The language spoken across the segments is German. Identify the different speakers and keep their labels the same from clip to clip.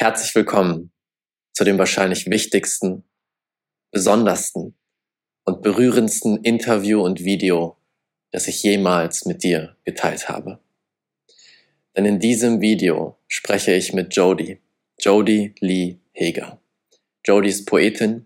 Speaker 1: Herzlich willkommen zu dem wahrscheinlich wichtigsten, besondersten und berührendsten Interview und Video, das ich jemals mit dir geteilt habe. Denn in diesem Video spreche ich mit Jody Lee Heger. Jody ist Poetin,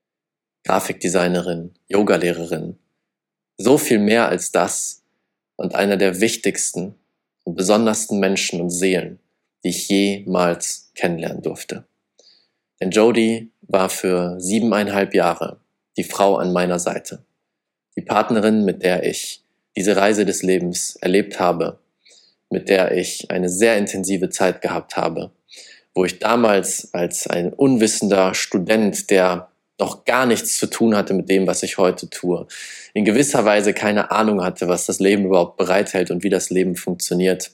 Speaker 1: Grafikdesignerin, Yogalehrerin, so viel mehr als das und einer der wichtigsten und besondersten Menschen und Seelen, die ich jemals kennenlernen durfte. Denn Jody war für 7,5 Jahre die Frau an meiner Seite, die Partnerin, mit der ich diese Reise des Lebens erlebt habe, mit der ich eine sehr intensive Zeit gehabt habe, wo ich damals als ein unwissender Student, der noch gar nichts zu tun hatte mit dem, was ich heute tue, in gewisser Weise keine Ahnung hatte, was das Leben überhaupt bereithält und wie das Leben funktioniert.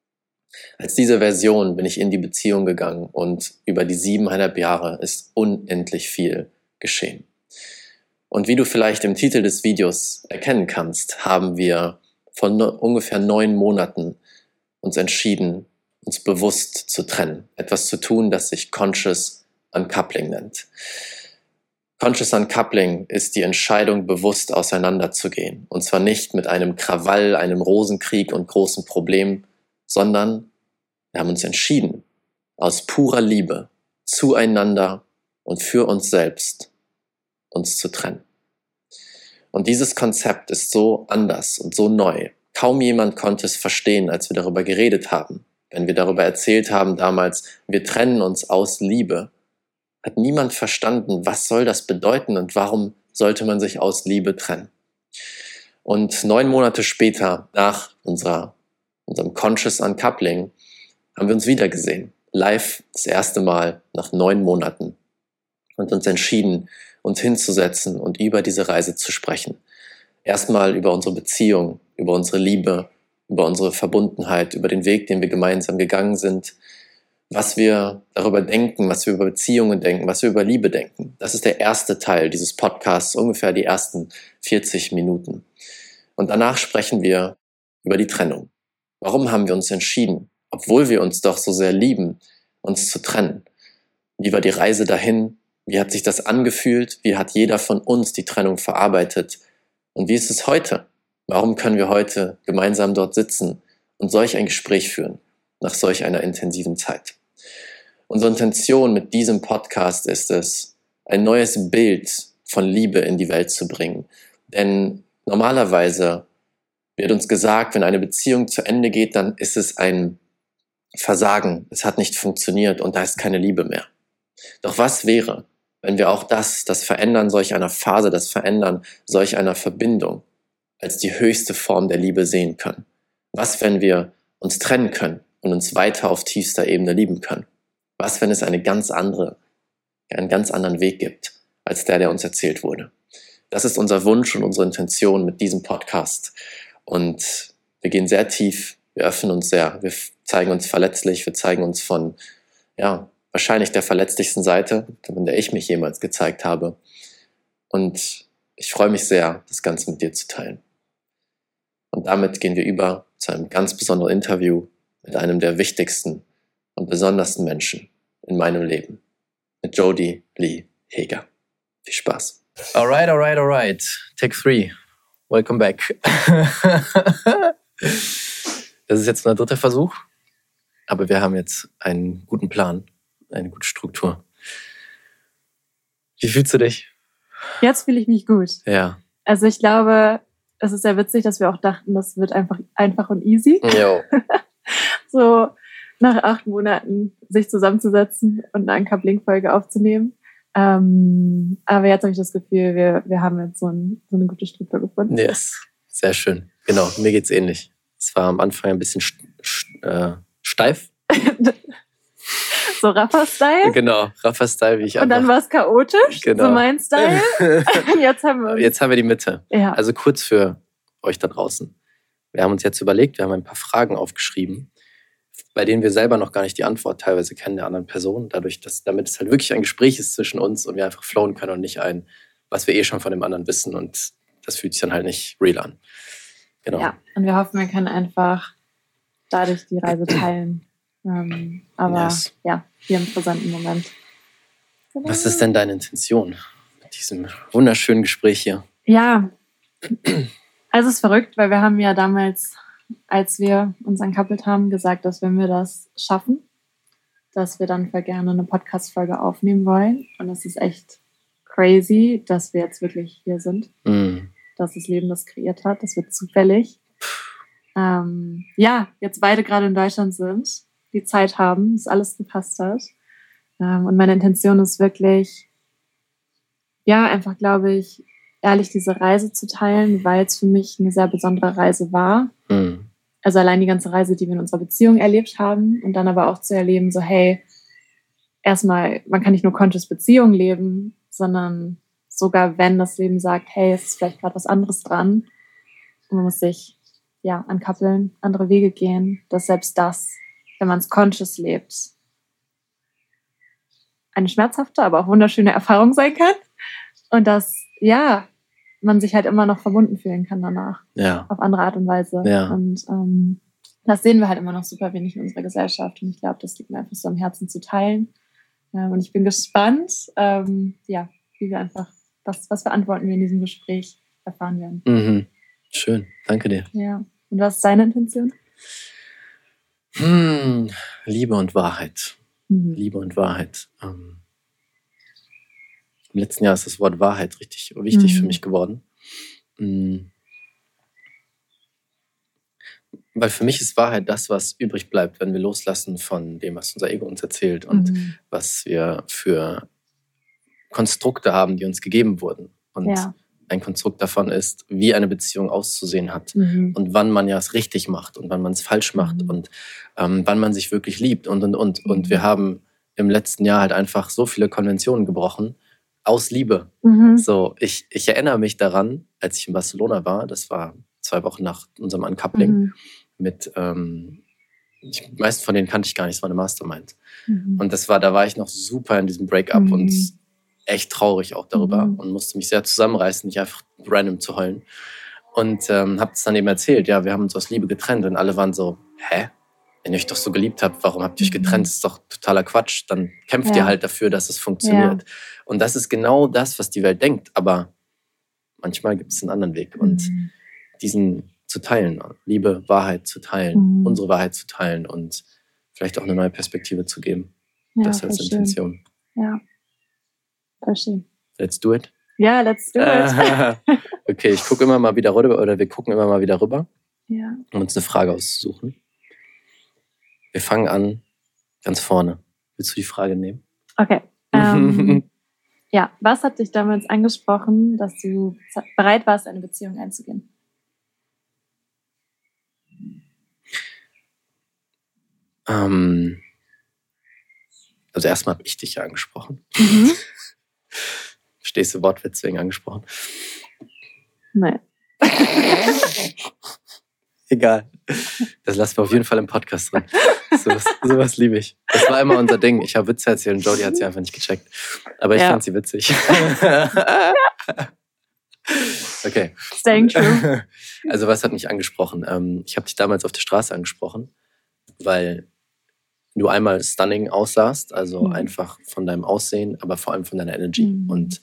Speaker 1: Als diese Version bin ich in die Beziehung gegangen und über die 7,5 Jahre ist unendlich viel geschehen. Und wie du vielleicht im Titel des Videos erkennen kannst, haben wir vor ungefähr 9 Monaten uns entschieden, uns bewusst zu trennen. Etwas zu tun, das sich Conscious Uncoupling nennt. Conscious Uncoupling ist die Entscheidung, bewusst auseinanderzugehen. Und zwar nicht mit einem Krawall, einem Rosenkrieg und großen Problemen, sondern wir haben uns entschieden, aus purer Liebe zueinander und für uns selbst uns zu trennen. Und dieses Konzept ist so anders und so neu. Kaum jemand konnte es verstehen, als wir darüber geredet haben. Wenn wir darüber erzählt haben damals, wir trennen uns aus Liebe, hat niemand verstanden, was soll das bedeuten und warum sollte man sich aus Liebe trennen. Und 9 Monate später, nach unserem Conscious Uncoupling, haben wir uns wiedergesehen. Live das erste Mal nach 9 Monaten. Und uns entschieden, uns hinzusetzen und über diese Reise zu sprechen. Erstmal über unsere Beziehung, über unsere Liebe, über unsere Verbundenheit, über den Weg, den wir gemeinsam gegangen sind, was wir darüber denken, was wir über Beziehungen denken, was wir über Liebe denken. Das ist der erste Teil dieses Podcasts, ungefähr die ersten 40 Minuten. Und danach sprechen wir über die Trennung. Warum haben wir uns entschieden, obwohl wir uns doch so sehr lieben, uns zu trennen? Wie war die Reise dahin? Wie hat sich das angefühlt? Wie hat jeder von uns die Trennung verarbeitet? Und wie ist es heute? Warum können wir heute gemeinsam dort sitzen und solch ein Gespräch führen, nach solch einer intensiven Zeit? Unsere Intention mit diesem Podcast ist es, ein neues Bild von Liebe in die Welt zu bringen. Denn normalerweise wird uns gesagt, wenn eine Beziehung zu Ende geht, dann ist es ein Versagen. Es hat nicht funktioniert und da ist keine Liebe mehr. Doch was wäre, wenn wir auch das Verändern solch einer Phase, das Verändern solch einer Verbindung als die höchste Form der Liebe sehen können? Was, wenn wir uns trennen können und uns weiter auf tiefster Ebene lieben können? Was, wenn es einen ganz anderen Weg gibt, als der uns erzählt wurde? Das ist unser Wunsch und unsere Intention mit diesem Podcast. Und wir gehen sehr tief, wir öffnen uns sehr, wir zeigen uns verletzlich, wir zeigen uns von, wahrscheinlich der verletzlichsten Seite, von der ich mich jemals gezeigt habe. Und ich freue mich sehr, das Ganze mit dir zu teilen. Und damit gehen wir über zu einem ganz besonderen Interview mit einem der wichtigsten und besondersten Menschen in meinem Leben, mit Jody Lee Heger. Viel Spaß. Alright. Take 3. Welcome back. Das ist jetzt unser 3. Versuch, aber wir haben jetzt einen guten Plan, eine gute Struktur. Wie fühlst du dich?
Speaker 2: Jetzt fühle ich mich gut.
Speaker 1: Ja.
Speaker 2: Also ich glaube, es ist sehr witzig, dass wir auch dachten, das wird einfach und easy.
Speaker 1: Jo.
Speaker 2: So nach 8 Monaten sich zusammenzusetzen und eine Uncoupling-Folge aufzunehmen. Aber jetzt habe ich das Gefühl, wir haben jetzt so eine gute Struktur gefunden.
Speaker 1: Yes, sehr schön. Genau, mir geht's ähnlich. Es war am Anfang ein bisschen steif.
Speaker 2: So Raffa-Style?
Speaker 1: Genau, Raffa-Style, wie ich
Speaker 2: Und dann war es chaotisch,
Speaker 1: genau.
Speaker 2: So mein Style. Jetzt haben wir
Speaker 1: die Mitte.
Speaker 2: Ja.
Speaker 1: Also kurz für euch da draußen. Wir haben uns jetzt überlegt, wir haben ein paar Fragen aufgeschrieben, bei denen wir selber noch gar nicht die Antwort teilweise kennen der anderen Person, damit es halt wirklich ein Gespräch ist zwischen uns und wir einfach flowen können und nicht was wir schon von dem anderen wissen, und das fühlt sich dann halt nicht real an. Genau.
Speaker 2: Ja, und wir hoffen, wir können einfach dadurch die Reise teilen Aber
Speaker 1: Yes.
Speaker 2: ja, hier im präsenten Moment.
Speaker 1: Was ist denn deine Intention mit diesem wunderschönen Gespräch hier?
Speaker 2: Ja, also es ist verrückt, weil wir haben ja damals, als wir uns uncoupled haben, gesagt, dass wenn wir das schaffen, dass wir dann voll gerne eine Podcast-Folge aufnehmen wollen. Und es ist echt crazy, dass wir jetzt wirklich hier sind, dass das Leben das kreiert hat. Das wird zufällig. Ja, jetzt beide gerade in Deutschland sind, die Zeit haben, dass alles gepasst hat. Und meine Intention ist wirklich, ja, einfach, glaube ich, ehrlich diese Reise zu teilen, weil es für mich eine sehr besondere Reise war. Also allein die ganze Reise, die wir in unserer Beziehung erlebt haben und dann aber auch zu erleben, so hey, erstmal, man kann nicht nur conscious Beziehung leben, sondern sogar wenn das Leben sagt, hey, es ist vielleicht gerade was anderes dran und man muss sich ja ankappeln, andere Wege gehen, dass selbst das, wenn man es conscious lebt, eine schmerzhafte, aber auch wunderschöne Erfahrung sein kann und dass, ja, man sich halt immer noch verbunden fühlen kann danach.
Speaker 1: Ja.
Speaker 2: Auf andere Art und Weise.
Speaker 1: Ja.
Speaker 2: Und das sehen wir halt immer noch super wenig in unserer Gesellschaft. Und ich glaube, das liegt mir einfach so am Herzen zu teilen. Und ich bin gespannt, ja, wie wir einfach, was für Antworten wir in diesem Gespräch erfahren werden.
Speaker 1: Schön, danke dir.
Speaker 2: Ja. Und was ist deine Intention?
Speaker 1: Liebe und Wahrheit. Liebe und Wahrheit. Im letzten Jahr ist das Wort Wahrheit richtig wichtig für mich geworden. Weil für mich ist Wahrheit das, was übrig bleibt, wenn wir loslassen von dem, was unser Ego uns erzählt und was wir für Konstrukte haben, die uns gegeben wurden. Und ein Konstrukt davon ist, wie eine Beziehung auszusehen hat und wann man ja es richtig macht und wann man es falsch macht und wann man sich wirklich liebt und. Und wir haben im letzten Jahr halt einfach so viele Konventionen gebrochen, aus Liebe. So, ich erinnere mich daran, als ich in Barcelona war, das war 2 Wochen nach unserem Uncoupling, mit, die meisten von denen kannte ich gar nicht, es war eine Mastermind. Und da war ich noch super in diesem Breakup und echt traurig auch darüber und musste mich sehr zusammenreißen, nicht einfach random zu heulen. Und habe es dann eben erzählt, ja, wir haben uns aus Liebe getrennt und alle waren so, hä? Wenn ihr euch doch so geliebt habt, warum habt ihr euch getrennt? Das ist doch totaler Quatsch. Dann kämpft ihr halt dafür, dass es funktioniert. Und das ist genau das, was die Welt denkt. Aber manchmal gibt es einen anderen Weg. Und diesen zu teilen, Liebe, Wahrheit zu teilen, unsere Wahrheit zu teilen und vielleicht auch eine neue Perspektive zu geben. Das als Intention.
Speaker 2: Ja, verstehe.
Speaker 1: Let's do it.
Speaker 2: Ja, let's do it.
Speaker 1: Okay, ich gucke immer mal wieder rüber, oder wir gucken immer mal wieder rüber,
Speaker 2: Ja.
Speaker 1: um uns eine Frage auszusuchen. Wir fangen an ganz vorne. Willst du die Frage nehmen?
Speaker 2: Okay. Ja, was hat dich damals angesprochen, dass du bereit warst, eine Beziehung einzugehen?
Speaker 1: Also erstmal habe ich dich ja angesprochen. Verstehst du Wortwitz wegen angesprochen?
Speaker 2: Nein.
Speaker 1: Egal. Das lassen wir auf jeden Fall im Podcast drin. Sowas liebe ich. Das war immer unser Ding. Ich habe Witze erzählt und Jodie hat sie einfach nicht gecheckt. Aber ich fand sie witzig. Okay.
Speaker 2: Staying true.
Speaker 1: Also was hat mich angesprochen? Ich habe dich damals auf der Straße angesprochen, weil du einmal stunning aussahst, also einfach von deinem Aussehen, aber vor allem von deiner Energy. Und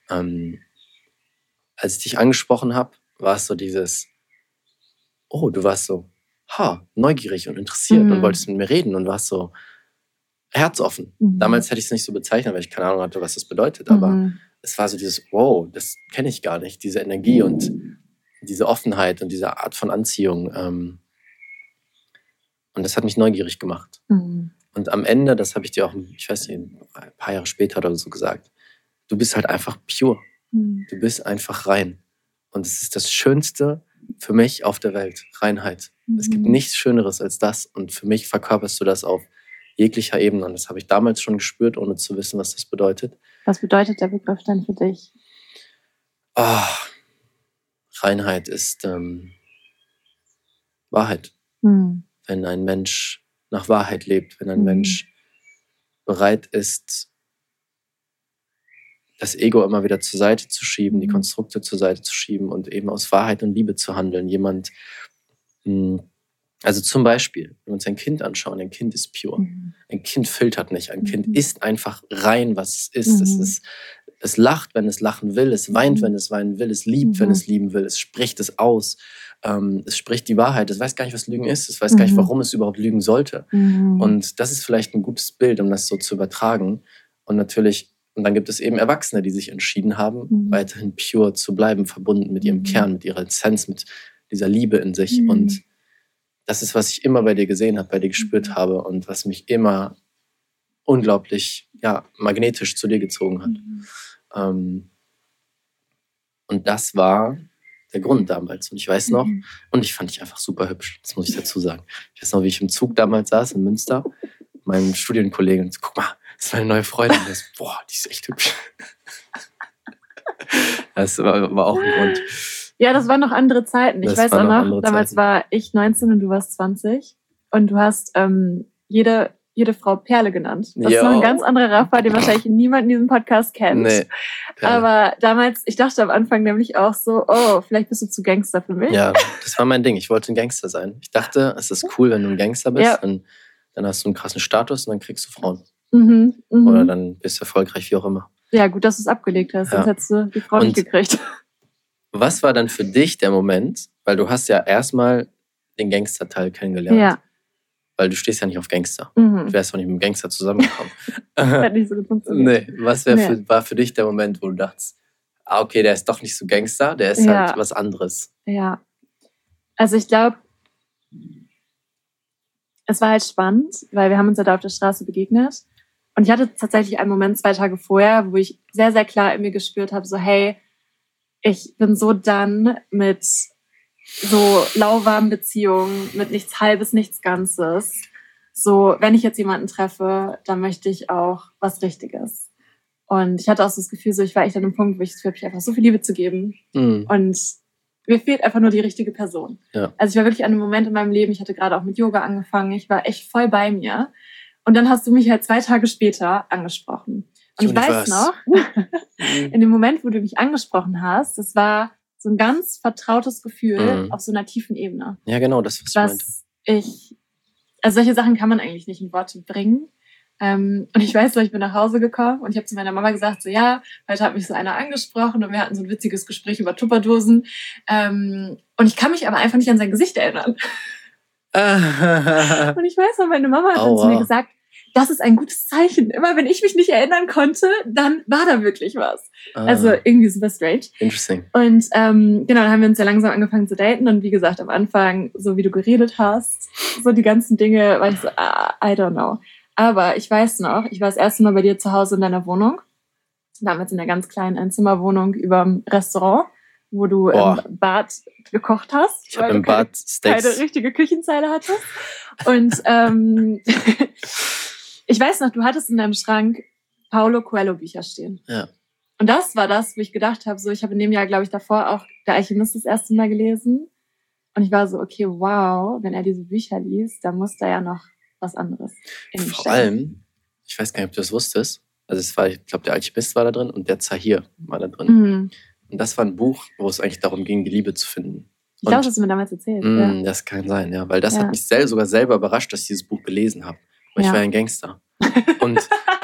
Speaker 1: als ich dich angesprochen habe, war es so dieses, oh, du warst so, neugierig und interessiert und wolltest mit mir reden und warst so herzoffen. Damals hätte ich es nicht so bezeichnet, weil ich keine Ahnung hatte, was das bedeutet, aber es war so dieses, wow, das kenne ich gar nicht, diese Energie und diese Offenheit und diese Art von Anziehung. Und das hat mich neugierig gemacht. Und am Ende, das habe ich dir auch, ich weiß nicht, ein paar Jahre später oder so gesagt, du bist halt einfach pure. Du bist einfach rein. Und es ist das Schönste für mich auf der Welt, Reinheit. Es gibt nichts Schöneres als das. Und für mich verkörperst du das auf jeglicher Ebene. Und das habe ich damals schon gespürt, ohne zu wissen, was das bedeutet.
Speaker 2: Was bedeutet der Begriff denn für dich?
Speaker 1: Reinheit ist Wahrheit. Wenn ein Mensch nach Wahrheit lebt, wenn ein Mensch bereit ist, das Ego immer wieder zur Seite zu schieben, die Konstrukte zur Seite zu schieben und eben aus Wahrheit und Liebe zu handeln. Jemand, Also zum Beispiel, wenn wir uns ein Kind anschauen, ein Kind ist pure. Ein Kind filtert nicht. Ein Kind ist einfach rein, was es ist. Es lacht, wenn es lachen will. Es weint, wenn es weinen will. Es liebt, wenn es lieben will. Es spricht es aus. Es spricht die Wahrheit. Es weiß gar nicht, was Lügen ist. Es weiß gar nicht, warum es überhaupt lügen sollte. Und das ist vielleicht ein gutes Bild, um das so zu übertragen. Und natürlich, und dann gibt es eben Erwachsene, die sich entschieden haben, weiterhin pure zu bleiben, verbunden mit ihrem Kern, mit ihrer Essenz, mit dieser Liebe in sich. Und das ist, was ich immer bei dir gesehen habe, bei dir gespürt habe und was mich immer unglaublich magnetisch zu dir gezogen hat. Und das war der Grund damals. Und ich weiß noch, und ich fand dich einfach super hübsch, das muss ich dazu sagen. Ich weiß noch, wie ich im Zug damals saß in Münster, meinem Studienkollegen, und so, guck mal, das ist meine neue Freundin. Das, boah, die ist echt hübsch. Das war auch ein Grund.
Speaker 2: Ja, das waren noch andere Zeiten. Ich weiß auch noch, damals war ich 19 und du warst 20. Und du hast jede Frau Perle genannt. Das ist noch ein ganz anderer Raffa, den wahrscheinlich niemand in diesem Podcast kennt. Nee, aber damals, ich dachte am Anfang nämlich auch so, oh, vielleicht bist du zu Gangster für mich. Ja,
Speaker 1: das war mein Ding. Ich wollte ein Gangster sein. Ich dachte, es ist cool, wenn du ein Gangster bist. Dann hast du einen krassen Status und dann kriegst du Frauen. Oder dann bist du erfolgreich, wie auch immer.
Speaker 2: Ja, gut, dass du es abgelegt hast. Sonst hättest du die Frau nicht gekriegt.
Speaker 1: Was war dann für dich der Moment? Weil du hast ja erstmal den Gangster-Teil kennengelernt. Ja. Weil du stehst ja nicht auf Gangster. Du wärst auch nicht mit dem Gangster zusammengekommen. Hat nicht so gut funktioniert. Nee. Was war für dich der Moment, wo du dachtest, okay, der ist doch nicht so Gangster, der ist halt was anderes.
Speaker 2: Ja. Also ich glaube, es war halt spannend, weil wir haben uns ja da auf der Straße begegnet. Und ich hatte tatsächlich einen Moment 2 Tage vorher, wo ich sehr, sehr klar in mir gespürt habe, so hey, ich bin so done mit so lauwarmen Beziehungen, mit nichts Halbes, nichts Ganzes. So, wenn ich jetzt jemanden treffe, dann möchte ich auch was Richtiges. Und ich hatte auch so das Gefühl, so ich war echt an einem Punkt, wo ich es wirklich einfach so viel Liebe zu geben. Und mir fehlt einfach nur die richtige Person. Ja. Also ich war wirklich an einem Moment in meinem Leben, ich hatte gerade auch mit Yoga angefangen, ich war echt voll bei mir. Und dann hast du mich halt 2 Tage später angesprochen. Und ich weiß noch, in dem Moment, wo du mich angesprochen hast, das war so ein ganz vertrautes Gefühl auf so einer tiefen Ebene.
Speaker 1: Ja, genau, das, was ich
Speaker 2: meinte. Also solche Sachen kann man eigentlich nicht in Worte bringen. Und ich weiß noch, ich bin nach Hause gekommen und ich habe zu meiner Mama gesagt, so ja, heute hat mich so einer angesprochen und wir hatten so ein witziges Gespräch über Tupperdosen. Und ich kann mich aber einfach nicht an sein Gesicht erinnern. Und ich weiß noch, meine Mama hat dann zu mir gesagt, das ist ein gutes Zeichen. Immer wenn ich mich nicht erinnern konnte, dann war da wirklich was. Also irgendwie super strange.
Speaker 1: Interesting.
Speaker 2: Und genau, dann haben wir uns ja langsam angefangen zu daten. Und wie gesagt, am Anfang, so wie du geredet hast, so die ganzen Dinge, war ich so, I don't know. Aber ich weiß noch, ich war das erste Mal bei dir zu Hause in deiner Wohnung. Damals in der ganz kleinen Einzimmerwohnung überm Restaurant, wo du im Bad gekocht hast.
Speaker 1: Ich habe im Bad Steaks.
Speaker 2: Keine richtige Küchenzeile hattest. Und ich weiß noch, du hattest in deinem Schrank Paulo Coelho Bücher stehen.
Speaker 1: Ja.
Speaker 2: Und das war das, wo ich gedacht habe, so ich habe in dem Jahr, glaube ich, davor auch Der Alchemist das erste Mal gelesen. Und ich war so, okay, wow, wenn er diese Bücher liest, dann muss da ja noch was anderes in ihm stecken.
Speaker 1: Vor allem, ich weiß gar nicht, ob du das wusstest, also es war, ich glaube, Der Alchemist war da drin und Der Zahir war da drin. Und das war ein Buch, wo es eigentlich darum ging, die Liebe zu finden.
Speaker 2: Ich glaube, das hast du mir damals erzählt. Ja.
Speaker 1: Das kann sein, ja, weil das hat mich sogar selber überrascht, dass ich dieses Buch gelesen habe. Weil ich war ja ein Gangster. Und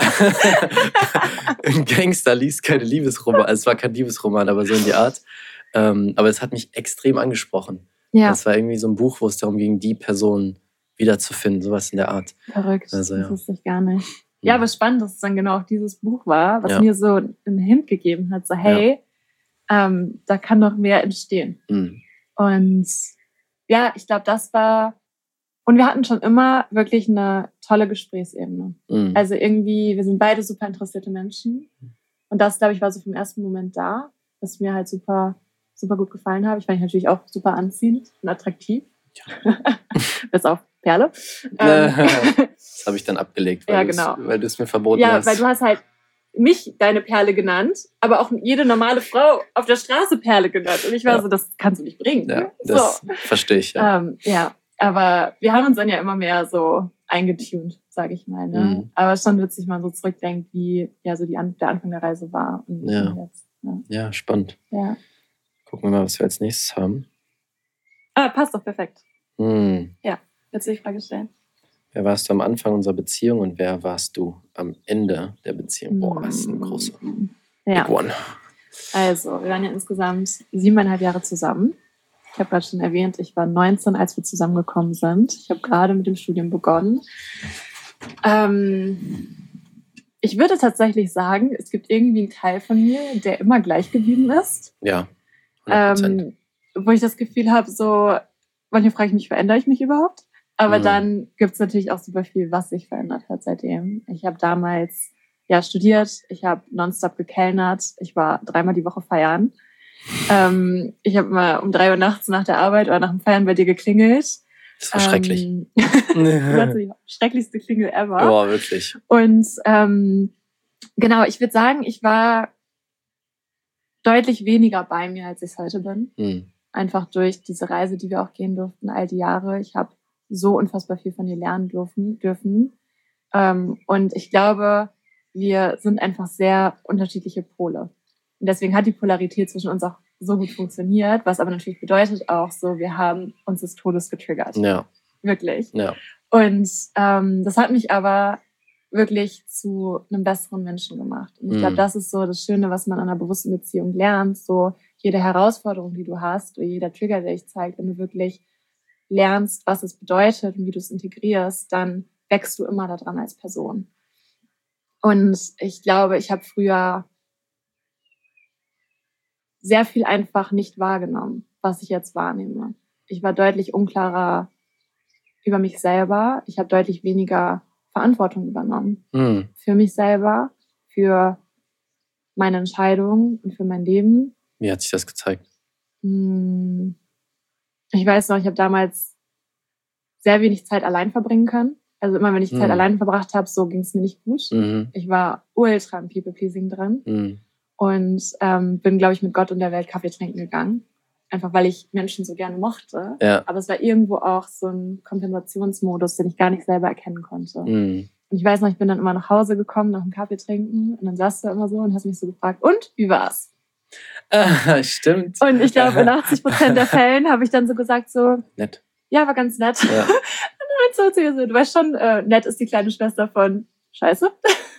Speaker 1: ein Gangster liest keine Liebesroman. Also es war kein Liebesroman, aber so in die Art. Aber es hat mich extrem angesprochen. Ja. Das war irgendwie so ein Buch, wo es darum ging, die Person wiederzufinden. Sowas in der Art.
Speaker 2: Verrückt, also, das wusste ich gar nicht. Ja, aber spannend, dass es dann genau auch dieses Buch war, was mir so einen Hint gegeben hat. So, hey, da kann noch mehr entstehen. Und ja, ich glaube, das war... Und wir hatten schon immer wirklich eine tolle Gesprächsebene. Also irgendwie, wir sind beide super interessierte Menschen. Und das, glaube ich, war so vom ersten Moment da, was mir halt super, super gut gefallen hat. Ich fand dich natürlich auch super anziehend und attraktiv. Ja. Bis auf Perle.
Speaker 1: Das habe ich dann abgelegt, weil du es mir verboten hast.
Speaker 2: Ja, weil du hast halt mich deine Perle genannt, aber auch jede normale Frau auf der Straße Perle genannt. Und ich war so, das kannst du nicht bringen.
Speaker 1: Ja, das verstehe ich, ja.
Speaker 2: Ja. Aber wir haben uns dann ja immer mehr so eingetuned, sage ich mal. Ne? Aber schon witzig, man so zurückdenkt, wie ja so der Anfang der Reise war. Und jetzt,
Speaker 1: ja, spannend.
Speaker 2: Ja.
Speaker 1: Gucken wir mal, was wir als nächstes haben.
Speaker 2: Passt doch perfekt.
Speaker 1: Ja.
Speaker 2: Willst du die Frage stellen?
Speaker 1: Wer warst du am Anfang unserer Beziehung und wer warst du am Ende der Beziehung? Boah, das ist eine große Big One.
Speaker 2: Also, wir waren ja insgesamt 7,5 Jahre zusammen. Ich habe gerade schon erwähnt, ich war 19, als wir zusammengekommen sind. Ich habe gerade mit dem Studium begonnen. Ich würde tatsächlich sagen, es gibt irgendwie einen Teil von mir, der immer gleich geblieben ist.
Speaker 1: Ja, 100%.
Speaker 2: Wo ich das Gefühl habe, so, manchmal frage ich mich, verändere ich mich überhaupt? Aber dann gibt es natürlich auch super viel, was sich verändert hat seitdem. Ich habe damals studiert, ich habe nonstop gekellnert, ich war 3-mal die Woche feiern. Ich habe mal um 3 Uhr nachts nach der Arbeit oder nach dem Feiern bei dir geklingelt.
Speaker 1: Das war schrecklich.
Speaker 2: Das war die schrecklichste Klingel ever.
Speaker 1: Boah, wirklich.
Speaker 2: Und genau, ich würde sagen, ich war deutlich weniger bei mir, als ich es heute bin. Einfach durch diese Reise, die wir auch gehen durften, all die Jahre. Ich habe so unfassbar viel von dir lernen dürfen. Und ich glaube, wir sind einfach sehr unterschiedliche Pole. Und deswegen hat die Polarität zwischen uns auch so gut funktioniert, was aber natürlich bedeutet auch so, wir haben uns des Todes getriggert.
Speaker 1: Ja.
Speaker 2: Wirklich.
Speaker 1: Ja.
Speaker 2: Und das hat mich aber wirklich zu einem besseren Menschen gemacht. Und ich glaube, das ist so das Schöne, was man an einer bewussten Beziehung lernt. So jede Herausforderung, die du hast, oder jeder Trigger, der dich zeigt, wenn du wirklich lernst, was es bedeutet und wie du es integrierst, dann wächst du immer daran als Person. Und ich glaube, ich habe früher sehr viel einfach nicht wahrgenommen, was ich jetzt wahrnehme. Ich war deutlich unklarer über mich selber. Ich habe deutlich weniger Verantwortung übernommen. Für mich selber, für meine Entscheidungen und für mein Leben.
Speaker 1: Wie hat sich das gezeigt?
Speaker 2: Ich weiß noch, ich habe damals sehr wenig Zeit allein verbringen können. Also immer, wenn ich Zeit allein verbracht habe, so ging es mir nicht gut. Ich war ultra im People-Pleasing drin. Und bin, glaube ich, mit Gott und der Welt Kaffee trinken gegangen. Einfach, weil ich Menschen so gerne mochte.
Speaker 1: Ja.
Speaker 2: Aber es war irgendwo auch so ein Kompensationsmodus, den ich gar nicht selber erkennen konnte. Und ich weiß noch, ich bin dann immer nach Hause gekommen, nach dem Kaffee trinken. Und dann saß du immer so und hast mich so gefragt, und, wie war's?
Speaker 1: Stimmt.
Speaker 2: Und ich glaube, in 80% der Fällen habe ich dann so gesagt, so,
Speaker 1: nett.
Speaker 2: Ja, war ganz nett.
Speaker 1: Ja.
Speaker 2: Und dann meinst du zu mir so, du weißt schon, nett ist die kleine Schwester von Scheiße.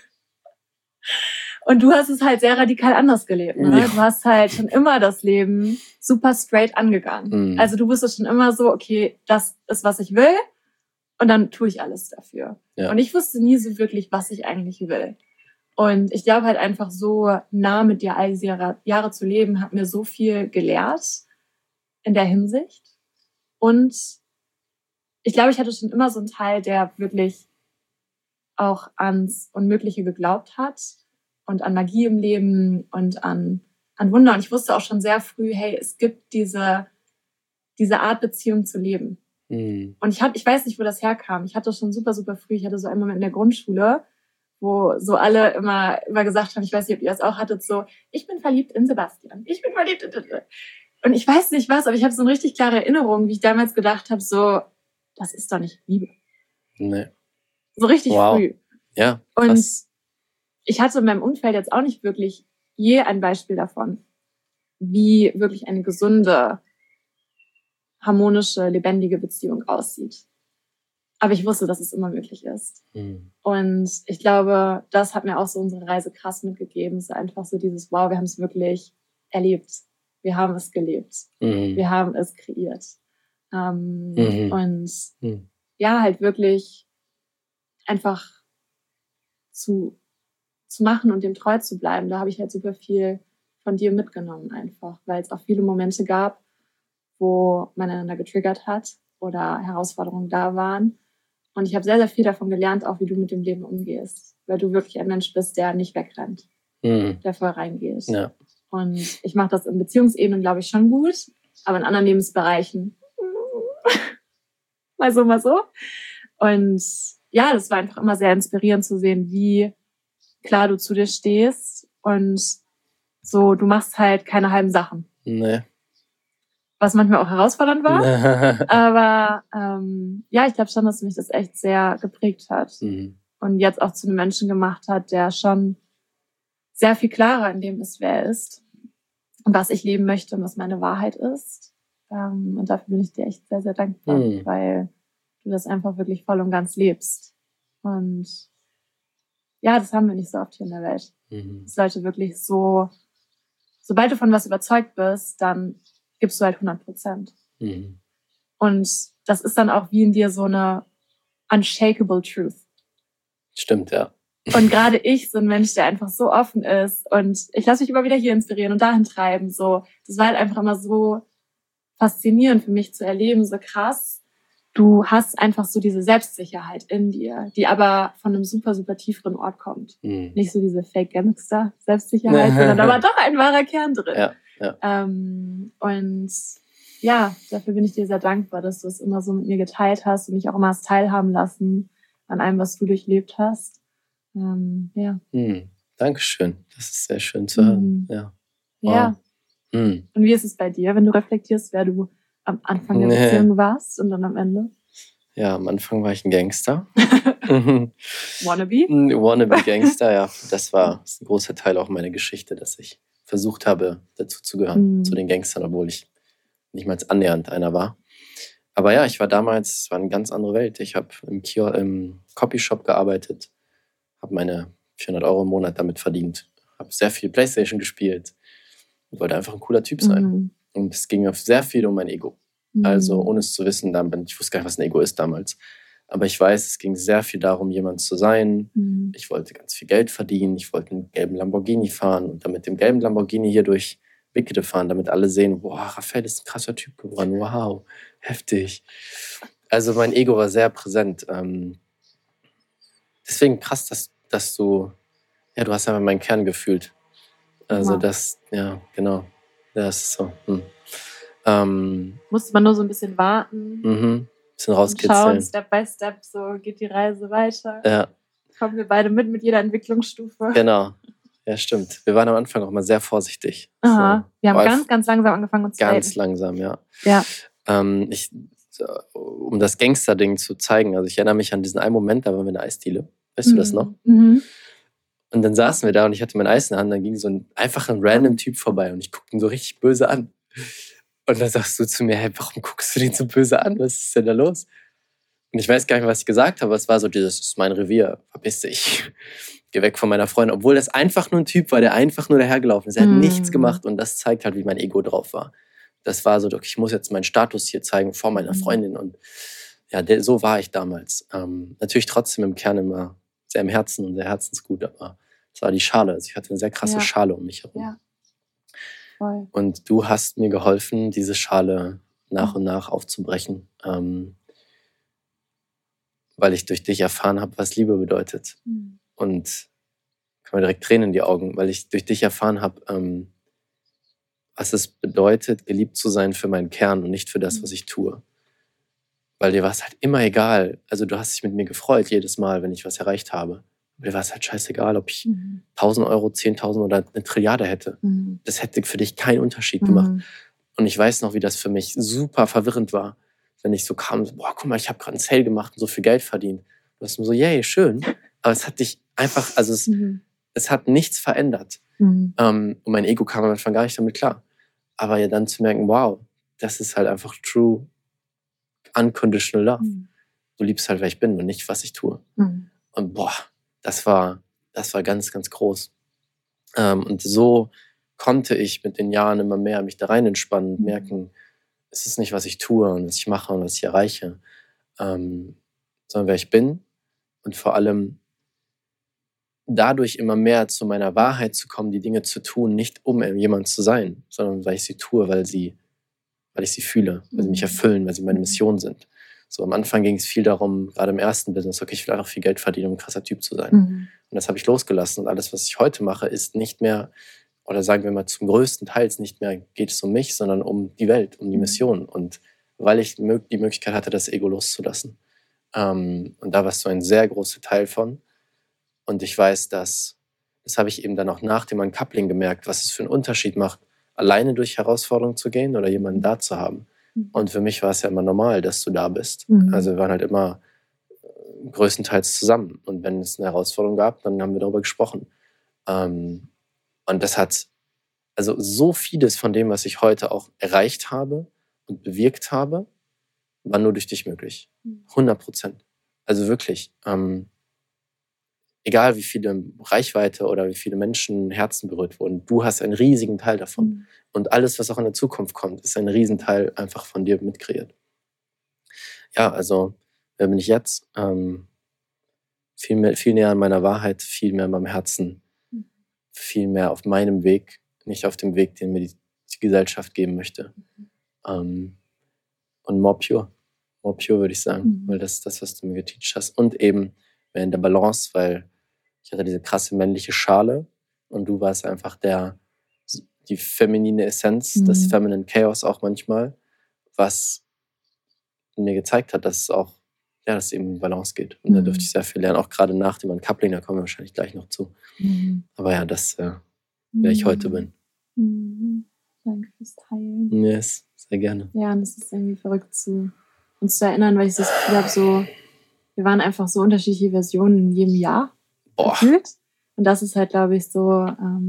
Speaker 2: Und du hast es halt sehr radikal anders gelebt. Ne? Ja. Du hast halt schon immer das Leben super straight angegangen. Also du wusstest schon immer so, okay, das ist, was ich will. Und dann tue ich alles dafür. Ja. Und ich wusste nie so wirklich, was ich eigentlich will. Und ich glaube halt einfach so nah mit dir all diese Jahre zu leben, hat mir so viel gelehrt in der Hinsicht. Und ich glaube, ich hatte schon immer so einen Teil, der wirklich auch ans Unmögliche geglaubt hat und an Magie im Leben und an Wunder. Und ich wusste auch schon sehr früh, hey, es gibt diese Art Beziehung zu leben. Und ich weiß nicht, wo das herkam. Ich hatte schon super, super früh, ich hatte so einen Moment in der Grundschule, wo so alle immer gesagt haben, ich weiß nicht, ob ihr das auch hattet, so, ich bin verliebt in Sebastian, ich bin verliebt in... Und ich weiß nicht was, aber ich habe so eine richtig klare Erinnerung, wie ich damals gedacht habe, so, das ist doch nicht Liebe.
Speaker 1: Nee.
Speaker 2: So richtig früh.
Speaker 1: Ja, krass.
Speaker 2: Und ich hatte in meinem Umfeld jetzt auch nicht wirklich je ein Beispiel davon, wie wirklich eine gesunde, harmonische, lebendige Beziehung aussieht. Aber ich wusste, dass es immer möglich ist. Und ich glaube, das hat mir auch so unsere Reise krass mitgegeben. Es ist einfach so dieses, wow, wir haben es wirklich erlebt. Wir haben es gelebt. Wir haben es kreiert. Und ja, halt wirklich einfach zu machen und dem treu zu bleiben. Da habe ich halt super viel von dir mitgenommen einfach, weil es auch viele Momente gab, wo man einander getriggert hat oder Herausforderungen da waren. Und ich habe sehr, sehr viel davon gelernt, auch wie du mit dem Leben umgehst. Weil du wirklich ein Mensch bist, der nicht wegrennt, der voll reingeht. Ja. Und ich mache das in Beziehungsebenen, glaube ich, schon gut, aber in anderen Lebensbereichen mal so. Und ja, das war einfach immer sehr inspirierend zu sehen, wie klar du zu dir stehst und so, du machst halt keine halben Sachen.
Speaker 1: Nee.
Speaker 2: Was manchmal auch herausfordernd war. Aber ja, ich glaube schon, dass mich das echt sehr geprägt hat. Und jetzt auch zu einem Menschen gemacht hat, der schon sehr viel klarer in dem ist, wer er ist und was ich leben möchte und was meine Wahrheit ist. Und dafür bin ich dir echt sehr, sehr dankbar, weil du das einfach wirklich voll und ganz lebst. Und ja, das haben wir nicht so oft hier in der Welt. Dass Leute wirklich so, sobald du von was überzeugt bist, dann gibst du halt 100%. Und das ist dann auch wie in dir so eine unshakable truth.
Speaker 1: Stimmt, ja.
Speaker 2: Und gerade ich, so ein Mensch, der einfach so offen ist und ich lasse mich immer wieder hier inspirieren und dahin treiben. So, das war halt einfach immer so faszinierend für mich zu erleben, so krass. Du hast einfach so diese Selbstsicherheit in dir, die aber von einem super, super tieferen Ort kommt. Nicht so diese Fake-Gangster-Selbstsicherheit, sondern da war doch ein wahrer Kern drin.
Speaker 1: Ja.
Speaker 2: Und ja, dafür bin ich dir sehr dankbar, dass du es immer so mit mir geteilt hast und mich auch immer hast teilhaben lassen an allem, was du durchlebt hast. Ja.
Speaker 1: Dankeschön. Das ist sehr schön zu hören. Ja. Wow.
Speaker 2: Ja. Und wie ist es bei dir, wenn du reflektierst, wer du am Anfang der Beziehung warst und dann am Ende?
Speaker 1: Ja, am Anfang war ich ein Gangster.
Speaker 2: Wannabe?
Speaker 1: Wannabe-Gangster, ja. Das ist ein großer Teil auch meiner Geschichte, dass ich versucht habe, dazu zu gehören, zu den Gangstern, obwohl ich nicht mal annähernd einer war. Aber ja, es war eine ganz andere Welt. Ich habe im Copyshop gearbeitet, habe meine 400 € im Monat damit verdient, habe sehr viel Playstation gespielt und wollte einfach ein cooler Typ sein. Und es ging sehr viel um mein Ego. Also ohne es zu wissen, ich wusste gar nicht, was ein Ego ist damals. Aber ich weiß, es ging sehr viel darum, jemand zu sein. Ich wollte ganz viel Geld verdienen. Ich wollte einen gelben Lamborghini fahren und dann mit dem gelben Lamborghini hier durch Wickede fahren, damit alle sehen, boah, Raphael ist ein krasser Typ geworden. Wow, heftig. Also mein Ego war sehr präsent. Deswegen krass, dass du hast einfach meinen Kern gefühlt. Also genau. Das ist so.
Speaker 2: Musste man nur so ein bisschen warten.
Speaker 1: Bisschen rauskitzeln.
Speaker 2: Schauen, Step by Step, so geht die Reise weiter.
Speaker 1: Ja.
Speaker 2: Kommen wir beide mit jeder Entwicklungsstufe.
Speaker 1: Genau. Ja, stimmt. Wir waren am Anfang auch mal sehr vorsichtig.
Speaker 2: Aha. So. Wir haben ganz, ganz langsam angefangen uns zu daten.
Speaker 1: Ganz langsam, ja.
Speaker 2: Ja.
Speaker 1: Um das Gangster-Ding zu zeigen, also ich erinnere mich an diesen einen Moment, da waren wir in der Eisdiele. Weißt du das noch? Und dann saßen wir da und ich hatte mein Eis in der Hand, dann ging so ein random Typ vorbei und ich guckte ihn so richtig böse an. Und dann sagst du zu mir, hey, warum guckst du den so böse an? Was ist denn da los? Und ich weiß gar nicht mehr, was ich gesagt habe, aber es war so das ist mein Revier, verpiss dich. Geh weg von meiner Freundin. Obwohl das einfach nur ein Typ war, der einfach nur dahergelaufen ist. Er hat nichts gemacht und das zeigt halt, wie mein Ego drauf war. Das war so, ich muss jetzt meinen Status hier zeigen vor meiner Freundin. Und ja, so war ich damals. Natürlich trotzdem im Kern immer sehr im Herzen und sehr herzensgut, aber es war die Schale. Also ich hatte eine sehr krasse Schale um mich herum.
Speaker 2: Ja. Voll.
Speaker 1: Und du hast mir geholfen, diese Schale nach und nach aufzubrechen, weil ich durch dich erfahren habe, was Liebe bedeutet. Und kann mir direkt Tränen in die Augen, weil ich durch dich erfahren habe, was es bedeutet, geliebt zu sein für meinen Kern und nicht für das, was ich tue. Weil dir war es halt immer egal. Also du hast dich mit mir gefreut jedes Mal, wenn ich was erreicht habe. Aber dir war es halt scheißegal, ob ich 1.000 €, 10.000 oder eine Trilliarde hätte. Das hätte für dich keinen Unterschied gemacht. Und ich weiß noch, wie das für mich super verwirrend war, wenn ich so kam, boah, guck mal, ich habe gerade einen Sale gemacht und so viel Geld verdient. Du hast mir so, yay, schön. Aber es hat dich einfach, also es hat nichts verändert. Und mein Ego kam am Anfang gar nicht damit klar. Aber ja dann zu merken, wow, das ist halt einfach true unconditional love. Du liebst halt, wer ich bin und nicht, was ich tue. Und boah, das war ganz, ganz groß. Und so konnte ich mit den Jahren immer mehr mich da rein entspannen und merken, es ist nicht, was ich tue und was ich mache und was ich erreiche, sondern wer ich bin und vor allem dadurch immer mehr zu meiner Wahrheit zu kommen, die Dinge zu tun, nicht um jemand zu sein, sondern weil ich sie tue, weil ich sie fühle, weil sie mich erfüllen, weil sie meine Mission sind. So am Anfang ging es viel darum, gerade im ersten Business, okay, ich will einfach viel Geld verdienen, um ein krasser Typ zu sein. Und das habe ich losgelassen. Und alles, was ich heute mache, ist nicht mehr, oder sagen wir mal zum größten Teil nicht mehr, geht es um mich, sondern um die Welt, um die Mission. Und weil ich die Möglichkeit hatte, das Ego loszulassen. Und da warst du ein sehr großer Teil von. Und ich weiß, das habe ich eben dann auch nach dem Uncoupling gemerkt, was es für einen Unterschied macht, alleine durch Herausforderungen zu gehen oder jemanden da zu haben. Und für mich war es ja immer normal, dass du da bist. Also wir waren halt immer größtenteils zusammen. Und wenn es eine Herausforderung gab, dann haben wir darüber gesprochen. Und das hat, also so vieles von dem, was ich heute auch erreicht habe und bewirkt habe, war nur durch dich möglich. 100%. Also wirklich. Egal wie viele Reichweite oder wie viele Menschen Herzen berührt wurden, du hast einen riesigen Teil davon. Und alles, was auch in der Zukunft kommt, ist ein Riesenteil einfach von dir mitkreiert. Ja, also wer bin ich jetzt? Viel näher an meiner Wahrheit, viel mehr in meinem Herzen, viel mehr auf meinem Weg, nicht auf dem Weg, den mir die Gesellschaft geben möchte. Und more pure würde ich sagen, weil das ist das, was du mir geteacht hast. Und eben mehr in der Balance, weil ich hatte diese krasse männliche Schale und du warst einfach die feminine Essenz, das Feminine Chaos auch manchmal, was mir gezeigt hat, dass es auch, ja, dass es eben in Balance geht. Und da dürfte ich sehr viel lernen, auch gerade nach dem Uncoupling, da kommen wir wahrscheinlich gleich noch zu. Aber ja, das, wer ich heute bin.
Speaker 2: Danke fürs Teilen.
Speaker 1: Yes, sehr gerne.
Speaker 2: Ja, und es ist irgendwie verrückt, uns zu erinnern, weil ich das Gefühl habe, so, wir waren einfach so unterschiedliche Versionen in jedem Jahr gefühlt. Und das ist halt, glaube ich, so,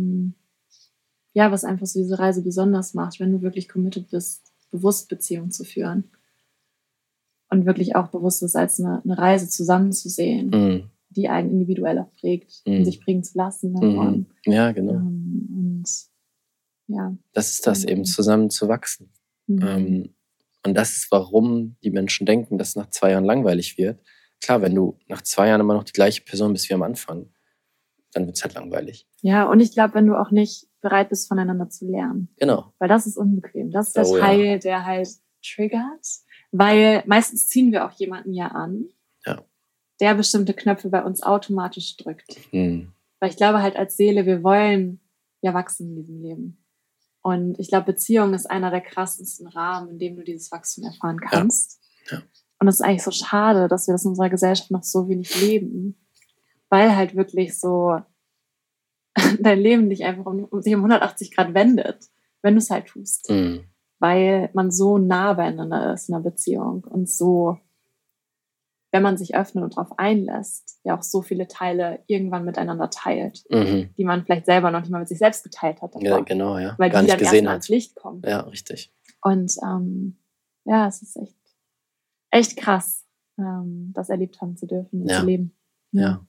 Speaker 2: ja, was einfach so diese Reise besonders macht, wenn du wirklich committed bist, bewusst Beziehungen zu führen. Und wirklich auch bewusst ist, als eine Reise zusammenzusehen, die einen individuell auch prägt und sich prägen zu lassen davon.
Speaker 1: Ja, genau.
Speaker 2: Und ja.
Speaker 1: Das ist das, eben zusammen zu wachsen. Und das ist, warum die Menschen denken, dass es nach 2 Jahren langweilig wird. Klar, wenn du nach 2 Jahren immer noch die gleiche Person bist wie am Anfang, dann wird es halt langweilig.
Speaker 2: Ja, und ich glaube, wenn du auch nicht bereit bist, voneinander zu lernen.
Speaker 1: Genau.
Speaker 2: Weil das ist unbequem. Das ist der Teil, der halt triggert. Weil meistens ziehen wir auch jemanden ja an, der bestimmte Knöpfe bei uns automatisch drückt. Weil ich glaube halt als Seele, wir wollen ja wachsen in diesem Leben. Und ich glaube, Beziehung ist einer der krassesten Rahmen, in dem du dieses Wachstum erfahren kannst.
Speaker 1: Ja.
Speaker 2: Und es ist eigentlich so schade, dass wir das in unserer Gesellschaft noch so wenig leben. Weil halt wirklich so dein Leben dich einfach sich um 180 Grad wendet, wenn du es halt tust. Weil man so nah beieinander ist in einer Beziehung und so, wenn man sich öffnet und darauf einlässt, ja auch so viele Teile irgendwann miteinander teilt, die man vielleicht selber noch nicht mal mit sich selbst geteilt hat. Davor,
Speaker 1: ja, genau, ja.
Speaker 2: Weil
Speaker 1: gar
Speaker 2: die
Speaker 1: nicht
Speaker 2: dann
Speaker 1: gesehen
Speaker 2: erst mal
Speaker 1: hat.
Speaker 2: ans Licht kommen.
Speaker 1: Ja, richtig.
Speaker 2: Und ja, es ist echt krass, das erlebt haben zu dürfen und zu leben.
Speaker 1: Ja.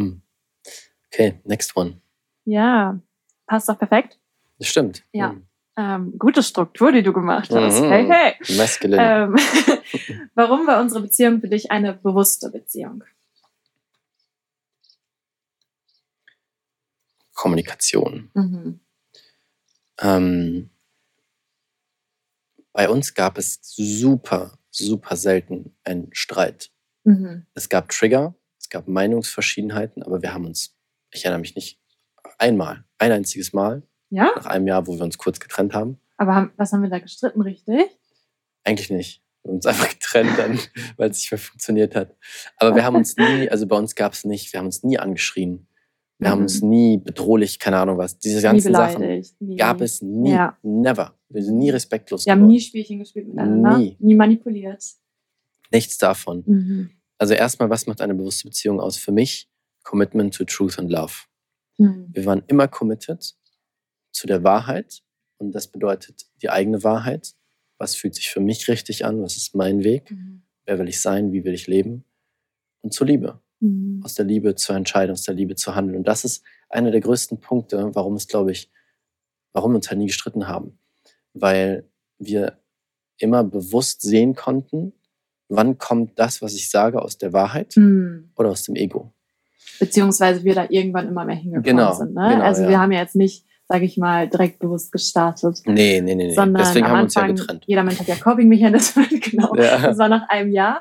Speaker 1: Okay, next one.
Speaker 2: Ja, passt doch perfekt.
Speaker 1: Das stimmt.
Speaker 2: Ja. Gute Struktur, die du gemacht hast. Hey.
Speaker 1: Masculine.
Speaker 2: Warum war unsere Beziehung für dich eine bewusste Beziehung?
Speaker 1: Kommunikation. Bei uns gab es super, super selten einen Streit. Es gab Trigger, es gab Meinungsverschiedenheiten, aber wir haben uns, ich erinnere mich nicht, ein einziges Mal, nach einem Jahr, wo wir uns kurz getrennt haben.
Speaker 2: Aber was haben wir da gestritten, richtig?
Speaker 1: Eigentlich nicht. Wir haben uns einfach getrennt dann, weil es nicht mehr funktioniert hat. Aber wir haben uns nie, also bei uns gab es nicht, wir haben uns nie angeschrien. Wir haben uns nie bedrohlich, keine Ahnung was. Diese ganzen Sachen gab es nie, never. Wir sind nie respektlos geworden.
Speaker 2: Wir haben nie Spielchen gespielt miteinander. Nie manipuliert.
Speaker 1: Nichts davon. Also erstmal, was macht eine bewusste Beziehung aus? Für mich, Commitment to Truth and Love. Wir waren immer committed zu der Wahrheit. Und das bedeutet die eigene Wahrheit. Was fühlt sich für mich richtig an? Was ist mein Weg? Wer will ich sein? Wie will ich leben? Und zur Liebe. Aus der Liebe zu entscheiden, aus der Liebe zu handeln. Und das ist einer der größten Punkte, warum wir uns halt nie gestritten haben. Weil wir immer bewusst sehen konnten, wann kommt das, was ich sage, aus der Wahrheit oder aus dem Ego.
Speaker 2: Beziehungsweise wir da irgendwann immer mehr hingekommen sind. Ne?
Speaker 1: Genau,
Speaker 2: also wir haben ja jetzt nicht, sage ich mal, direkt bewusst gestartet.
Speaker 1: Nee.
Speaker 2: Sondern
Speaker 1: deswegen haben wir uns ja
Speaker 2: Anfang,
Speaker 1: getrennt.
Speaker 2: Jeder Mensch hat ja Coping-Mechanismen, genau. Ja. Das war nach einem Jahr.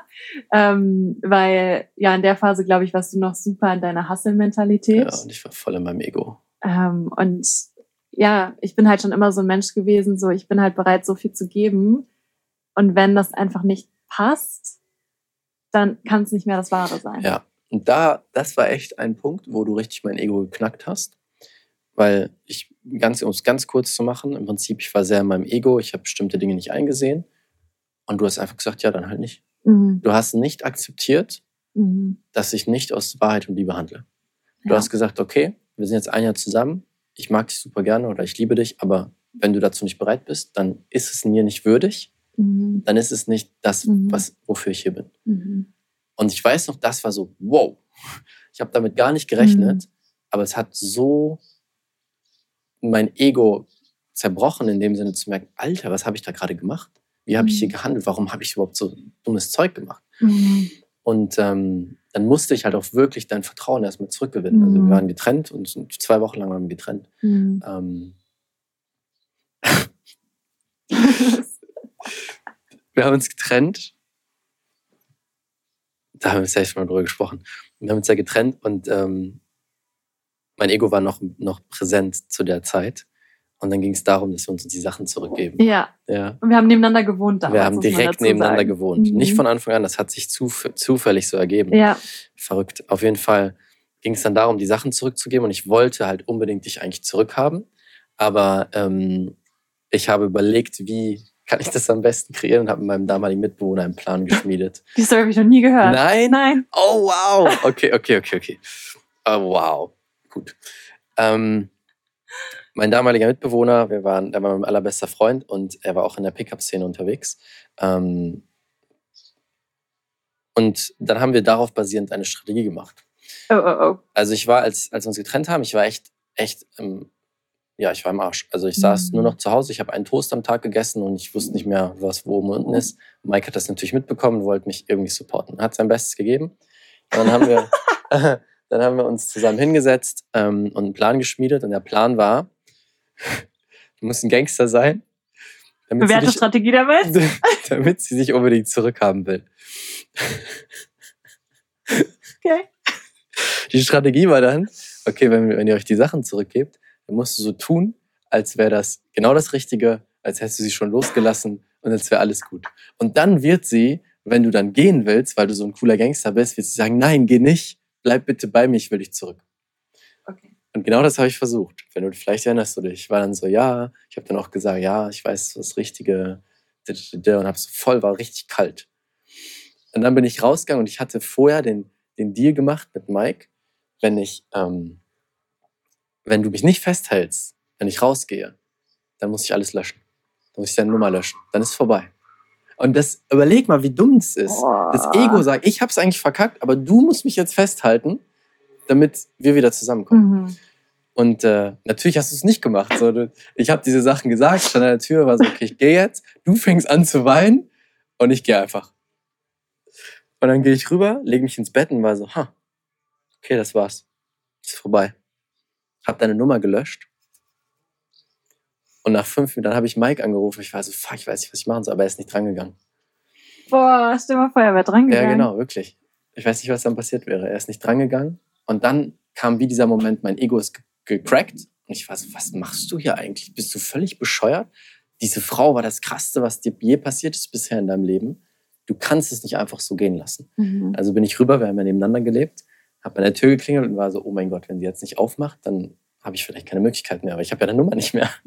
Speaker 2: Weil ja in der Phase, glaube ich, warst du noch super in deiner Hustle-Mentalität.
Speaker 1: Ja, und ich war voll in meinem Ego.
Speaker 2: Und ja, ich bin halt schon immer so ein Mensch gewesen, so ich bin halt bereit, so viel zu geben. Und wenn das einfach nicht passt, dann kann es nicht mehr das Wahre sein.
Speaker 1: Ja, und das war echt ein Punkt, wo du richtig mein Ego geknackt hast. Weil um es ganz kurz zu machen, im Prinzip, ich war sehr in meinem Ego, ich habe bestimmte Dinge nicht eingesehen. Und du hast einfach gesagt, ja, dann halt nicht. Du hast nicht akzeptiert, dass ich nicht aus Wahrheit und Liebe handle. Du hast gesagt, okay, wir sind jetzt ein Jahr zusammen, ich mag dich super gerne oder ich liebe dich, aber wenn du dazu nicht bereit bist, dann ist es mir nicht würdig dann ist es nicht das, wofür ich hier bin. Und ich weiß noch, das war so, wow, ich habe damit gar nicht gerechnet, aber es hat so mein Ego zerbrochen, in dem Sinne zu merken, Alter, was habe ich da gerade gemacht? Wie habe ich hier gehandelt? Warum habe ich überhaupt so dummes Zeug gemacht? Und dann musste ich halt auch wirklich dein Vertrauen erstmal zurückgewinnen. Also wir waren getrennt und 2 Wochen lang waren wir getrennt. Wir haben uns getrennt. Da haben wir selbst mal drüber gesprochen. Wir haben uns ja getrennt und mein Ego war noch präsent zu der Zeit. Und dann ging es darum, dass wir uns die Sachen zurückgeben.
Speaker 2: Ja. Und wir haben nebeneinander gewohnt damals.
Speaker 1: Wir haben direkt nebeneinander gewohnt. Nicht von Anfang an, das hat sich zufällig so ergeben.
Speaker 2: Ja.
Speaker 1: Verrückt. Auf jeden Fall ging es dann darum, die Sachen zurückzugeben. Und ich wollte halt unbedingt dich eigentlich zurückhaben. Aber ich habe überlegt, wie kann ich das am besten kreieren und habe mit meinem damaligen Mitbewohner einen Plan geschmiedet.
Speaker 2: Die Story habe ich noch nie gehört.
Speaker 1: Nein? Oh, wow. Okay. Oh, wow. Gut. Mein damaliger Mitbewohner, der war mein allerbester Freund und er war auch in der Pickup-Szene unterwegs. Und dann haben wir darauf basierend eine Strategie gemacht.
Speaker 2: Oh.
Speaker 1: Also ich war, als wir uns getrennt haben, ich war echt, ich war im Arsch. Also ich saß nur noch zu Hause, ich habe einen Toast am Tag gegessen und ich wusste nicht mehr, was wo oben und unten ist. Mike hat das natürlich mitbekommen und wollte mich irgendwie supporten. Hat sein Bestes gegeben. Und dann haben wir uns zusammen hingesetzt und einen Plan geschmiedet. Und der Plan war, du musst ein Gangster sein.
Speaker 2: Bewährte Strategie damit?
Speaker 1: Damit sie sich unbedingt zurückhaben will.
Speaker 2: Okay.
Speaker 1: Die Strategie war dann, okay, wenn ihr euch die Sachen zurückgebt, dann musst du so tun, als wäre das genau das Richtige, als hättest du sie schon losgelassen und als wäre alles gut. Und dann wird sie, wenn du dann gehen willst, weil du so ein cooler Gangster bist, wird sie sagen, nein, geh nicht, bleib bitte bei mir, ich will dich zurück.
Speaker 2: Okay.
Speaker 1: Und genau das habe ich versucht. Wenn du vielleicht erinnerst du dich, ich war dann so, ja, ich habe dann auch gesagt, ja, ich weiß das Richtige und habe so war richtig kalt. Und dann bin ich rausgegangen und ich hatte vorher den Deal gemacht mit Mike, wenn du mich nicht festhältst, wenn ich rausgehe, dann muss ich alles löschen. Dann muss ich deine Nummer löschen. Dann ist es vorbei. Und überleg mal, wie dumm es ist. Das Ego sagt, ich hab's eigentlich verkackt, aber du musst mich jetzt festhalten, damit wir wieder zusammenkommen. Und natürlich hast du es nicht gemacht. So, ich habe diese Sachen gesagt, stand an der Tür, war so, okay, ich gehe jetzt. Du fängst an zu weinen und ich gehe einfach. Und dann gehe ich rüber, lege mich ins Bett und war so, okay, das war's. Ist vorbei. Hab deine Nummer gelöscht. Und nach 5 Minuten, dann habe ich Mike angerufen. Ich war so, fuck, ich weiß nicht, was ich machen soll, aber er ist nicht drangegangen.
Speaker 2: Boah, stell mal vor, er wäre drangegangen.
Speaker 1: Ja, genau, wirklich. Ich weiß nicht, was dann passiert wäre. Er ist nicht drangegangen. Und dann kam wie dieser Moment, mein Ego ist gecrackt. Und ich war so, was machst du hier eigentlich? Bist du völlig bescheuert? Diese Frau war das Krasseste, was dir je passiert ist bisher in deinem Leben. Du kannst es nicht einfach so gehen lassen. Also bin ich rüber, wir haben ja nebeneinander gelebt, habe an der Tür geklingelt und war so, oh mein Gott, wenn sie jetzt nicht aufmacht, dann habe ich vielleicht keine Möglichkeit mehr, aber ich habe ja deine Nummer nicht mehr.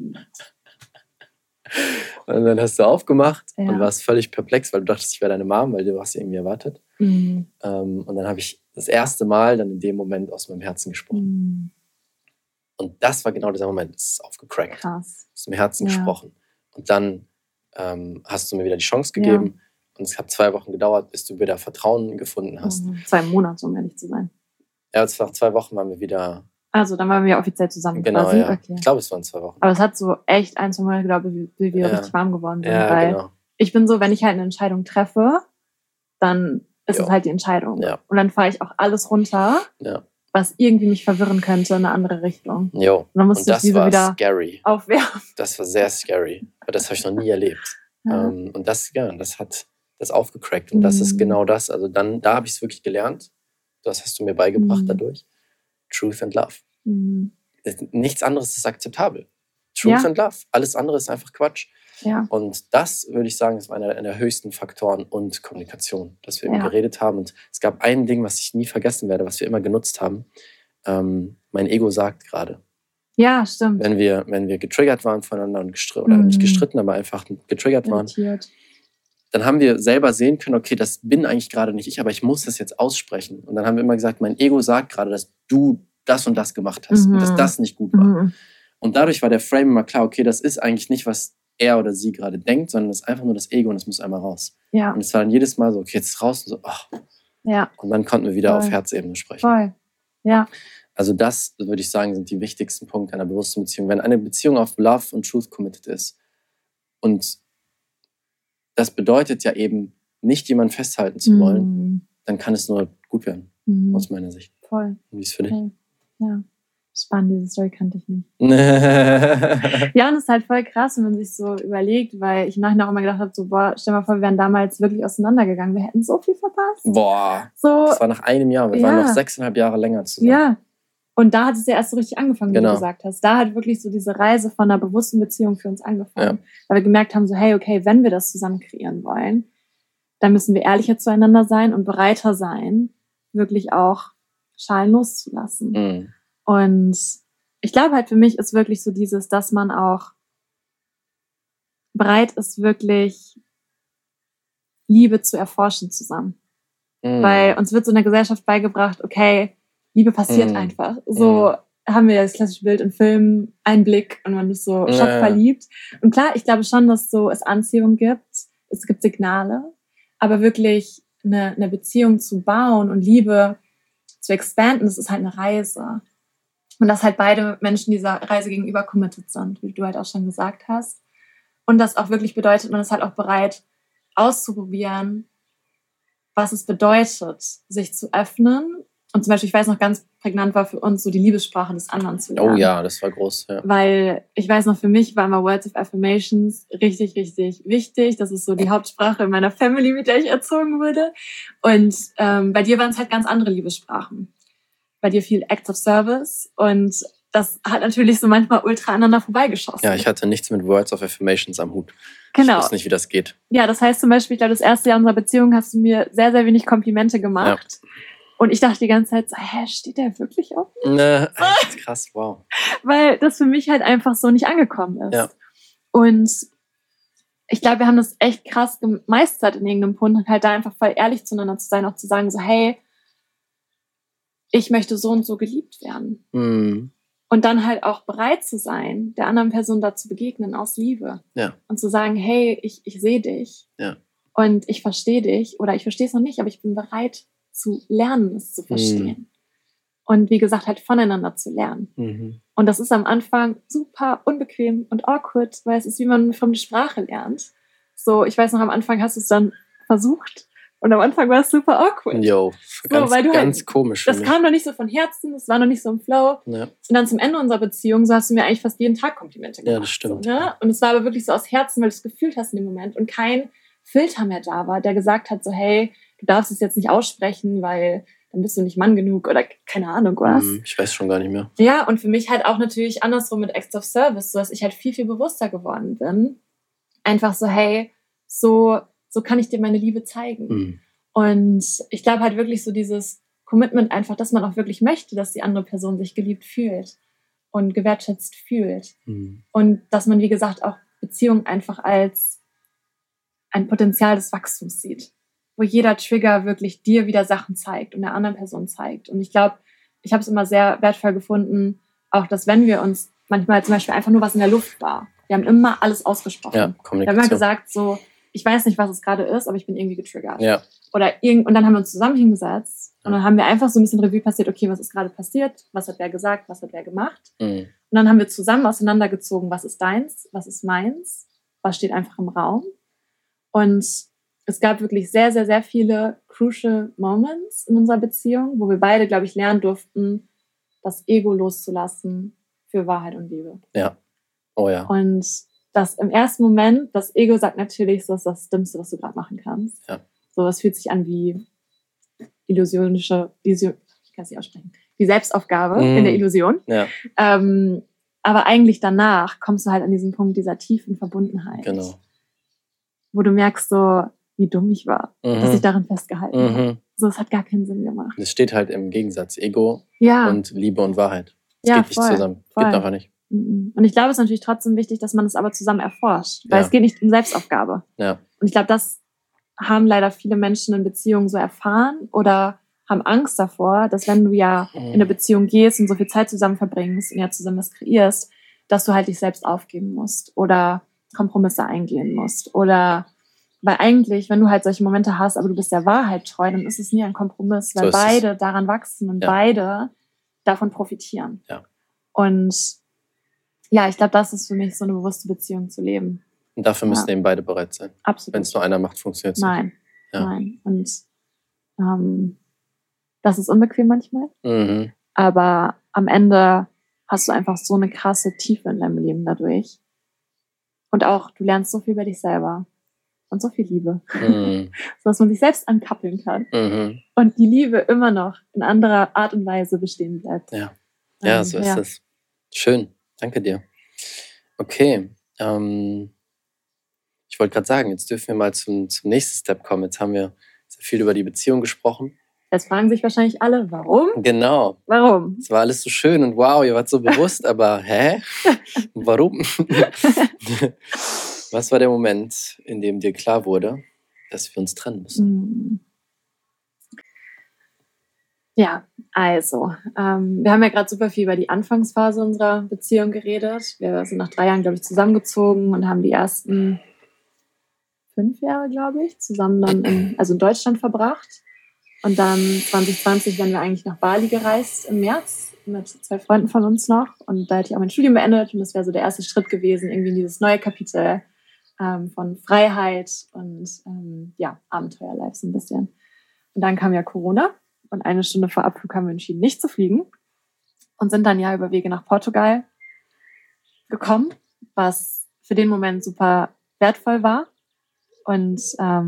Speaker 1: Und dann hast du aufgemacht und warst völlig perplex, weil du dachtest, ich wäre deine Mom, weil du hast sie irgendwie erwartet. Und dann habe ich das erste Mal dann in dem Moment aus meinem Herzen gesprochen. Und das war genau dieser Moment, es ist aufgecrackt.
Speaker 2: Krass.
Speaker 1: Aus dem Herzen gesprochen. Und dann hast du mir wieder die Chance gegeben. Und es hat 2 Wochen gedauert, bis du wieder Vertrauen gefunden hast.
Speaker 2: 2 Monate, um ehrlich zu sein.
Speaker 1: Ja, jetzt nach 2 Wochen waren wir wieder...
Speaker 2: Also, dann waren wir offiziell zusammen.
Speaker 1: Genau,
Speaker 2: quasi.
Speaker 1: ja.
Speaker 2: Okay.
Speaker 1: Ich glaube, es waren 2 Wochen.
Speaker 2: Aber es hat so echt 1-2 Monate gedauert, bis wir richtig warm geworden sind.
Speaker 1: Ja,
Speaker 2: weil
Speaker 1: genau.
Speaker 2: ich bin so, wenn ich halt eine Entscheidung treffe, dann ist es halt die Entscheidung.
Speaker 1: Ja.
Speaker 2: Und dann fahre ich auch alles runter, was irgendwie mich verwirren könnte in eine andere Richtung.
Speaker 1: Jo.
Speaker 2: Und dann musst du
Speaker 1: das
Speaker 2: diese
Speaker 1: war
Speaker 2: wieder
Speaker 1: scary.
Speaker 2: aufwerfen.
Speaker 1: Das war sehr scary. Das habe ich noch nie erlebt. Und das hat das aufgecrackt. Und das ist genau das. Also da habe ich es wirklich gelernt. Das hast du mir beigebracht dadurch. Truth and Love. Nichts anderes ist akzeptabel. Truth and Love. Alles andere ist einfach Quatsch.
Speaker 2: Ja.
Speaker 1: Und das, würde ich sagen, ist einer der höchsten Faktoren und Kommunikation, dass wir eben geredet haben. Und es gab ein Ding, was ich nie vergessen werde, was wir immer genutzt haben. Mein Ego sagt gerade.
Speaker 2: Ja, stimmt.
Speaker 1: Wenn wir getriggert waren voneinander und oder nicht gestritten, aber einfach getriggert waren, dann haben wir selber sehen können, okay, das bin eigentlich gerade nicht ich, aber ich muss das jetzt aussprechen. Und dann haben wir immer gesagt, mein Ego sagt gerade, dass du das und das gemacht hast und dass das nicht gut war. Und dadurch war der Frame immer klar, okay, das ist eigentlich nicht, was
Speaker 3: er oder sie gerade denkt, sondern das ist einfach nur das Ego und es muss einmal raus.
Speaker 2: Ja.
Speaker 3: Und es war dann jedes Mal so, okay, jetzt ist raus und so, ach.
Speaker 2: Ja.
Speaker 3: Und dann konnten wir wieder
Speaker 2: Voll.
Speaker 3: auf Herzebene sprechen.
Speaker 2: Voll. Ja.
Speaker 3: Also das, würde ich sagen, sind die wichtigsten Punkte einer bewussten Beziehung. Wenn eine Beziehung auf Love und Truth committed ist und das bedeutet ja eben, nicht jemanden festhalten zu wollen, dann kann es nur gut werden, aus meiner Sicht.
Speaker 2: Voll.
Speaker 3: Wie ist es für dich?
Speaker 2: Voll. Ja. Spannend, diese Story kannte ich nicht.
Speaker 3: Ja,
Speaker 2: Ja, und es ist halt voll krass, wenn man sich so überlegt, weil ich im Nachhinein auch immer gedacht habe, so, boah, stell mal vor, wir wären damals wirklich auseinandergegangen. Wir hätten so viel verpasst.
Speaker 3: Boah,
Speaker 2: So,
Speaker 3: das war nach einem Jahr. Wir waren noch 6,5 Jahre länger zusammen.
Speaker 2: ja. Und da hat es ja erst so richtig angefangen, wie
Speaker 3: Genau.
Speaker 2: du gesagt hast. Da hat wirklich so diese Reise von einer bewussten Beziehung für uns angefangen. Weil wir gemerkt haben, so, hey, okay, wenn wir das zusammen kreieren wollen, dann müssen wir ehrlicher zueinander sein und bereiter sein, wirklich auch Schalen loszulassen.
Speaker 3: Mhm.
Speaker 2: Und ich glaube halt, für mich ist wirklich so dieses, dass man auch bereit ist, wirklich Liebe zu erforschen zusammen.
Speaker 3: Mhm.
Speaker 2: Weil uns wird so in der Gesellschaft beigebracht, okay, Liebe passiert einfach. So haben wir das klassische Bild in Filmen, einen Blick und man ist so schockverliebt. Und klar, ich glaube schon, dass so es Anziehung gibt, es gibt Signale, aber wirklich eine Beziehung zu bauen und Liebe zu expanden, das ist halt eine Reise. Und dass halt beide Menschen dieser Reise gegenüber committed sind, wie du halt auch schon gesagt hast. Und das auch wirklich bedeutet, man ist halt auch bereit auszuprobieren, was es bedeutet, sich zu öffnen. Und zum Beispiel, ich weiß noch, ganz prägnant war für uns so die Liebessprache des anderen zu lernen.
Speaker 3: Oh ja, das war groß. Ja.
Speaker 2: Weil ich weiß noch, für mich war immer Words of Affirmations richtig, richtig wichtig. Das ist so die Hauptsprache in meiner Family, mit der ich erzogen wurde. Und bei dir waren es halt ganz andere Liebessprachen. Bei dir viel Acts of Service. Und das hat natürlich so manchmal ultra aneinander vorbeigeschossen.
Speaker 3: Ja, ich hatte nichts mit Words of Affirmations am Hut.
Speaker 2: Genau.
Speaker 3: Ich weiß nicht, wie das geht.
Speaker 2: Ja, das heißt zum Beispiel, ich glaube, das erste Jahr unserer Beziehung hast du mir sehr, sehr wenig Komplimente gemacht. Ja. Und ich dachte die ganze Zeit so, steht der wirklich auf mich?
Speaker 3: Echt krass, wow.
Speaker 2: Weil das für mich halt einfach so nicht angekommen ist.
Speaker 3: Ja.
Speaker 2: Und ich glaube, wir haben das echt krass gemeistert in irgendeinem Punkt, halt da einfach voll ehrlich zueinander zu sein, auch zu sagen so, hey, ich möchte so und so geliebt werden.
Speaker 3: Mhm.
Speaker 2: Und dann halt auch bereit zu sein, der anderen Person da zu begegnen aus Liebe.
Speaker 3: Ja.
Speaker 2: Und zu sagen, hey, ich sehe dich.
Speaker 3: Ja.
Speaker 2: Und ich verstehe dich. Oder ich verstehe es noch nicht, aber ich bin bereit zu lernen, es zu verstehen. Und wie gesagt, halt voneinander zu lernen.
Speaker 3: Mhm.
Speaker 2: Und das ist am Anfang super unbequem und awkward, weil es ist, wie man eine fremde Sprache lernt. So, ich weiß noch, am Anfang hast du es dann versucht und am Anfang war es super awkward.
Speaker 3: Jo, ganz,
Speaker 2: weil du
Speaker 3: ganz
Speaker 2: halt,
Speaker 3: komisch.
Speaker 2: Das kam noch nicht so von Herzen, das war noch nicht so im Flow.
Speaker 3: Ja.
Speaker 2: Und dann zum Ende unserer Beziehung, so hast du mir eigentlich fast jeden Tag Komplimente gemacht.
Speaker 3: Ja, das stimmt.
Speaker 2: So, ne? Und es war aber wirklich so aus Herzen, weil du es gefühlt hast in dem Moment und kein Filter mehr da war, der gesagt hat so, hey, du darfst es jetzt nicht aussprechen, weil dann bist du nicht Mann genug oder keine Ahnung was.
Speaker 3: Ich weiß schon gar nicht mehr.
Speaker 2: Ja, und für mich halt auch natürlich andersrum mit Acts of Service, so dass ich halt viel, viel bewusster geworden bin. Einfach so, hey, so kann ich dir meine Liebe zeigen.
Speaker 3: Mhm.
Speaker 2: Und ich glaube halt wirklich so dieses Commitment einfach, dass man auch wirklich möchte, dass die andere Person sich geliebt fühlt und gewertschätzt fühlt.
Speaker 3: Mhm.
Speaker 2: Und dass man, wie gesagt, auch Beziehung einfach als ein Potenzial des Wachstums sieht, wo jeder Trigger wirklich dir wieder Sachen zeigt und der anderen Person zeigt. Und ich glaube, ich habe es immer sehr wertvoll gefunden, auch dass wenn wir uns manchmal zum Beispiel einfach nur was in der Luft war, wir haben immer alles ausgesprochen.
Speaker 3: Ja,
Speaker 2: Wir haben
Speaker 3: Kommunikation.
Speaker 2: immer gesagt so, ich weiß nicht, was es gerade ist, aber ich bin irgendwie getriggert.
Speaker 3: Ja.
Speaker 2: Und dann haben wir uns zusammen hingesetzt und dann haben wir einfach so ein bisschen Revue passiert, okay, was ist gerade passiert, was hat wer gesagt, was hat wer gemacht.
Speaker 3: Mhm.
Speaker 2: Und dann haben wir zusammen auseinandergezogen, was ist deins, was ist meins, was steht einfach im Raum. Und es gab wirklich sehr, sehr, sehr viele crucial Moments in unserer Beziehung, wo wir beide, glaube ich, lernen durften, das Ego loszulassen für Wahrheit und Liebe.
Speaker 3: Ja. Oh ja.
Speaker 2: Und das im ersten Moment, das Ego sagt natürlich, das ist das Dümmste, was du gerade machen kannst.
Speaker 3: Ja.
Speaker 2: So, es fühlt sich an wie ich kann es nicht aussprechen, wie Selbstaufgabe in der Illusion.
Speaker 3: Ja.
Speaker 2: Aber eigentlich danach kommst du halt an diesen Punkt dieser tiefen Verbundenheit.
Speaker 3: Genau.
Speaker 2: Wo du merkst so, wie dumm ich war, dass ich darin festgehalten habe. So, es hat gar keinen Sinn gemacht.
Speaker 3: Es steht halt im Gegensatz, Ego und Liebe und Wahrheit. Es geht nicht zusammen. Geht einfach nicht.
Speaker 2: Und ich glaube, es ist natürlich trotzdem wichtig, dass man es aber zusammen erforscht. Weil es geht nicht um Selbstaufgabe.
Speaker 3: Ja.
Speaker 2: Und ich glaube, das haben leider viele Menschen in Beziehungen so erfahren oder haben Angst davor, dass wenn du ja in eine Beziehung gehst und so viel Zeit zusammen verbringst und ja zusammen was kreierst, dass du halt dich selbst aufgeben musst oder Kompromisse eingehen musst. Oder weil eigentlich, wenn du halt solche Momente hast, aber du bist der Wahrheit treu, dann ist es nie ein Kompromiss, weil beide daran wachsen und beide davon profitieren.
Speaker 3: Ja.
Speaker 2: Und ja, ich glaube, das ist für mich so eine bewusste Beziehung zu leben.
Speaker 3: Und dafür müssen eben beide bereit sein.
Speaker 2: Absolut.
Speaker 3: Wenn es nur einer macht, funktioniert es nicht.
Speaker 2: Nein. Und das ist unbequem manchmal.
Speaker 3: Mhm.
Speaker 2: Aber am Ende hast du einfach so eine krasse Tiefe in deinem Leben dadurch. Und auch, du lernst so viel über dich selber. Und so viel Liebe.
Speaker 3: Mhm.
Speaker 2: So dass man sich selbst ankappeln kann.
Speaker 3: Mhm.
Speaker 2: Und die Liebe immer noch in anderer Art und Weise bestehen bleibt.
Speaker 3: Ja, so ist es. Schön. Danke dir. Okay. Ich wollte gerade sagen, jetzt dürfen wir mal zum nächsten Step kommen. Jetzt haben wir sehr viel über die Beziehung gesprochen.
Speaker 2: Jetzt fragen sich wahrscheinlich alle, warum?
Speaker 3: Genau.
Speaker 2: Warum?
Speaker 3: Es war alles so schön und wow, ihr wart so bewusst, aber hä? Warum? Was war der Moment, in dem dir klar wurde, dass wir uns trennen müssen?
Speaker 2: Ja, also, wir haben ja gerade super viel über die Anfangsphase unserer Beziehung geredet. Wir sind nach 3 Jahren, glaube ich, zusammengezogen und haben die ersten 5 Jahre, glaube ich, zusammen dann in Deutschland verbracht. Und dann 2020 wären wir eigentlich nach Bali gereist im März mit 2 Freunden von uns noch. Und da hätte ich auch mein Studium beendet. Und das wäre so der erste Schritt gewesen, irgendwie in dieses neue Kapitel von Freiheit und Abenteuerlife so ein bisschen. Und dann kam ja Corona. Und 1 Stunde vor Abflug haben wir entschieden, nicht zu fliegen. Und sind dann ja über Wege nach Portugal gekommen, was für den Moment super wertvoll war. Und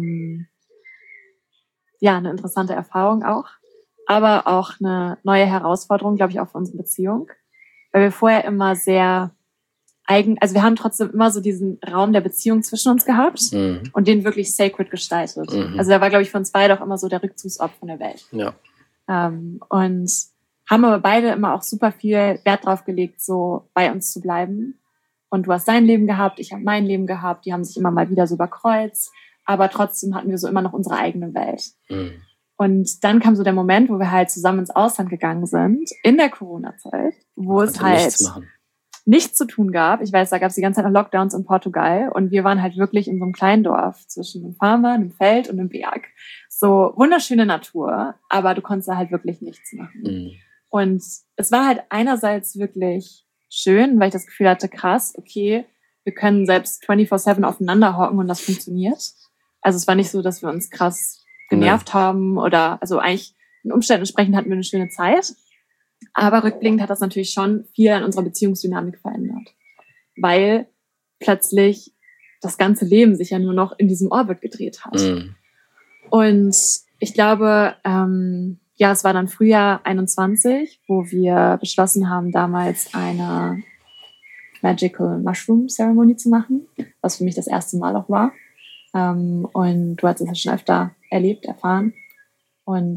Speaker 2: eine interessante Erfahrung auch, aber auch eine neue Herausforderung, glaube ich, auch für unsere Beziehung, weil wir vorher immer sehr wir haben trotzdem immer so diesen Raum der Beziehung zwischen uns gehabt und den wirklich sacred gestaltet. Also da war, glaube ich, für uns beide auch immer so der Rückzugsort von der Welt.
Speaker 3: Ja.
Speaker 2: Und haben aber beide immer auch super viel Wert drauf gelegt, so bei uns zu bleiben. Und du hast dein Leben gehabt, ich habe mein Leben gehabt, die haben sich immer mal wieder so überkreuzt. Aber trotzdem hatten wir so immer noch unsere eigene Welt. Und dann kam so der Moment, wo wir halt zusammen ins Ausland gegangen sind, in der Corona-Zeit, wo es halt nichts zu tun gab. Ich weiß, da gab es die ganze Zeit noch Lockdowns in Portugal und wir waren halt wirklich in so einem kleinen Dorf zwischen einem Farmer, einem Feld und einem Berg. So wunderschöne Natur, aber du konntest da halt wirklich nichts machen. Und es war halt einerseits wirklich schön, weil ich das Gefühl hatte, krass, okay, wir können selbst 24/7 aufeinander hocken und das funktioniert. Also es war nicht so, dass wir uns krass genervt haben oder, also eigentlich in Umständen entsprechend hatten wir eine schöne Zeit. Aber rückblickend hat das natürlich schon viel an unserer Beziehungsdynamik verändert. Weil plötzlich das ganze Leben sich ja nur noch in diesem Orbit gedreht hat. Und ich glaube, es war dann Frühjahr 21, wo wir beschlossen haben, damals eine Magical Mushroom Ceremony zu machen, was für mich das erste Mal auch war. Und du hast es ja schon öfter erfahren. Und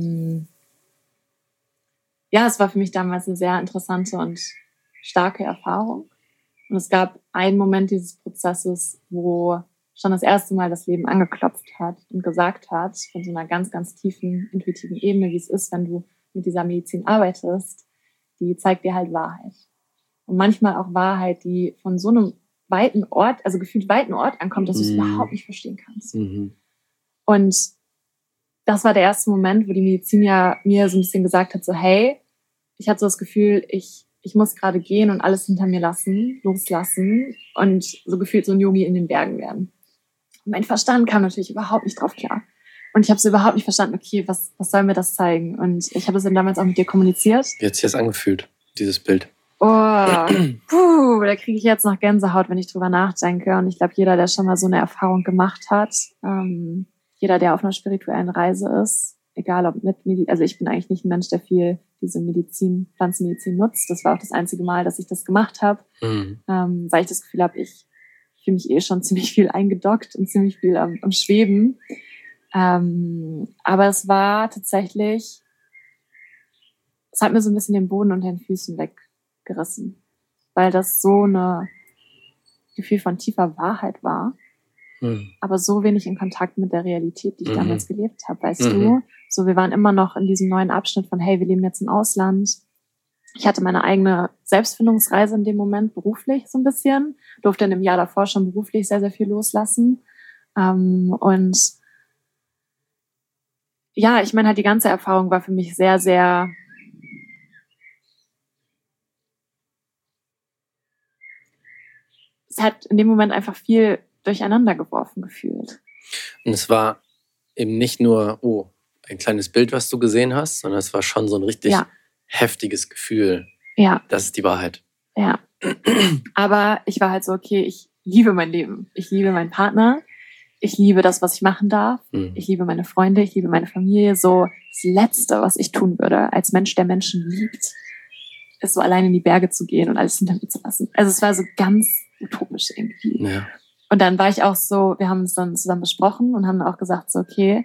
Speaker 2: es war für mich damals eine sehr interessante und starke Erfahrung. Und es gab einen Moment dieses Prozesses, wo schon das erste Mal das Leben angeklopft hat und gesagt hat, von so einer ganz, ganz tiefen, intuitiven Ebene, wie es ist, wenn du mit dieser Medizin arbeitest, die zeigt dir halt Wahrheit. Und manchmal auch Wahrheit, die von so einem weiten Ort, also gefühlt weiten Ort ankommt, dass du es überhaupt nicht verstehen kannst. Und das war der erste Moment, wo die Medizin ja mir so ein bisschen gesagt hat, so hey, ich hatte so das Gefühl, ich muss gerade gehen und alles hinter mir loslassen und so gefühlt so ein Yogi in den Bergen werden. Und mein Verstand kam natürlich überhaupt nicht drauf klar. Und ich habe so überhaupt nicht verstanden, okay, was soll mir das zeigen? Und ich habe das dann damals auch mit dir kommuniziert.
Speaker 3: Wie hat sich das angefühlt, dieses Bild?
Speaker 2: Oh, da kriege ich jetzt noch Gänsehaut, wenn ich drüber nachdenke. Und ich glaube, jeder, der schon mal so eine Erfahrung gemacht hat, jeder, der auf einer spirituellen Reise ist, egal ob mit Medizin, also ich bin eigentlich nicht ein Mensch, der viel diese Pflanzenmedizin nutzt. Das war auch das einzige Mal, dass ich das gemacht habe, weil ich das Gefühl habe, ich fühle mich schon ziemlich viel eingedockt und ziemlich viel am Schweben. Aber es war tatsächlich, es hat mir so ein bisschen den Boden unter den Füßen weggerissen, weil das so ein Gefühl von tiefer Wahrheit war, aber so wenig in Kontakt mit der Realität, die ich damals gelebt habe, weißt du? So, wir waren immer noch in diesem neuen Abschnitt von, hey, wir leben jetzt im Ausland, Ich hatte meine eigene Selbstfindungsreise in dem Moment beruflich so ein bisschen, durfte in dem Jahr davor schon beruflich sehr, sehr viel loslassen. Und ja, ich meine halt, die ganze Erfahrung war für mich sehr, sehr es hat in dem Moment einfach viel durcheinander geworfen gefühlt.
Speaker 3: Und es war eben nicht nur, ein kleines Bild, was du gesehen hast, sondern es war schon so ein richtig heftiges Gefühl.
Speaker 2: Ja.
Speaker 3: Das ist die Wahrheit.
Speaker 2: Ja. Aber ich war halt so, okay, ich liebe mein Leben. Ich liebe meinen Partner. Ich liebe das, was ich machen darf. Ich liebe meine Freunde. Ich liebe meine Familie. So das Letzte, was ich tun würde, als Mensch, der Menschen liebt, ist so allein in die Berge zu gehen und alles hinter mir zu lassen. Also es war so ganz utopisch irgendwie.
Speaker 3: Ja.
Speaker 2: Und dann war ich auch so, wir haben es dann zusammen besprochen und haben auch gesagt, so okay,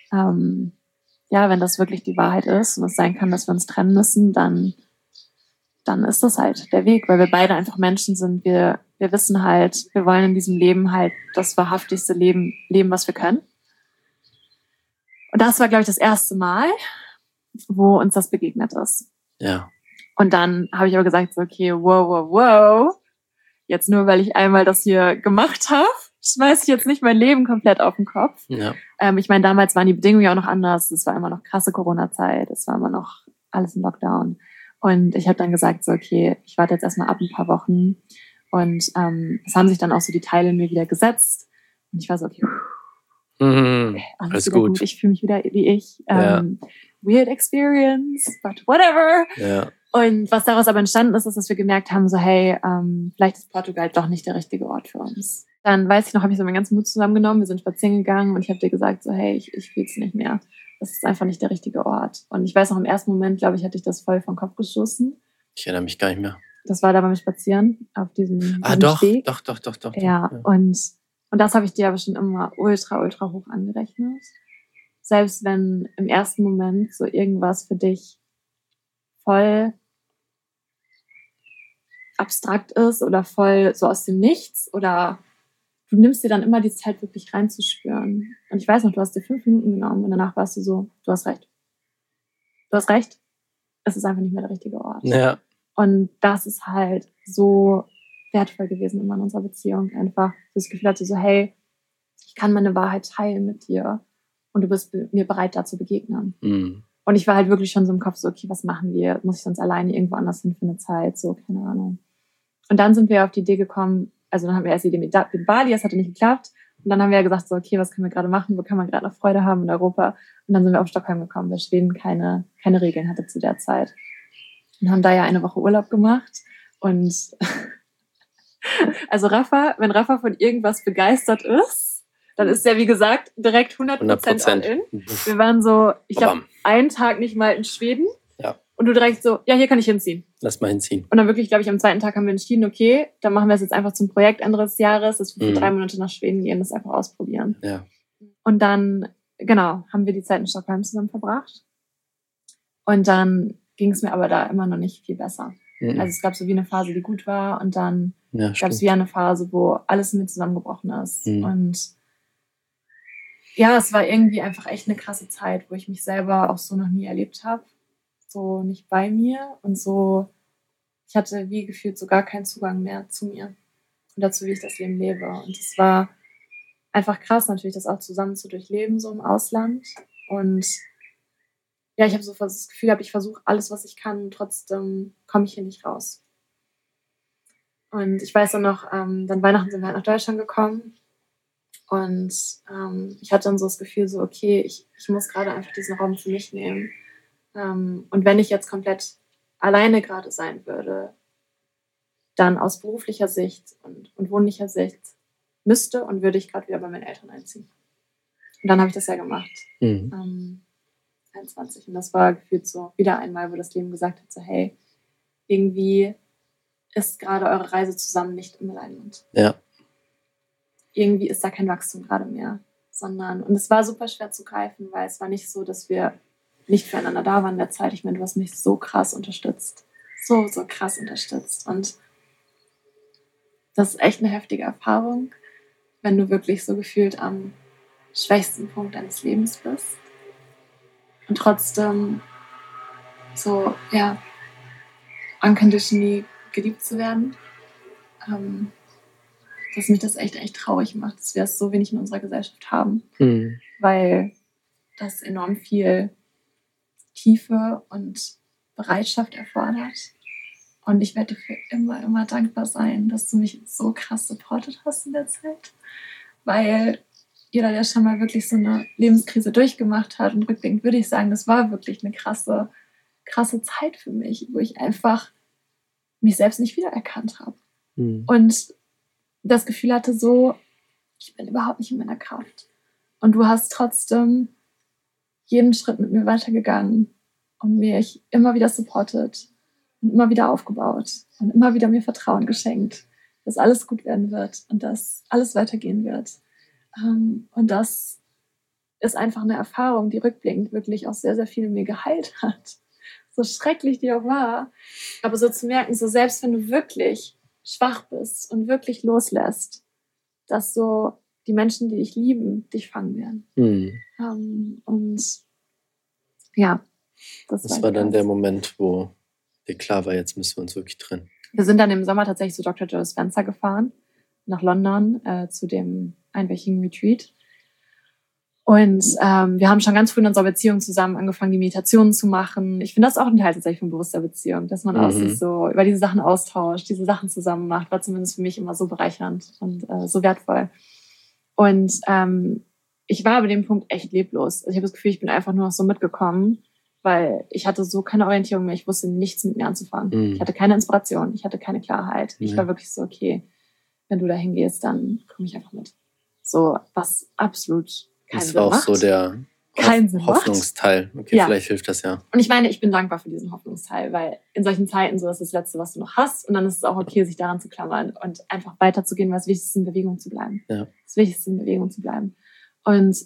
Speaker 2: wenn das wirklich die Wahrheit ist und es sein kann, dass wir uns trennen müssen, dann ist das halt der Weg, weil wir beide einfach Menschen sind. Wir wissen halt, wir wollen in diesem Leben halt das wahrhaftigste Leben, was wir können. Und das war, glaube ich, das erste Mal, wo uns das begegnet ist.
Speaker 3: Ja.
Speaker 2: Und dann habe ich aber gesagt, so, okay, wow. Jetzt nur, weil ich einmal das hier gemacht habe, schmeiße ich jetzt nicht mein Leben komplett auf den Kopf.
Speaker 3: Ja.
Speaker 2: Ich meine, damals waren die Bedingungen ja auch noch anders. Es war immer noch krasse Corona-Zeit. Es war immer noch alles im Lockdown. Und ich habe dann gesagt, so, okay, ich warte jetzt erstmal ab ein paar Wochen. Und es haben sich dann auch so die Teile in mir wieder gesetzt. Und ich war so, okay, alles gut. Ich fühle mich wieder wie ich. Weird experience, but whatever.
Speaker 3: Ja.
Speaker 2: Und was daraus aber entstanden ist, dass wir gemerkt haben, so hey, vielleicht ist Portugal doch nicht der richtige Ort für uns. Dann weiß ich noch, habe ich so meinen ganzen Mut zusammengenommen, wir sind spazieren gegangen und ich habe dir gesagt, so hey, ich fühle es nicht mehr. Das ist einfach nicht der richtige Ort. Und ich weiß noch, im ersten Moment, glaube ich, hatte ich das voll vom Kopf gestoßen.
Speaker 3: Ich erinnere mich gar nicht mehr.
Speaker 2: Das war da beim Spazieren auf diesem Steg.
Speaker 3: Doch.
Speaker 2: Ja. Und das habe ich dir aber schon immer ultra hoch angerechnet. Selbst wenn im ersten Moment so irgendwas für dich voll abstrakt ist oder voll so aus dem Nichts oder du nimmst dir dann immer die Zeit, wirklich reinzuspüren. Und ich weiß noch, du hast dir 5 Minuten genommen und danach warst du so, du hast recht. Du hast recht. Es ist einfach nicht mehr der richtige Ort.
Speaker 3: Ja.
Speaker 2: Und das ist halt so wertvoll gewesen immer in unserer Beziehung. Einfach das Gefühl hatte so, hey, ich kann meine Wahrheit teilen mit dir und du bist mir bereit, da zu begegnen.
Speaker 3: Mhm.
Speaker 2: Und ich war halt wirklich schon so im Kopf so, okay, was machen wir? Muss ich sonst alleine irgendwo anders hin für eine Zeit? So, keine Ahnung. Und dann sind wir auf die Idee gekommen, also dann haben wir erst die Idee mit Bali, das hatte nicht geklappt. Und dann haben wir ja gesagt, so, okay, was können wir gerade machen? Wo kann man gerade noch Freude haben in Europa? Und dann sind wir auf Stockholm gekommen, weil Schweden keine Regeln hatte zu der Zeit. Und haben da ja eine Woche Urlaub gemacht. Und also wenn Rafa von irgendwas begeistert ist, dann ist er, wie gesagt, direkt 100% all in. Wir waren so, ich glaube, einen Tag nicht mal in Schweden.
Speaker 3: Ja.
Speaker 2: Und du direkt so, ja, hier kann ich hinziehen.
Speaker 3: Lass mal hinziehen.
Speaker 2: Und dann wirklich, glaube ich, am zweiten Tag haben wir entschieden, okay, dann machen wir es jetzt einfach zum Projekt Ende des Jahres, dass wir für 3 Monate nach Schweden gehen, das einfach ausprobieren.
Speaker 3: Ja.
Speaker 2: Und dann, genau, haben wir die Zeit in Stockholm zusammen verbracht. Und dann ging es mir aber da immer noch nicht viel besser. Also es gab so wie eine Phase, die gut war und dann gab es wie eine Phase, wo alles in mir zusammengebrochen ist. Und ja, es war irgendwie einfach echt eine krasse Zeit, wo ich mich selber auch so noch nie erlebt habe. So nicht bei mir und so, ich hatte wie gefühlt so gar keinen Zugang mehr zu mir und dazu, wie ich das Leben lebe. Und es war einfach krass natürlich, das auch zusammen zu durchleben, so im Ausland. Und ja, ich habe so das Gefühl gehabt, ich versuche alles, was ich kann, und trotzdem komme ich hier nicht raus. Und ich weiß dann noch, dann Weihnachten sind wir halt nach Deutschland gekommen und ich hatte dann so das Gefühl, so okay, ich muss gerade einfach diesen Raum für mich nehmen. Und wenn ich jetzt komplett alleine gerade sein würde, dann aus beruflicher Sicht und wohnlicher Sicht müsste und würde ich gerade wieder bei meinen Eltern einziehen. Und dann habe ich das ja gemacht. 21. Und das war gefühlt so wieder einmal, wo das Leben gesagt hat, so hey, irgendwie ist gerade eure Reise zusammen nicht im Alignment.
Speaker 3: Ja.
Speaker 2: Irgendwie ist da kein Wachstum gerade mehr. Und es war super schwer zu greifen, weil es war nicht so, dass wir nicht füreinander da waren in der Zeit. Ich meine, du hast mich so krass unterstützt. So krass unterstützt. Und das ist echt eine heftige Erfahrung, wenn du wirklich so gefühlt am schwächsten Punkt deines Lebens bist. Und trotzdem so, ja, unconditionally geliebt zu werden. Dass mich das echt traurig macht, dass wir es so wenig in unserer Gesellschaft haben. Weil das enorm viel Tiefe und Bereitschaft erfordert. Und ich werde dir für immer dankbar sein, dass du mich so krass supportet hast in der Zeit. Weil jeder, der schon mal wirklich so eine Lebenskrise durchgemacht hat, und rückblickend würde ich sagen, das war wirklich eine krasse Zeit für mich, wo ich einfach mich selbst nicht wiedererkannt habe. Und das Gefühl hatte so, ich bin überhaupt nicht in meiner Kraft. Und du hast trotzdem jeden Schritt mit mir weitergegangen und mich immer wieder supportet und immer wieder aufgebaut und immer wieder mir Vertrauen geschenkt, dass alles gut werden wird und dass alles weitergehen wird. Und das ist einfach eine Erfahrung, die rückblickend wirklich auch sehr, sehr viel in mir geheilt hat. So schrecklich die auch war. Aber so zu merken, so selbst wenn du wirklich schwach bist und wirklich loslässt, dass so die Menschen, die dich lieben, dich fangen werden. Und ja,
Speaker 3: das war dann der Moment, wo dir klar war, jetzt müssen wir uns wirklich trennen.
Speaker 2: Wir sind dann im Sommer tatsächlich zu Dr. Joe Dispenza gefahren, nach London, zu dem einwöchigen Retreat. Und wir haben schon ganz früh in unserer Beziehung zusammen angefangen, die Meditationen zu machen. Ich finde das auch ein Teil tatsächlich von bewusster Beziehung, dass man auch sich so über diese Sachen austauscht, diese Sachen zusammen macht, war zumindest für mich immer so bereichernd und so wertvoll. Und ich war bei dem Punkt echt leblos. Also ich habe das Gefühl, ich bin einfach nur noch so mitgekommen, weil ich hatte so keine Orientierung mehr. Ich wusste nichts mit mir anzufangen. Ich hatte keine Inspiration, ich hatte keine Klarheit. Ich war wirklich so, okay, wenn du da hingehst, dann komme ich einfach mit. So, was absolut keinen Sinn macht.
Speaker 3: Das war auch so der Hoffnungsteil. Okay, ja. Vielleicht hilft das ja.
Speaker 2: Und ich meine, ich bin dankbar für diesen Hoffnungsteil, weil in solchen Zeiten so ist das Letzte, was du noch hast. Und dann ist es auch okay, sich daran zu klammern und einfach weiterzugehen, weil das Wichtigste ist, in Bewegung zu bleiben.
Speaker 3: Ja.
Speaker 2: Das Wichtigste ist, in Bewegung zu bleiben. Und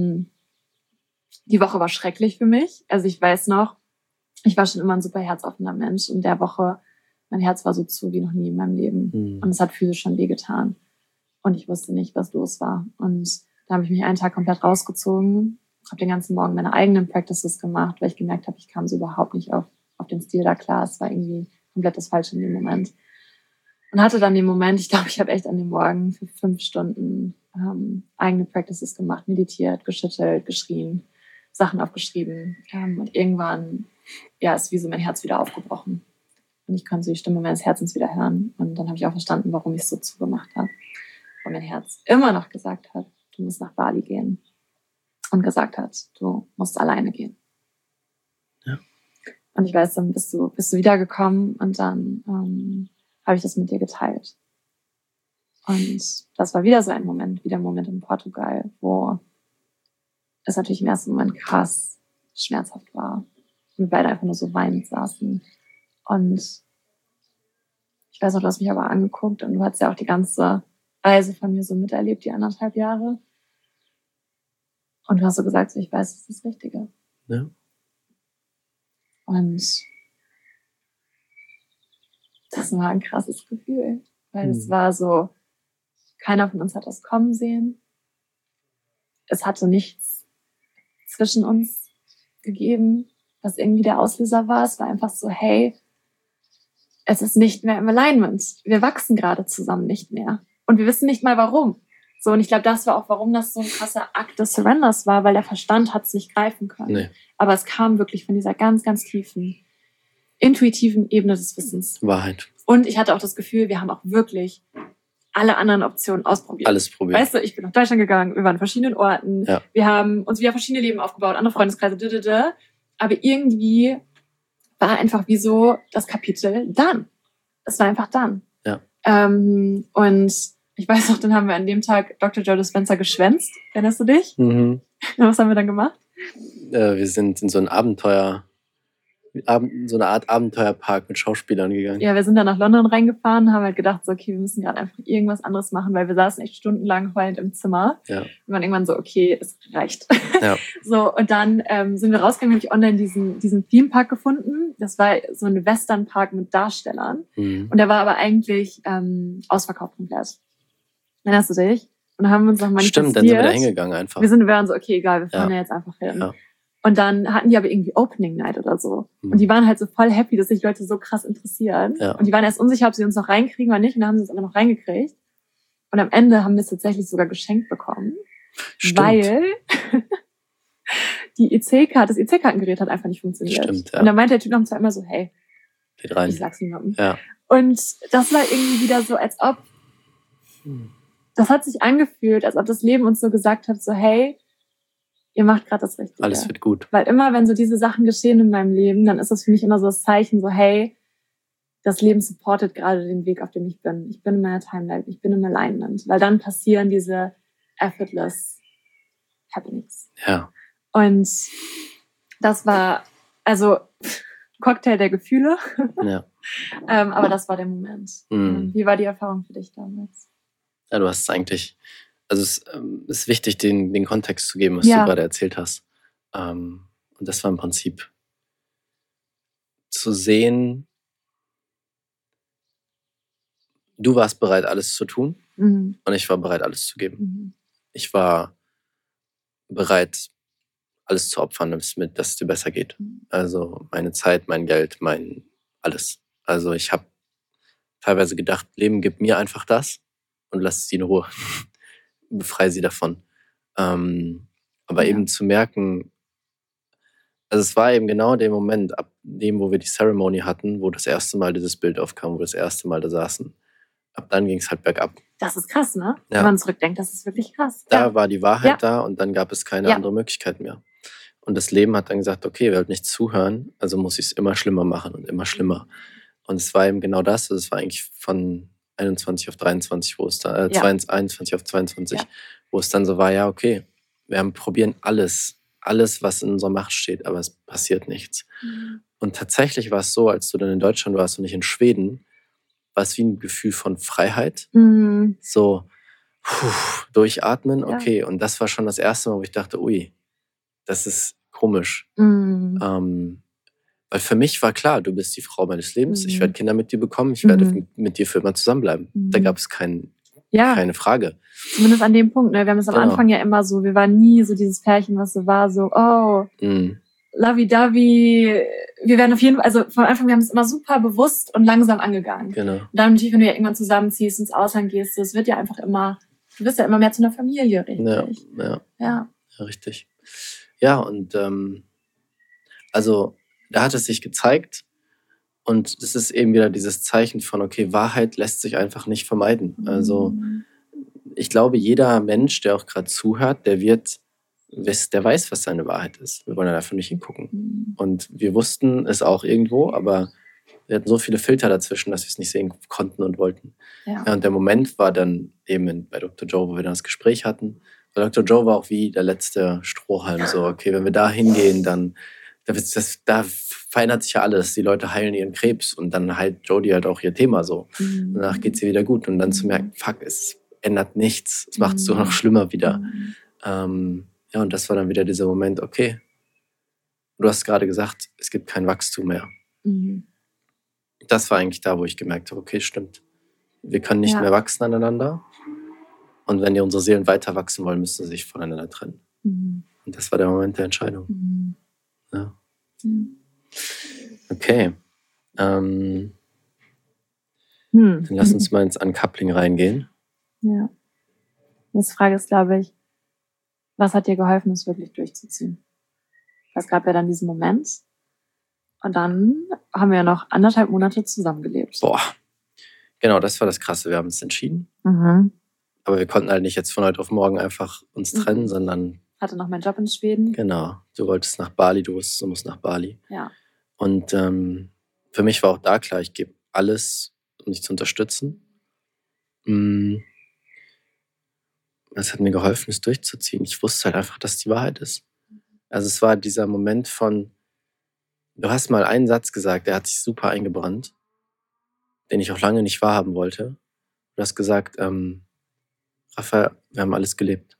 Speaker 2: die Woche war schrecklich für mich. Also ich weiß noch, ich war schon immer ein super herzoffener Mensch. Und der Woche, mein Herz war so zu wie noch nie in meinem Leben. Und es hat physisch schon wehgetan. Und ich wusste nicht, was los war. Und da habe ich mich einen Tag komplett rausgezogen, habe den ganzen Morgen meine eigenen Practices gemacht, weil ich gemerkt habe, ich kam so überhaupt nicht auf den Stil da klar. Es war irgendwie komplett das Falsche in dem Moment. Und hatte dann den Moment, ich glaube, ich habe echt an dem Morgen für 5 Stunden eigene Practices gemacht, meditiert, geschüttelt, geschrien, Sachen aufgeschrieben. Und irgendwann, ja, ist wie so mein Herz wieder aufgebrochen. Und ich konnte so die Stimme meines Herzens wieder hören. Und dann habe ich auch verstanden, warum ich es so zugemacht habe. Weil mein Herz immer noch gesagt hat, du musst nach Bali gehen. Und gesagt hat, du musst alleine gehen.
Speaker 3: Ja.
Speaker 2: Und ich weiß, dann bist du wiedergekommen und dann habe ich das mit dir geteilt. Und das war wieder so ein Moment, wieder ein Moment in Portugal, wo es natürlich im ersten Moment krass schmerzhaft war. Und wir beide einfach nur so weinend saßen. Und ich weiß noch, du hast mich aber angeguckt und du hast ja auch die ganze Reise von mir so miterlebt, die 1,5 Jahre. Und du hast so gesagt, so, ich weiß, das ist das Richtige.
Speaker 3: Ja.
Speaker 2: Und das war ein krasses Gefühl. Weil es war so, keiner von uns hat das kommen sehen. Es hatte nichts zwischen uns gegeben, was irgendwie der Auslöser war. Es war einfach so, hey, es ist nicht mehr im Alignment. Wir wachsen gerade zusammen nicht mehr. Und wir wissen nicht mal warum. So, und ich glaube, das war auch, warum das so ein krasser Akt des Surrenders war, weil der Verstand hat es nicht greifen können.
Speaker 3: Nee.
Speaker 2: Aber es kam wirklich von dieser ganz, ganz tiefen, intuitiven Ebene des Wissens.
Speaker 3: Wahrheit.
Speaker 2: Und ich hatte auch das Gefühl, wir haben auch wirklich alle anderen Optionen ausprobiert.
Speaker 3: Alles probiert.
Speaker 2: Weißt du, ich bin nach Deutschland gegangen, wir waren an verschiedenen Orten,
Speaker 3: ja.
Speaker 2: Wir haben uns wieder verschiedene Leben aufgebaut, andere Freundeskreise, aber irgendwie war einfach wie so das Kapitel dann. Es war einfach dann.
Speaker 3: Ja.
Speaker 2: Und ich weiß noch, dann haben wir an dem Tag Dr. Joe Dispenza geschwänzt. Erinnerst du dich? Was haben wir dann gemacht?
Speaker 3: Wir sind in so eine Art Abenteuerpark mit Schauspielern gegangen.
Speaker 2: Ja, wir sind dann nach London reingefahren, haben halt gedacht, so, okay, wir müssen gerade einfach irgendwas anderes machen, weil wir saßen echt stundenlang heulend im Zimmer.
Speaker 3: Ja.
Speaker 2: Und waren irgendwann so, okay, es reicht.
Speaker 3: Ja.
Speaker 2: So, und dann sind wir rausgegangen, habe ich online diesen Themepark gefunden. Das war so ein Westernpark mit Darstellern. Und der war aber eigentlich ausverkauft komplett. Erinnerst du dich? Und dann haben wir uns noch manifestiert.
Speaker 3: Stimmt, dann sind wir da hingegangen einfach.
Speaker 2: Wir waren so, okay, egal, wir fahren da jetzt einfach hin.
Speaker 3: Ja.
Speaker 2: Und dann hatten die aber irgendwie Opening Night oder so. Und die waren halt so voll happy, dass sich Leute so krass interessieren.
Speaker 3: Ja.
Speaker 2: Und die waren erst unsicher, ob sie uns noch reinkriegen oder nicht. Und dann haben sie uns aber noch reingekriegt. Und am Ende haben wir es tatsächlich sogar geschenkt bekommen.
Speaker 3: Stimmt.
Speaker 2: Weil das EC-Kartengerät hat einfach nicht funktioniert.
Speaker 3: Stimmt, ja.
Speaker 2: Und dann meinte der Typ noch zwar immer so, hey,
Speaker 3: Geht rein.
Speaker 2: ich sag's niemandem.
Speaker 3: Ja.
Speaker 2: Und das war irgendwie wieder so, als ob, das hat sich angefühlt, als ob das Leben uns so gesagt hat, so hey, ihr macht gerade das Richtige.
Speaker 3: Alles wird gut.
Speaker 2: Weil immer, wenn so diese Sachen geschehen in meinem Leben, dann ist das für mich immer so das Zeichen, so hey, das Leben supportet gerade den Weg, auf dem ich bin. Ich bin in meiner Timeline, ich bin im Alignment. Weil dann passieren diese effortless Happenings.
Speaker 3: Ja.
Speaker 2: Und das war, also Cocktail der Gefühle.
Speaker 3: Ja.
Speaker 2: Aber das war der Moment.
Speaker 3: Mhm.
Speaker 2: Wie war die Erfahrung für dich damals?
Speaker 3: Ja, du hast es eigentlich, also es ist wichtig, den Kontext zu geben, was
Speaker 2: Ja.
Speaker 3: du gerade erzählt hast. Und das war im Prinzip zu sehen, du warst bereit, alles zu tun
Speaker 2: Mhm.
Speaker 3: und ich war bereit, alles zu geben.
Speaker 2: Mhm.
Speaker 3: Ich war bereit, alles zu opfern, dass es dir besser geht.
Speaker 2: Mhm.
Speaker 3: Also meine Zeit, mein Geld, mein alles. Also ich habe teilweise gedacht, Leben gibt mir einfach das und lass sie in Ruhe. Befreie sie davon. Aber
Speaker 2: Ja.
Speaker 3: eben zu merken, also es war eben genau der Moment, ab dem, wo wir die Ceremony hatten, wo das erste Mal dieses Bild aufkam, wo wir das erste Mal da saßen. Ab dann ging es halt bergab.
Speaker 2: Das ist krass, ne?
Speaker 3: Ja.
Speaker 2: Wenn man zurückdenkt, das ist wirklich krass.
Speaker 3: Da war die Wahrheit
Speaker 2: Ja.
Speaker 3: da und dann gab es keine
Speaker 2: Ja.
Speaker 3: andere Möglichkeit mehr. Und das Leben hat dann gesagt, okay, wir halt nicht zuhören, also muss ich es immer schlimmer machen und immer schlimmer. Und es war eben genau das, also es war eigentlich von 21 auf 23, wo es dann, 21 auf 22,
Speaker 2: Ja.
Speaker 3: wo es dann so war, ja, okay, wir probieren alles, was in unserer Macht steht, aber es passiert nichts.
Speaker 2: Mhm.
Speaker 3: Und tatsächlich war es so, als du dann in Deutschland warst und nicht in Schweden, war es wie ein Gefühl von Freiheit.
Speaker 2: Mhm.
Speaker 3: So, durchatmen,
Speaker 2: Ja.
Speaker 3: okay. Und das war schon das erste Mal, wo ich dachte, ui, das ist komisch.
Speaker 2: Mhm.
Speaker 3: Weil für mich war klar, du bist die Frau meines Lebens, ich
Speaker 2: Mhm.
Speaker 3: werde Kinder mit dir bekommen, ich
Speaker 2: Mhm.
Speaker 3: werde mit dir für immer zusammenbleiben.
Speaker 2: Mhm.
Speaker 3: Da gab es keine Frage.
Speaker 2: Zumindest an dem Punkt, ne? Wir haben es am
Speaker 3: Genau.
Speaker 2: Anfang ja immer so, wir waren nie so dieses Pärchen, was so war, so, oh,
Speaker 3: Mhm.
Speaker 2: lovey-dovey. Wir werden auf jeden Fall, also von Anfang, wir haben es immer super bewusst und langsam angegangen.
Speaker 3: Genau.
Speaker 2: Und dann natürlich, wenn du ja irgendwann zusammenziehst, ins Ausland gehst, es wird ja einfach immer, du wirst ja immer mehr zu einer Familie, richtig? Ja.
Speaker 3: Ja, richtig. Ja, und also da hat es sich gezeigt und es ist eben wieder dieses Zeichen von, okay, Wahrheit lässt sich einfach nicht vermeiden. Also ich glaube, jeder Mensch, der auch gerade zuhört, der weiß, was seine Wahrheit ist. Wir wollen ja dafür nicht hingucken. Und wir wussten es auch irgendwo, aber wir hatten so viele Filter dazwischen, dass wir es nicht sehen konnten und wollten.
Speaker 2: Ja.
Speaker 3: Ja, und der Moment war dann eben bei Dr. Joe, wo wir dann das Gespräch hatten. Weil Dr. Joe war auch wie der letzte Strohhalm. So, okay, wenn wir da hingehen, dann da verändert sich ja alles. Die Leute heilen ihren Krebs und dann heilt Jodie halt auch ihr Thema so.
Speaker 2: Mhm.
Speaker 3: Danach geht es ihr wieder gut. Und dann zu merken, fuck, es ändert nichts. Es macht es so noch schlimmer wieder. Ja, und das war dann wieder dieser Moment, okay, du hast gerade gesagt, es gibt kein Wachstum mehr.
Speaker 2: Mhm.
Speaker 3: Das war eigentlich da, wo ich gemerkt habe, okay, stimmt. Wir können nicht
Speaker 2: Ja.
Speaker 3: mehr wachsen aneinander. Und wenn die unsere Seelen weiter wachsen wollen, müssen sie sich voneinander trennen.
Speaker 2: Mhm.
Speaker 3: Und das war der Moment der Entscheidung.
Speaker 2: Mhm.
Speaker 3: Ja.
Speaker 2: Mhm.
Speaker 3: Okay. Dann lass uns mal ins Uncoupling reingehen.
Speaker 2: Ja. Jetzt Frage ist, glaube ich, was hat dir geholfen, es wirklich durchzuziehen? Es gab ja dann diesen Moment. Und dann haben wir ja noch 1,5 Monate zusammengelebt.
Speaker 3: Boah. Genau, das war das Krasse. Wir haben uns entschieden.
Speaker 2: Mhm.
Speaker 3: Aber wir konnten halt nicht jetzt von heute auf morgen einfach uns trennen, sondern
Speaker 2: Hatte noch meinen Job in Schweden.
Speaker 3: genau, du wolltest nach Bali, du wusstest, du musst nach Bali.
Speaker 2: Ja.
Speaker 3: Und für mich war auch da klar, ich gebe alles, um dich zu unterstützen. Es hat mir geholfen, es durchzuziehen. Ich wusste halt einfach, dass die Wahrheit ist. Also es war dieser Moment von, du hast mal einen Satz gesagt, der hat sich super eingebrannt, den ich auch lange nicht wahrhaben wollte. Du hast gesagt, Raphael, wir haben alles gelebt.